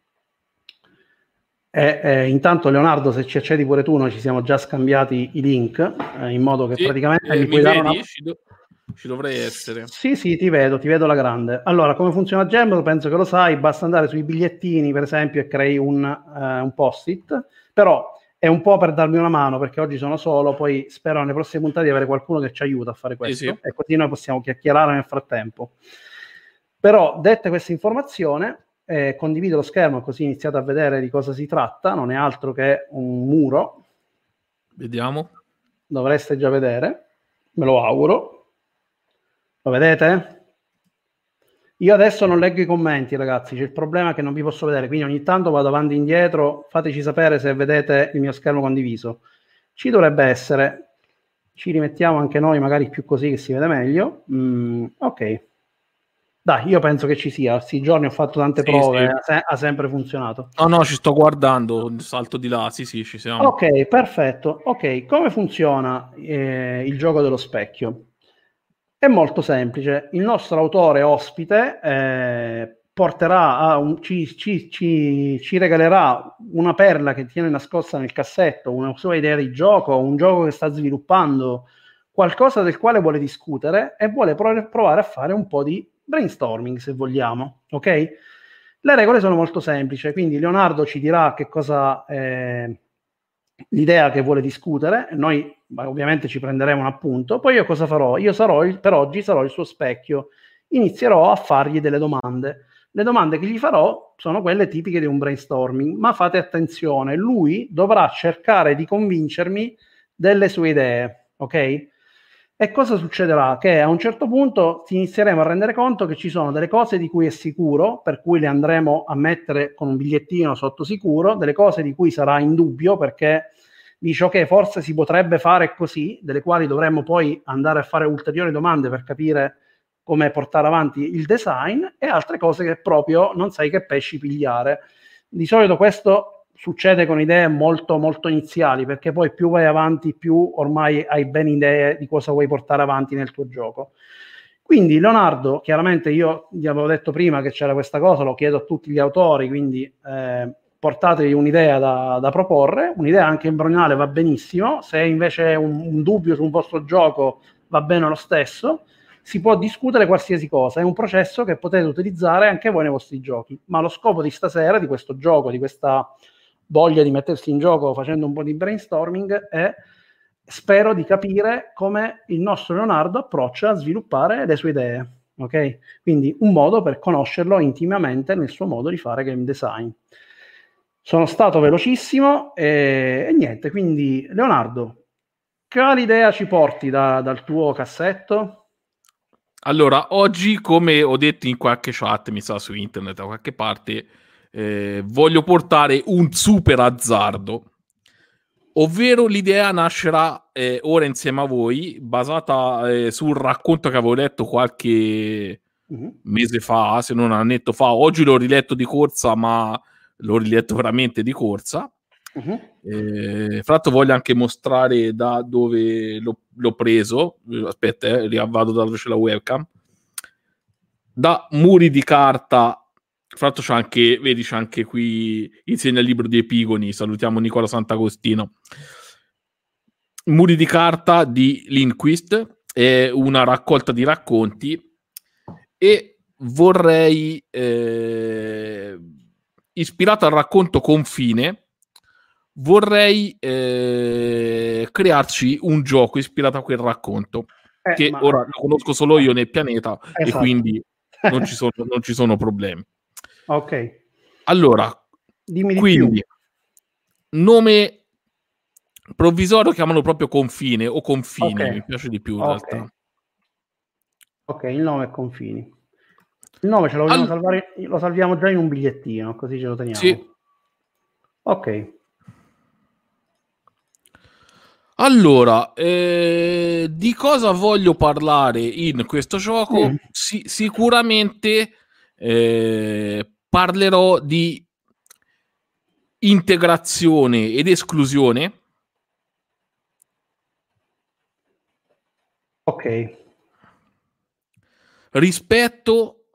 E, eh, intanto Leonardo, se ci accedi pure tu, noi ci siamo già scambiati i link, eh, in modo che sì, praticamente eh, mi mi puoi vedi? dare una... Ci, do- ci dovrei essere. Sì, sì, ti vedo, ti vedo la grande. Allora, come funziona Jamboard? Penso che lo sai, basta andare sui bigliettini, per esempio, e crei un, eh, un post-it, però è un po' per darmi una mano, perché oggi sono solo, poi spero nelle prossime puntate di avere qualcuno che ci aiuta a fare questo, Sì, sì. e così noi possiamo chiacchierare nel frattempo. Però, dette questa informazione, eh, condivido lo schermo, così iniziate a vedere di cosa si tratta, non è altro che un muro. Vediamo. Dovreste già vedere, me lo auguro. Lo vedete? Io adesso non leggo i commenti, ragazzi, c'è il problema che non vi posso vedere, quindi ogni tanto vado avanti e indietro, fateci sapere se vedete il mio schermo condiviso. Ci dovrebbe essere, ci rimettiamo anche noi, magari più così che si vede meglio. Mm, ok. Dai, io penso che ci sia, questi giorni ho fatto tante Sì, prove, sì. ha, se- ha sempre funzionato. No, no, ci sto guardando, salto di là, sì, sì, ci siamo. Ok, perfetto. Ok, come funziona eh, il gioco dello specchio? È molto semplice. Il nostro autore ospite eh, porterà a un, ci, ci, ci, ci regalerà una perla che tiene nascosta nel cassetto, una sua idea di gioco, un gioco che sta sviluppando, qualcosa del quale vuole discutere e vuole prov- provare a fare un po' di brainstorming, se vogliamo. Ok? Le regole sono molto semplici, quindi Leonardo ci dirà che cosa eh, l'idea che vuole discutere, noi ovviamente ci prenderemo un appunto, poi io cosa farò? Io sarò il, per oggi sarò il suo specchio, inizierò a fargli delle domande. Le domande che gli farò sono quelle tipiche di un brainstorming, ma fate attenzione, lui dovrà cercare di convincermi delle sue idee, ok? E cosa succederà? Che a un certo punto ci inizieremo a rendere conto che ci sono delle cose di cui è sicuro, per cui le andremo a mettere con un bigliettino sotto sicuro, delle cose di cui sarà in dubbio perché dice ok, forse si potrebbe fare così, delle quali dovremmo poi andare a fare ulteriori domande per capire come portare avanti il design, e altre cose che proprio non sai che pesci pigliare. Di solito questo succede con idee molto molto iniziali, perché poi più vai avanti più ormai hai ben idee di cosa vuoi portare avanti nel tuo gioco. Quindi Leonardo, chiaramente io vi avevo detto prima che c'era questa cosa, lo chiedo a tutti gli autori, quindi eh, portatevi un'idea da, da proporre, un'idea anche embrionale va benissimo, se invece un, un dubbio su un vostro gioco va bene lo stesso, si può discutere qualsiasi cosa, è un processo che potete utilizzare anche voi nei vostri giochi, ma lo scopo di stasera, di questo gioco, di questa voglia di mettersi in gioco facendo un po' di brainstorming, è spero di capire come il nostro Leonardo approccia a sviluppare le sue idee, ok? Quindi un modo per conoscerlo intimamente nel suo modo di fare game design. Sono stato velocissimo e, e niente, quindi Leonardo, quale idea ci porti da, dal tuo cassetto? Allora, oggi, come ho detto in qualche chat, mi sa su internet da qualche parte, eh, voglio portare un super azzardo. Ovvero l'idea nascerà eh, ora insieme a voi, basata eh, sul racconto che avevo letto qualche mm-hmm. mese fa, se non un annetto fa. Oggi l'ho riletto di corsa, ma l'ho riletto veramente di corsa. Uh-huh. Eh, fra l'altro voglio anche mostrare da dove l'ho, l'ho preso. Aspetta, eh, vado da dove c'è la webcam. Da Muri di Carta. Fra l'altro c'è anche, vedi, c'è anche qui insegna il libro di Epigoni. Salutiamo Nicola Sant'Agostino. Muri di Carta di Lindquist è una raccolta di racconti e vorrei eh, ispirato al racconto Confine vorrei eh, crearci un gioco ispirato a quel racconto eh, che ma... ora lo conosco solo io nel pianeta, esatto. E quindi non ci sono, non ci sono problemi. Ok. Allora, dimmi di quindi più. Nome provvisorio chiamano proprio Confine o Confini, okay. Mi piace di più in okay. realtà. Ok, il nome è Confini. Il nome ce lo vogliamo All... salvare, lo salviamo già in un bigliettino, così ce lo teniamo. Sì. Ok. Allora, eh, di cosa voglio parlare in questo gioco? Mm. Si- sicuramente eh, parlerò di integrazione ed esclusione. Ok. Rispetto.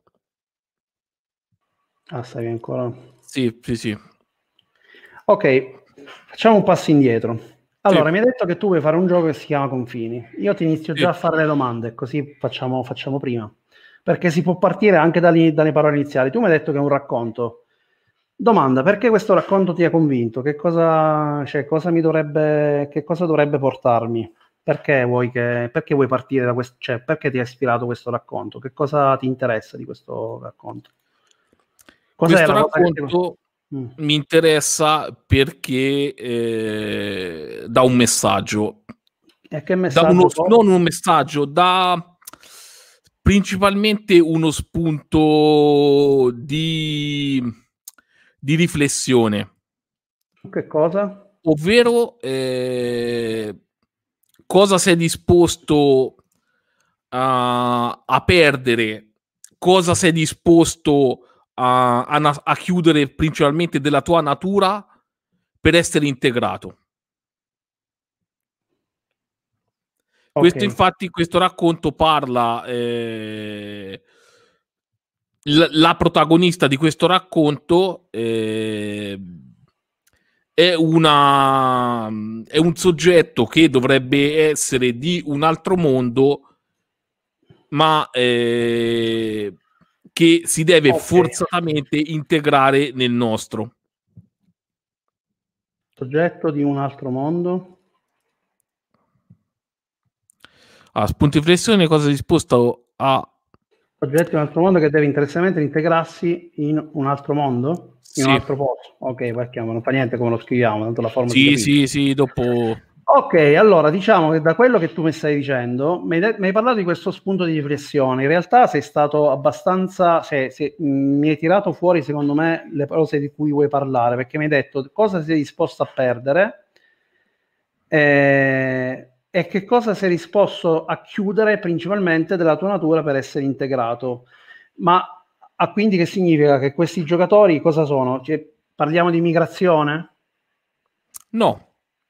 Ah, stavi ancora. Sì, sì, sì. Ok, facciamo un passo indietro. Allora, Sì, mi hai detto che tu vuoi fare un gioco che si chiama Confini. Io ti inizio sì. già a fare le domande, così facciamo, facciamo prima. Perché si può partire anche dalle, dalle parole iniziali. Tu mi hai detto che è un racconto. Domanda, perché questo racconto ti ha convinto? Che cosa, cioè, cosa mi dovrebbe, che cosa dovrebbe portarmi? Perché vuoi che, perché vuoi partire da questo, cioè, perché ti ha ispirato questo racconto? Che cosa ti interessa di questo racconto? Cos'è Questo la cosa che ti... racconto Mm. mi interessa perché eh, dà un messaggio. E che Da uno, messaggio poi? non un messaggio, da principalmente uno spunto di, di riflessione, Che cosa? ovvero eh, cosa sei disposto a, a perdere, cosa sei disposto a, a, a chiudere principalmente della tua natura per essere integrato. Questo Ok, infatti, questo racconto parla, eh, l- la protagonista di questo racconto eh, è una è un soggetto che dovrebbe essere di un altro mondo, ma eh, che si deve ok. forzatamente integrare nel nostro. Soggetto di un altro mondo. A spunto di riflessione, cosa è disposto a... Soggetto di un altro mondo che deve interessamente integrarsi in un altro mondo? In un Sì, altro posto. Ok, perché non fa niente come lo scriviamo, tanto la forma si sì, capisce. sì, sì, dopo... Ok, allora diciamo che da quello che tu mi stai dicendo, mi hai, de- mi hai parlato di questo spunto di riflessione. In realtà sei stato abbastanza, cioè, se- mh, mi hai tirato fuori, secondo me, le cose di cui vuoi parlare, perché mi hai detto cosa sei disposto a perdere eh, e che cosa sei disposto a chiudere principalmente della tua natura per essere integrato. Ma ah, quindi che significa che questi giocatori cosa sono? Cioè, parliamo di migrazione? No.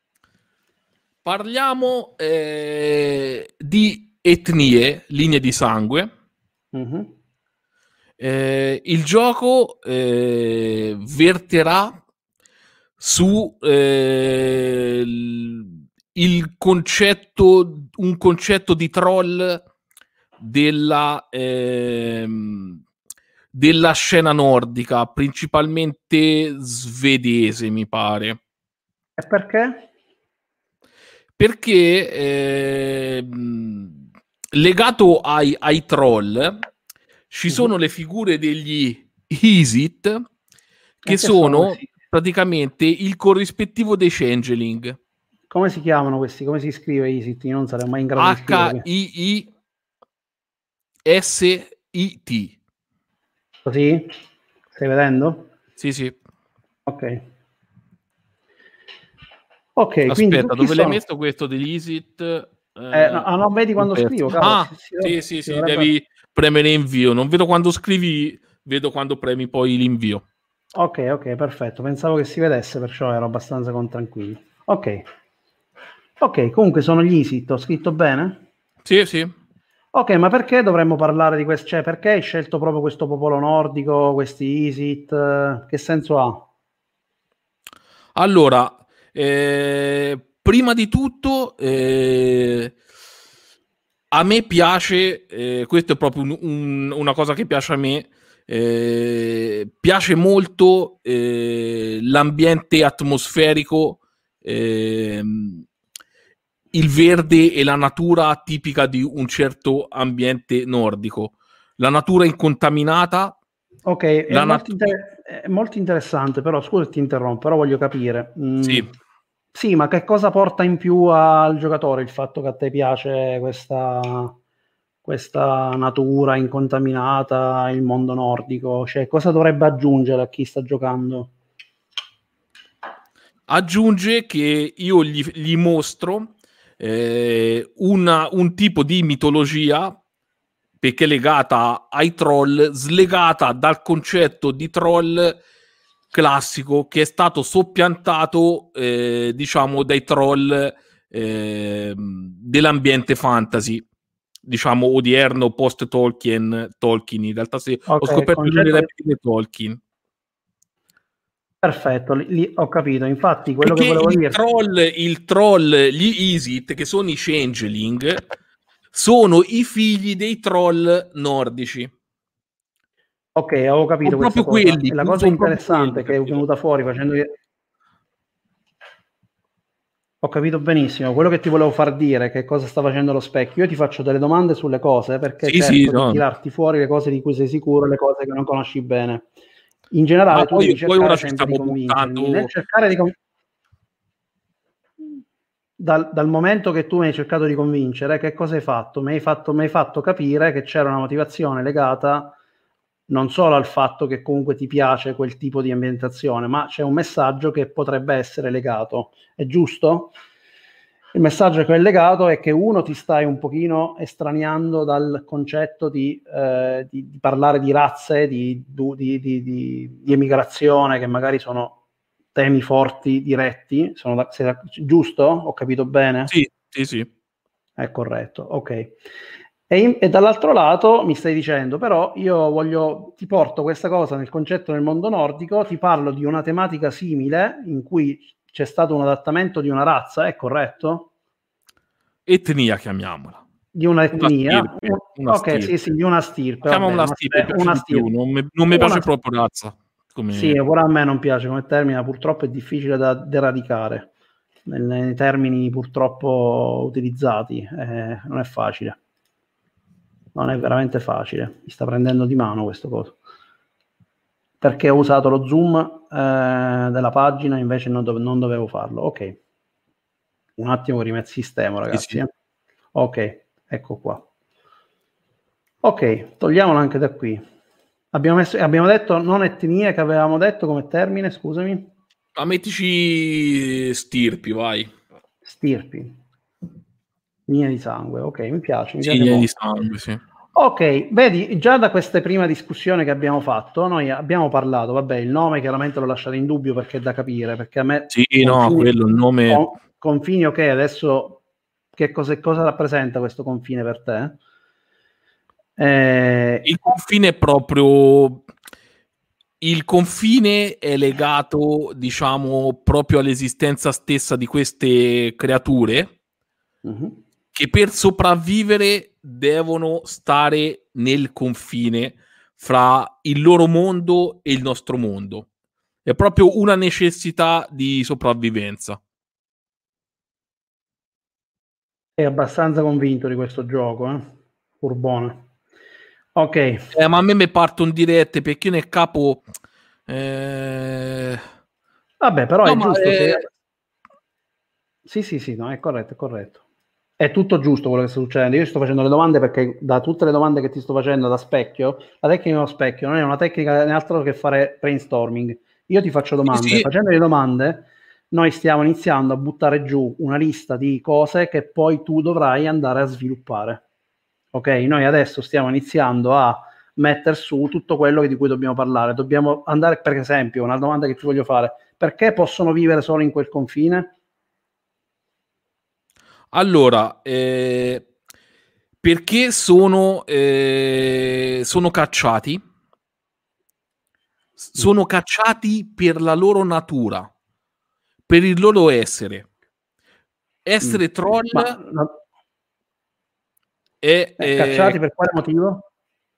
Parliamo eh, di etnie, linee di sangue. Mhm. Eh, il gioco eh, verterà su eh, il il concetto, un concetto di troll della, ehm, della scena nordica, principalmente svedese, mi pare. E perché? Perché ehm, legato ai, ai troll ci sono Mhm. le figure degli Isit, E che che sono sono questi? praticamente il corrispettivo dei Changeling. Come si chiamano questi? Come si scrive Isit? Io non sarei mai in grado di scriverli. H I I S I T. Così? Stai vedendo? Sì, sì. Ok. Ok, quindi tu Aspetta, chi dove l'hai sono? messo questo degli Isit? Eh, no, Eh, ah, no, vedi un quando pezzo. scrivo, cavolo, si, Ah, si sì, dovrebbe, sì, si sì, dovrebbe... devi premere invio. Non vedo quando scrivi, vedo quando premi poi l'invio. Ok, ok, perfetto. Pensavo che si vedesse, perciò ero abbastanza con tranquillo. Ok. Ok, comunque sono gli Isit, ho scritto bene? Sì, sì. Ok, ma perché dovremmo parlare di questo? Cioè, perché hai scelto proprio questo popolo nordico, questi Isit? Eh, Che senso ha? Allora, eh, prima di tutto, eh, a me piace, eh, questo è proprio un- un- una cosa che piace a me, eh, piace molto eh, l'ambiente atmosferico, ehm, il verde e la natura tipica di un certo ambiente nordico. La natura incontaminata, Ok, è la molto, natura... inter- è molto interessante, però scusa se ti interrompo, però voglio capire. Mm, Sì. sì, ma che cosa porta in più al giocatore il fatto che a te piace questa, questa natura incontaminata, il mondo nordico? Cioè, cosa dovrebbe aggiungere a chi sta giocando? Aggiunge che io gli, gli mostro eh, una, un tipo di mitologia, perché è legata ai troll, slegata dal concetto di troll classico che è stato soppiantato, eh, diciamo, dai troll eh, dell'ambiente fantasy, diciamo, odierno, post-Tolkien, Tolkien, in realtà se okay, ho scoperto il nome concetto... di Tolkien. Perfetto, li, li, ho capito. Infatti, quello Perché che volevo il dire... troll, il troll, gli Isit, che sono i changeling, sono i figli dei troll nordici. Ok, avevo capito Sono questa proprio cosa. quelli, E la cosa sono proprio interessante quelli, che è capito? venuta fuori facendo... Ho capito benissimo. Quello che ti volevo far dire, che cosa sta facendo lo specchio. Io ti faccio delle domande sulle cose perché Sì, sì, cerco no. di tirarti fuori le cose di cui sei sicuro e le cose che non conosci bene. In Ma generale tu devi poi, poi cercare ora ci sempre di stiamo convincermi. Nel buttando... cercare di con- dal, dal momento che tu mi hai cercato di convincere, che cosa hai fatto? Mi hai fatto, mi hai fatto capire che c'era una motivazione legata non solo al fatto che comunque ti piace quel tipo di ambientazione, ma c'è un messaggio che potrebbe essere legato. È giusto? Il messaggio che è legato è che uno ti stai un pochino estraniando dal concetto di, eh, di, di parlare di razze, di, di, di, di, di emigrazione, che magari sono temi forti, diretti. Sono da, sei, giusto? Ho capito bene? Sì, sì, sì. È corretto, ok. E, in, e dall'altro lato mi stai dicendo, però io voglio, ti porto questa cosa nel concetto del mondo nordico, ti parlo di una tematica simile in cui c'è stato un adattamento di una razza, è corretto? Etnia, chiamiamola. Di un'etnia? Una stirpe, Un, una ok, sì, stirpe. sì, di una stirpe, va bene, Chiamiamola una, stirpe, mi piace una di più, stirpe. non mi, non mi Una, piace proprio razza. Come... Sì, pure a me non piace come termine, purtroppo è difficile da deradicare nei termini purtroppo utilizzati, eh, non è facile. Non è veramente facile, mi sta prendendo di mano questo coso. Perché ho usato lo zoom eh, della pagina, invece non, dove, non dovevo farlo. Ok, un attimo che rimetto sistema, ragazzi. Sì, sì. Eh. Ok, ecco qua. Ok, togliamolo anche da qui. Abbiamo, messo, abbiamo detto non etnie, che avevamo detto come termine, scusami. Ma mettici stirpi, vai. Stirpi. Linea di sangue, ok, mi piace, mi Sì, piace di molto. sangue, sì. Ok, vedi, già da questa prima discussione che abbiamo fatto, noi abbiamo parlato, vabbè, il nome chiaramente l'ho lasciato in dubbio perché è da capire, perché a me... Sì, confini, no, quello, il nome... con, confini, ok, adesso che cosa, cosa rappresenta questo confine per te? Eh, Il confine è proprio... Il confine è legato, diciamo, proprio all'esistenza stessa di queste creature uh-huh. che per sopravvivere devono stare nel confine fra il loro mondo e il nostro mondo. È proprio una necessità di sopravvivenza. È abbastanza convinto di questo gioco, eh? Furbone. Ok. Eh, ma a me mi partono dirette perché io nel capo... Eh... Vabbè, però No, è ma giusto. eh... Se... Sì, sì, sì, no, è corretto, è corretto. È tutto giusto quello che sta succedendo. Io sto facendo le domande perché da tutte le domande che ti sto facendo da specchio, la tecnica dello specchio non è una tecnica né altro che fare brainstorming. Io ti faccio domande. sì. Facendo le domande, noi stiamo iniziando a buttare giù una lista di cose che poi tu dovrai andare a sviluppare. Ok? Noi adesso stiamo iniziando a mettere su tutto quello di cui dobbiamo parlare. Dobbiamo andare, per esempio, una domanda che ti voglio fare: perché possono vivere solo in quel confine? Allora, eh, perché sono, eh, sono cacciati? Sono cacciati per la loro natura, per il loro essere. Essere Mm. troll Ma no, è... eh, Eh, cacciati per quale motivo?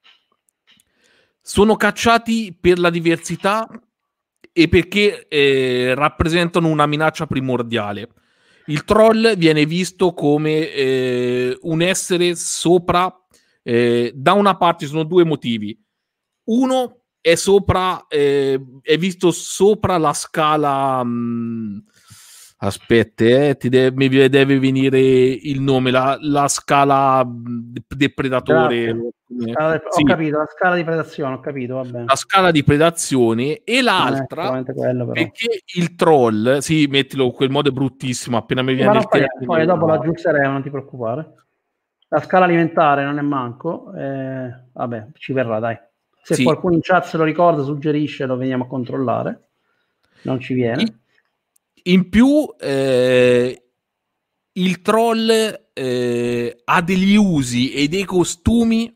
sono cacciati per la diversità e perché eh, rappresentano una minaccia primordiale. Il troll viene visto come eh, un essere sopra, eh, da una parte ci sono due motivi. Uno è sopra, eh, è visto sopra la scala, mh, Aspetta, eh, ti deve, mi deve venire il nome, la, la scala del predatore. Scala de... Sì. Ho capito, la scala di predazione, ho capito, va bene. La scala di predazione e l'altra, quello, perché il troll, sì, mettilo, quel modo è bruttissimo, appena mi viene ma il poi, termine. poi dopo la aggiusteremo, non ti preoccupare. La scala alimentare non è manco, eh, vabbè, ci verrà, dai. Se sì. Qualcuno in chat se lo ricorda, suggerisce, lo veniamo a controllare. Non ci viene. In, in più, eh, il troll eh, ha degli usi e dei costumi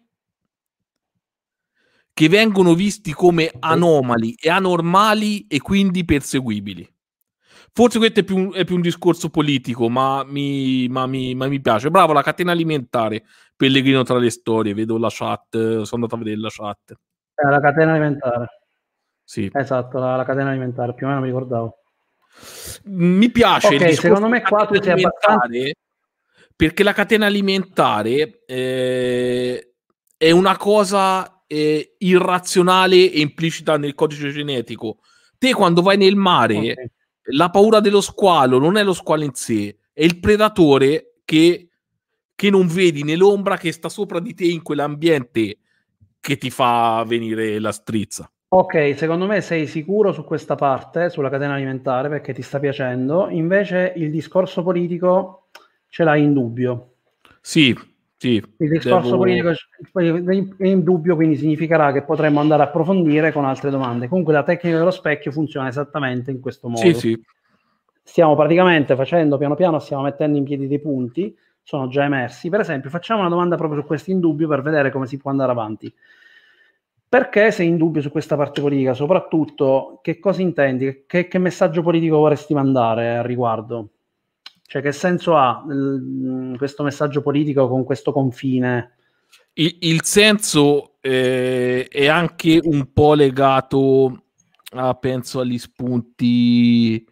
che vengono visti come anomali e anormali e quindi perseguibili. Forse questo è più, è più un discorso politico, ma mi, ma, mi, ma mi piace. Bravo, la catena alimentare, Pellegrino tra le storie, vedo la chat, sono andato a vedere la chat. Eh, la catena alimentare. Sì. Esatto, la, la catena alimentare, più o meno mi ricordavo. Mi piace. Ok, secondo me qua tu sei abbastanza... Perché la catena alimentare eh, è una cosa eh, irrazionale e implicita nel codice genetico. Te quando vai nel mare, okay. La paura dello squalo non è lo squalo in sé, è il predatore che, che non vedi nell'ombra, che sta sopra di te in quell'ambiente, che ti fa venire la strizza. Ok, secondo me sei sicuro su questa parte, sulla catena alimentare, perché ti sta piacendo. Invece il discorso politico ce l'hai in dubbio. Sì, sì. Il discorso devo... politico è in dubbio, quindi significherà che potremmo andare a approfondire con altre domande. Comunque la tecnica dello specchio funziona esattamente in questo modo. Sì, sì. Stiamo praticamente facendo, piano piano, stiamo mettendo in piedi dei punti, sono già emersi. Per esempio, facciamo una domanda proprio su questo in dubbio per vedere come si può andare avanti. Perché sei in dubbio su questa parte politica? Soprattutto, che cosa intendi? Che, che messaggio politico vorresti mandare al riguardo? Cioè, che senso ha l- questo messaggio politico con questo confine? Il, il senso eh, è anche un po' legato a, penso, agli spunti.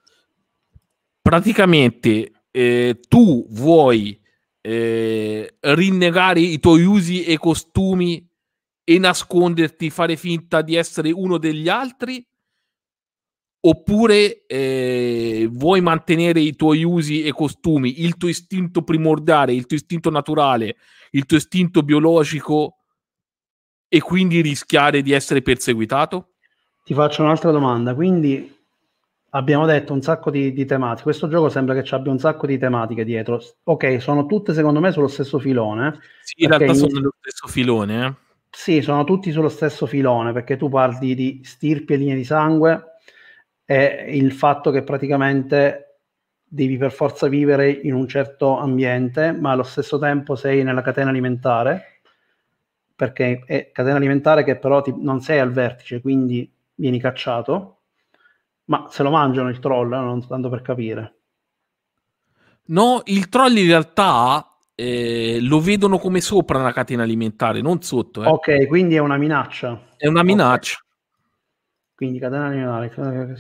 Praticamente eh, tu vuoi eh, rinnegare i tuoi usi e costumi e nasconderti, fare finta di essere uno degli altri, oppure eh, vuoi mantenere i tuoi usi e costumi, il tuo istinto primordiale, il tuo istinto naturale, il tuo istinto biologico, e quindi rischiare di essere perseguitato? Ti faccio un'altra domanda. Quindi abbiamo detto un sacco di, di tematiche. Questo gioco sembra che ci abbia un sacco di tematiche dietro. Ok, sono tutte secondo me sullo stesso filone. Sì, in realtà sono nello stesso filone. Eh? Sì, sono tutti sullo stesso filone, perché tu parli di stirpi e linee di sangue e il fatto che praticamente devi per forza vivere in un certo ambiente, ma allo stesso tempo sei nella catena alimentare, perché è catena alimentare che però ti, non sei al vertice, quindi vieni cacciato. Ma se lo mangiano il troll, eh? Non tanto per capire. No, il troll in realtà eh, lo vedono come sopra una catena alimentare, non sotto. Eh. Ok, quindi è una minaccia. È una minaccia. Okay. Quindi catena alimentare.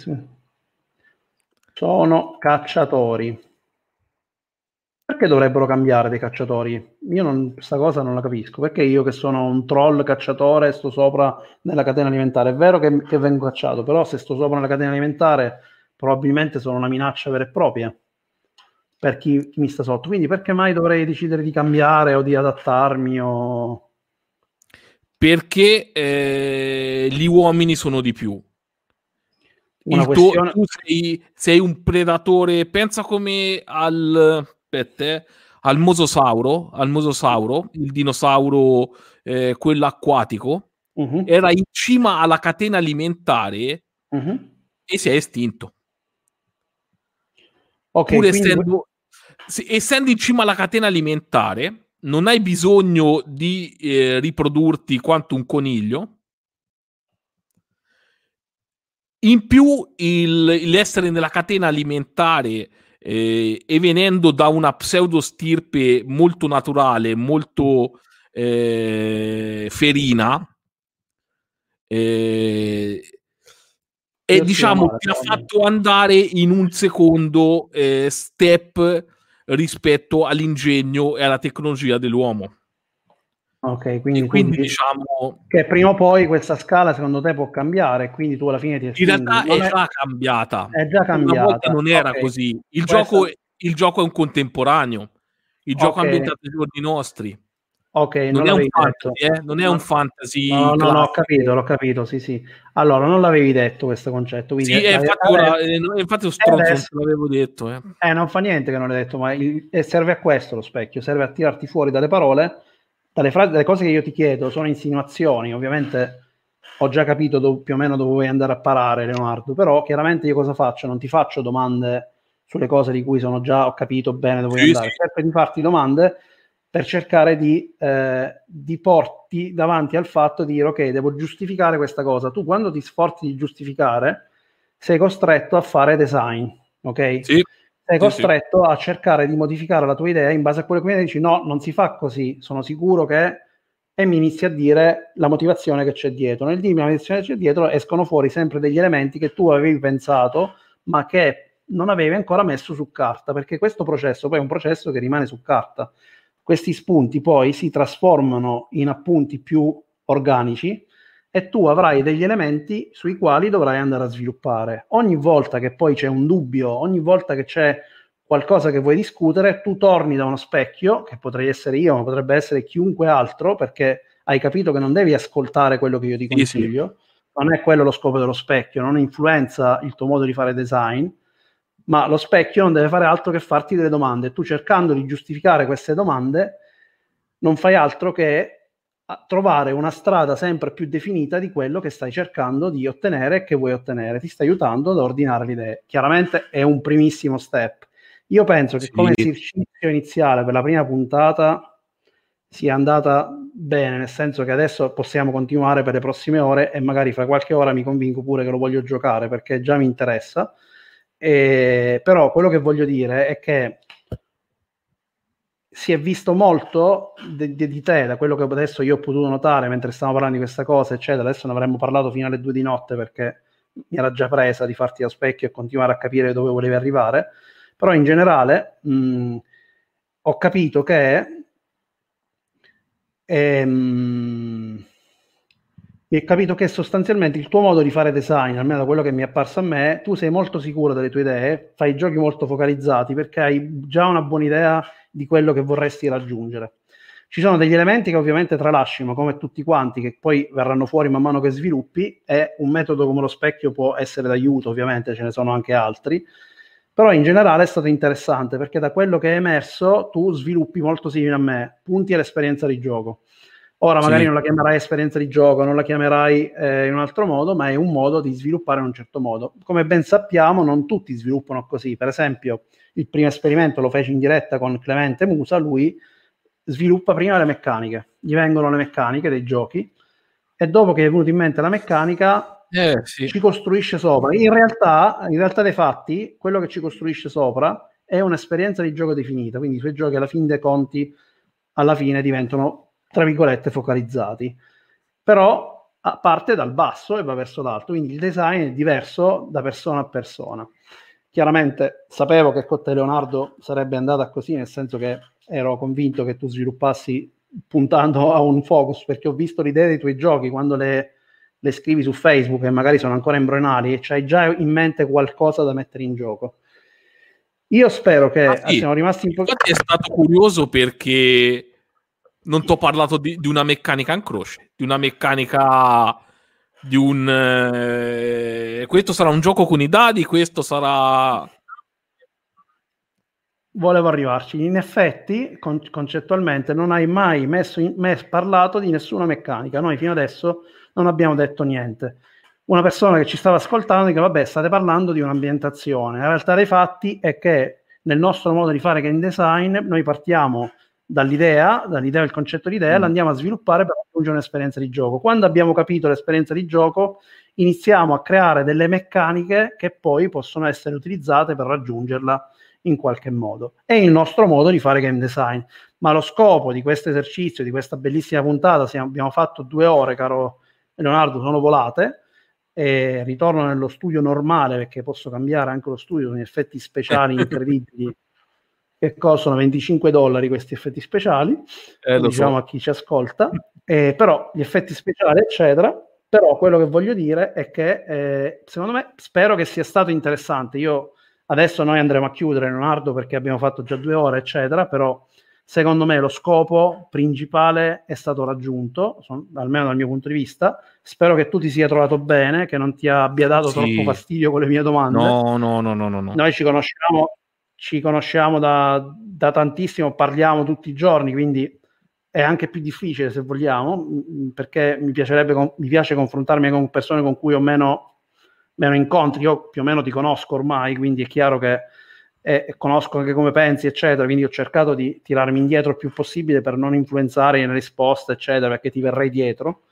Sono cacciatori. Perché dovrebbero cambiare dei cacciatori? Io non, questa cosa non la capisco. Perché io che sono un troll cacciatore sto sopra nella catena alimentare? È vero che, che vengo cacciato, però se sto sopra nella catena alimentare probabilmente sono una minaccia vera e propria per chi, chi mi sta sotto. Quindi perché mai dovrei decidere di cambiare o di adattarmi? O... Perché eh, gli uomini sono di più. Una Il questione... tuo, tu sei, sei un predatore, pensa come al... Aspetta, eh, al mososauro, al mososauro, il dinosauro, eh, quello acquatico, uh-huh. Era in cima alla catena alimentare uh-huh. e si è estinto. Okay, Pur quindi... essendo, se, essendo in cima alla catena alimentare, non hai bisogno di eh, riprodurti quanto un coniglio. In più, il, l'essere nella catena alimentare eh, e venendo da una pseudostirpe molto naturale, molto eh, ferina, eh, e diciamo male, ti ha fatto andare in un secondo eh, step rispetto all'ingegno e alla tecnologia dell'uomo. Ok, quindi, e quindi dici diciamo che prima o poi questa scala secondo te può cambiare, quindi tu alla fine ti in estingui. realtà Non è è, già cambiata. è già Una volta cambiata. non era Ok, così. Il questa, gioco, il gioco è un contemporaneo. Il gioco è ok, ambientato ai giorni nostri. ok, Non non è un l'avevi detto. fantasy, eh? Non è un No, fantasy no, no, no, ho capito, classico. l'ho capito, sì, sì. Allora, non l'avevi detto questo concetto, quindi Sì, e dai, infatti ora, adesso, eh, no- infatti lo e stronzo non adesso te l'avevo detto, eh. eh, non fa niente che non l'hai detto, ma il- e serve a questo lo specchio, serve a tirarti fuori dalle parole, dalle frasi, dalle cose che io ti chiedo, sono insinuazioni, ovviamente ho già capito dove, più o meno dove vuoi andare a parare, Leonardo, però chiaramente io cosa faccio? Non ti faccio domande sulle cose di cui sono già, ho capito bene dove vuoi Sì, andare, sì. cerco di farti domande per cercare di, eh, di porti davanti al fatto di dire ok, devo giustificare questa cosa. Tu quando ti sforzi di giustificare sei costretto a fare design, ok? Sì, Sei sì, sì. costretto a cercare di modificare la tua idea in base a quello che mi dici no, non si fa così, sono sicuro che... e mi inizi a dire la motivazione che c'è dietro. Nel dirmi la motivazione che c'è dietro escono fuori sempre degli elementi che tu avevi pensato ma che non avevi ancora messo su carta, perché questo processo poi è un processo che rimane su carta. Questi spunti poi si trasformano in appunti più organici e tu avrai degli elementi sui quali dovrai andare a sviluppare. Ogni volta che poi c'è un dubbio, ogni volta che c'è qualcosa che vuoi discutere, tu torni da uno specchio, che potrei essere io, ma potrebbe essere chiunque altro, perché hai capito che non devi ascoltare quello che io ti Sì, sì. consiglio, non è quello lo scopo dello specchio, non influenza il tuo modo di fare design, ma lo specchio non deve fare altro che farti delle domande. Tu cercando di giustificare queste domande non fai altro che a trovare una strada sempre più definita di quello che stai cercando di ottenere e che vuoi ottenere. Ti sta aiutando ad ordinare le idee. Chiaramente è un primissimo step. Io penso che come Sì. esercizio iniziale per la prima puntata sia andata bene, nel senso che adesso possiamo continuare per le prossime ore e magari fra qualche ora mi convinco pure che lo voglio giocare perché già mi interessa. E, però quello che voglio dire è che si è visto molto di, di, di te, da quello che adesso io ho potuto notare mentre stavamo parlando di questa cosa, eccetera. Adesso ne avremmo parlato fino alle due di notte perché mi era già presa di farti lo specchio e continuare a capire dove volevi arrivare. Però in generale mh, ho capito che ehm, mi è capito che sostanzialmente il tuo modo di fare design, almeno da quello che mi è apparso a me, tu sei molto sicuro delle tue idee, fai giochi molto focalizzati perché hai già una buona idea di quello che vorresti raggiungere. Ci sono degli elementi che ovviamente tralasci, ma come tutti quanti, che poi verranno fuori man mano che sviluppi, e un metodo come lo specchio può essere d'aiuto, ovviamente ce ne sono anche altri, però in generale è stato interessante perché da quello che è emerso tu sviluppi molto simile a me, punti all'esperienza di gioco. Ora magari Sì. non la chiamerai esperienza di gioco, non la chiamerai eh, in un altro modo, ma è un modo di sviluppare in un certo modo. Come ben sappiamo, non tutti sviluppano così. Per esempio, il primo esperimento lo feci in diretta con Clemente Musa, lui sviluppa prima le meccaniche, gli vengono le meccaniche dei giochi e dopo che è venuto in mente la meccanica Eh, sì. ci costruisce sopra. In realtà, in realtà dei fatti, quello che ci costruisce sopra è un'esperienza di gioco definita, quindi i suoi giochi alla fin dei conti alla fine diventano tra virgolette focalizzati, però parte dal basso e va verso l'alto, quindi il design è diverso da persona a persona. Chiaramente sapevo che con te Leonardo sarebbe andata così, nel senso che ero convinto che tu sviluppassi puntando a un focus, perché ho visto l'idea dei tuoi giochi quando le, le scrivi su Facebook e magari sono ancora embrionali e c'hai già in mente qualcosa da mettere in gioco. Io spero che Ah, sì. siamo rimasti in po- Infatti è stato curioso perché non ti ho parlato di, di una meccanica in croce, di una meccanica di un eh, questo sarà un gioco con i dadi, questo sarà volevo arrivarci. In effetti, con- concettualmente, non hai mai messo in, mes- parlato di nessuna meccanica. Noi fino adesso non abbiamo detto niente. Una persona che ci stava ascoltando dice, vabbè, state parlando di un'ambientazione. La realtà dei fatti è che nel nostro modo di fare game design, noi partiamo dall'idea, dall'idea del concetto di idea, mm. l'andiamo a sviluppare per raggiungere un'esperienza di gioco. Quando abbiamo capito l'esperienza di gioco, iniziamo a creare delle meccaniche che poi possono essere utilizzate per raggiungerla in qualche modo. È il nostro modo di fare game design, ma lo scopo di questo esercizio, di questa bellissima puntata, siamo, abbiamo fatto due ore, caro Leonardo, sono volate, e ritorno nello studio normale perché posso cambiare anche lo studio con effetti speciali incredibili che costano venticinque dollari questi effetti speciali, eh, lo diciamo so. a chi ci ascolta, eh, però gli effetti speciali eccetera, però quello che voglio dire è che eh, secondo me, spero che sia stato interessante. Io adesso noi andremo a chiudere, Leonardo, perché abbiamo fatto già due ore eccetera, però secondo me lo scopo principale è stato raggiunto, son, almeno dal mio punto di vista. Spero che tu ti sia trovato bene, che non ti abbia dato Sì. troppo fastidio con le mie domande. No, no, no, no, no, no. Noi ci conosciamo, ci conosciamo da, da tantissimo, parliamo tutti i giorni, quindi è anche più difficile se vogliamo, perché mi piacerebbe, mi piace confrontarmi con persone con cui ho meno, meno incontri. Io più o meno ti conosco ormai, quindi è chiaro che e conosco anche come pensi eccetera, quindi ho cercato di tirarmi indietro il più possibile per non influenzare le risposte eccetera, perché ti verrei dietro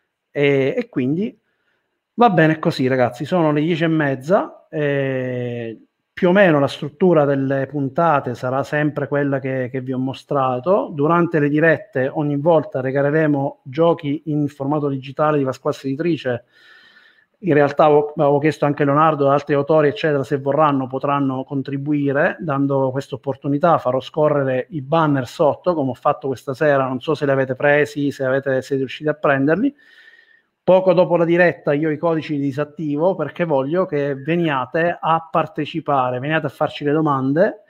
e, e quindi va bene così, ragazzi. Sono le dieci e mezza, e più o meno la struttura delle puntate sarà sempre quella che, che vi ho mostrato. Durante le dirette ogni volta regaleremo giochi in formato digitale di Pasquale Editrice. In realtà avevo chiesto anche a Leonardo e altri autori eccetera, se vorranno potranno contribuire dando questa opportunità. Farò scorrere i banner sotto come ho fatto questa sera, non so se li avete presi, se avete, siete riusciti a prenderli. Poco dopo la diretta io i codici li disattivo, perché voglio che veniate a partecipare, veniate a farci le domande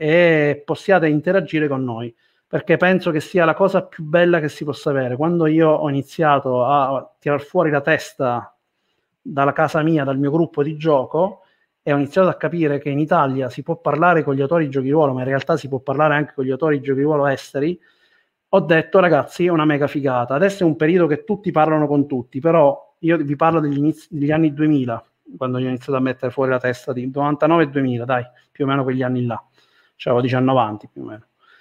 e possiate interagire con noi, perché penso che sia la cosa più bella che si possa avere. Quando io ho iniziato a tirar fuori la testa dalla casa mia, dal mio gruppo di gioco, e ho iniziato a capire che in Italia si può parlare con gli autori di giochi di ruolo, ma in realtà si può parlare anche con gli autori di giochi di ruolo esteri, ho detto ragazzi è una mega figata. Adesso è un periodo che tutti parlano con tutti, però io vi parlo degli, inizi, degli anni duemila, quando io ho iniziato a mettere fuori la testa, di novantanove e duemila, dai, più o meno quegli anni là, cioè avevo diciannove anni più o meno.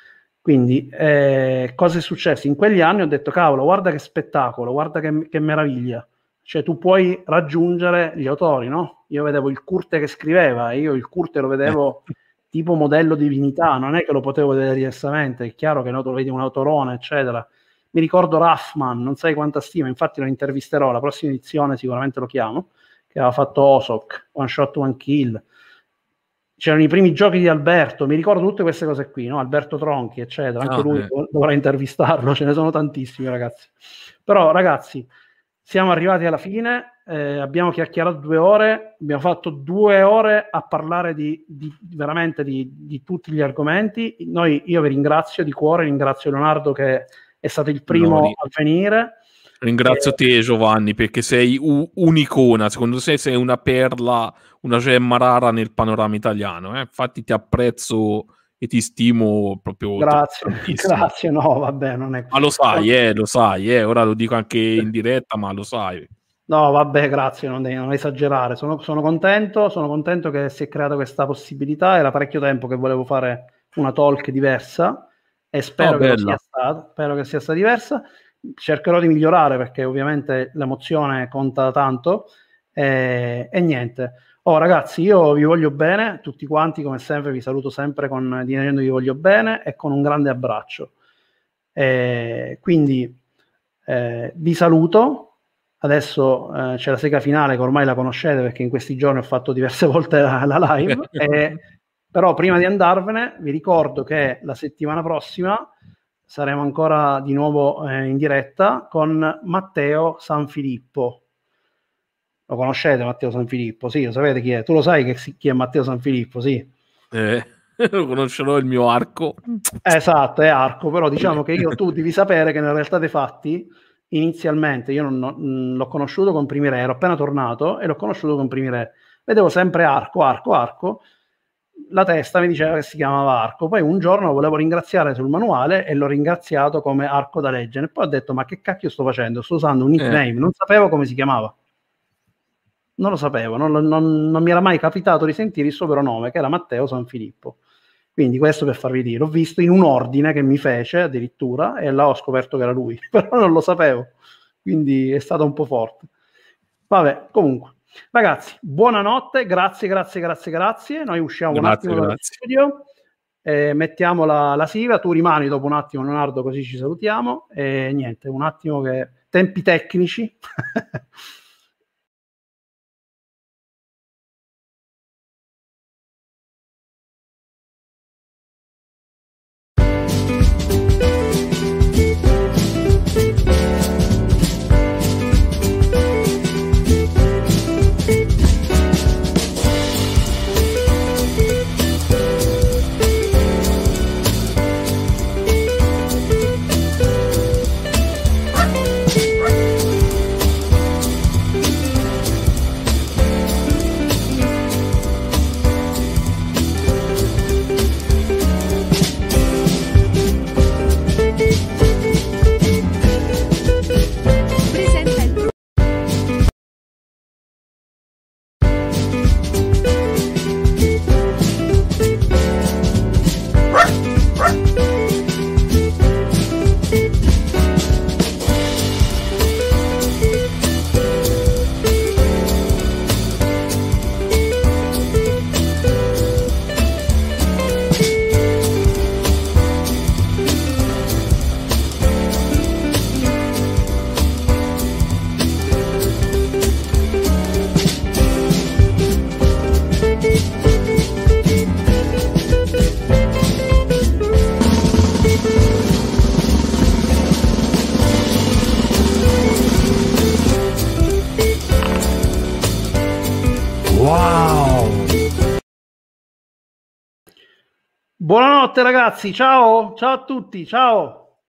Quindi eh, cosa è successo? In quegli anni ho detto cavolo, guarda che spettacolo, guarda che, che meraviglia. Cioè tu puoi raggiungere gli autori, no? Io vedevo il Curte che scriveva, e io il Curte lo vedevo tipo modello divinità, non è che lo potevo vedere diversamente, è chiaro che no, tu vedi un autorone, eccetera. Mi ricordo Raffman, non sai quanta stima, infatti lo intervisterò, la prossima edizione sicuramente lo chiamo, che aveva fatto Osok, One Shot, One Kill. C'erano i primi giochi di Alberto, mi ricordo tutte queste cose qui, no? Alberto Tronchi, eccetera, anche Ah, lui eh. dovrà intervistarlo, ce ne sono tantissimi, ragazzi. Però, ragazzi, siamo arrivati alla fine, eh, abbiamo chiacchierato due ore, abbiamo fatto due ore a parlare di, di veramente di, di tutti gli argomenti. Noi, io vi ringrazio di cuore, ringrazio Leonardo che è stato il primo No, a venire. Ringrazio eh, te Giovanni, perché sei u- un'icona, secondo te sei una perla, una gemma rara nel panorama italiano, eh? Infatti ti apprezzo e ti stimo proprio t- grazie, tantissimo. grazie, no, vabbè, non è... Ma lo sai, eh, lo sai, eh, ora lo dico anche in diretta, ma lo sai. No, vabbè, grazie, non, devi, non esagerare. Sono, sono contento, sono contento che si è creata questa possibilità. Era parecchio tempo che volevo fare una talk diversa e spero Oh, che lo sia bella. stata, spero che sia stata diversa. Cercherò di migliorare perché ovviamente l'emozione conta tanto e, e niente. Oh ragazzi, io vi voglio bene, tutti quanti come sempre, vi saluto sempre con dicendo vi voglio bene e con un grande abbraccio. E quindi eh, vi saluto. Adesso eh, c'è la sega finale che ormai la conoscete perché in questi giorni ho fatto diverse volte la, la live, e, però prima di andarvene vi ricordo che la settimana prossima saremo ancora di nuovo eh, in diretta con Matteo Sanfilippo. Lo conoscete Matteo Sanfilippo? Sì, lo sapete chi è? Tu lo sai che, chi è Matteo Sanfilippo? Sì. Eh, lo conoscerò il mio arco. Esatto, è Arco, però diciamo che io, tu devi sapere che nella realtà dei fatti inizialmente io non, non, l'ho conosciuto con Primire, ero appena tornato e l'ho conosciuto con Primire, vedevo sempre Arco, Arco, Arco, la testa mi diceva che si chiamava Arco, poi un giorno lo volevo ringraziare sul manuale e l'ho ringraziato come Arco da Legend e poi ho detto ma che cacchio sto facendo, sto usando un nickname, Eh. non sapevo come si chiamava, non lo sapevo, non, non, non mi era mai capitato di sentire il suo vero nome che era Matteo Sanfilippo. Quindi questo per farvi dire, l'ho visto in un ordine che mi fece addirittura e là ho scoperto che era lui, però non lo sapevo, quindi è stato un po' forte. Vabbè, comunque, ragazzi, buonanotte, grazie, grazie, grazie, grazie. Noi usciamo Grazie, un attimo dallo grazie. studio, eh, mettiamo la, la sigla, tu rimani dopo un attimo Leonardo così ci salutiamo e niente, un attimo che... tempi tecnici. Buonanotte ragazzi, ciao, ciao a tutti, ciao.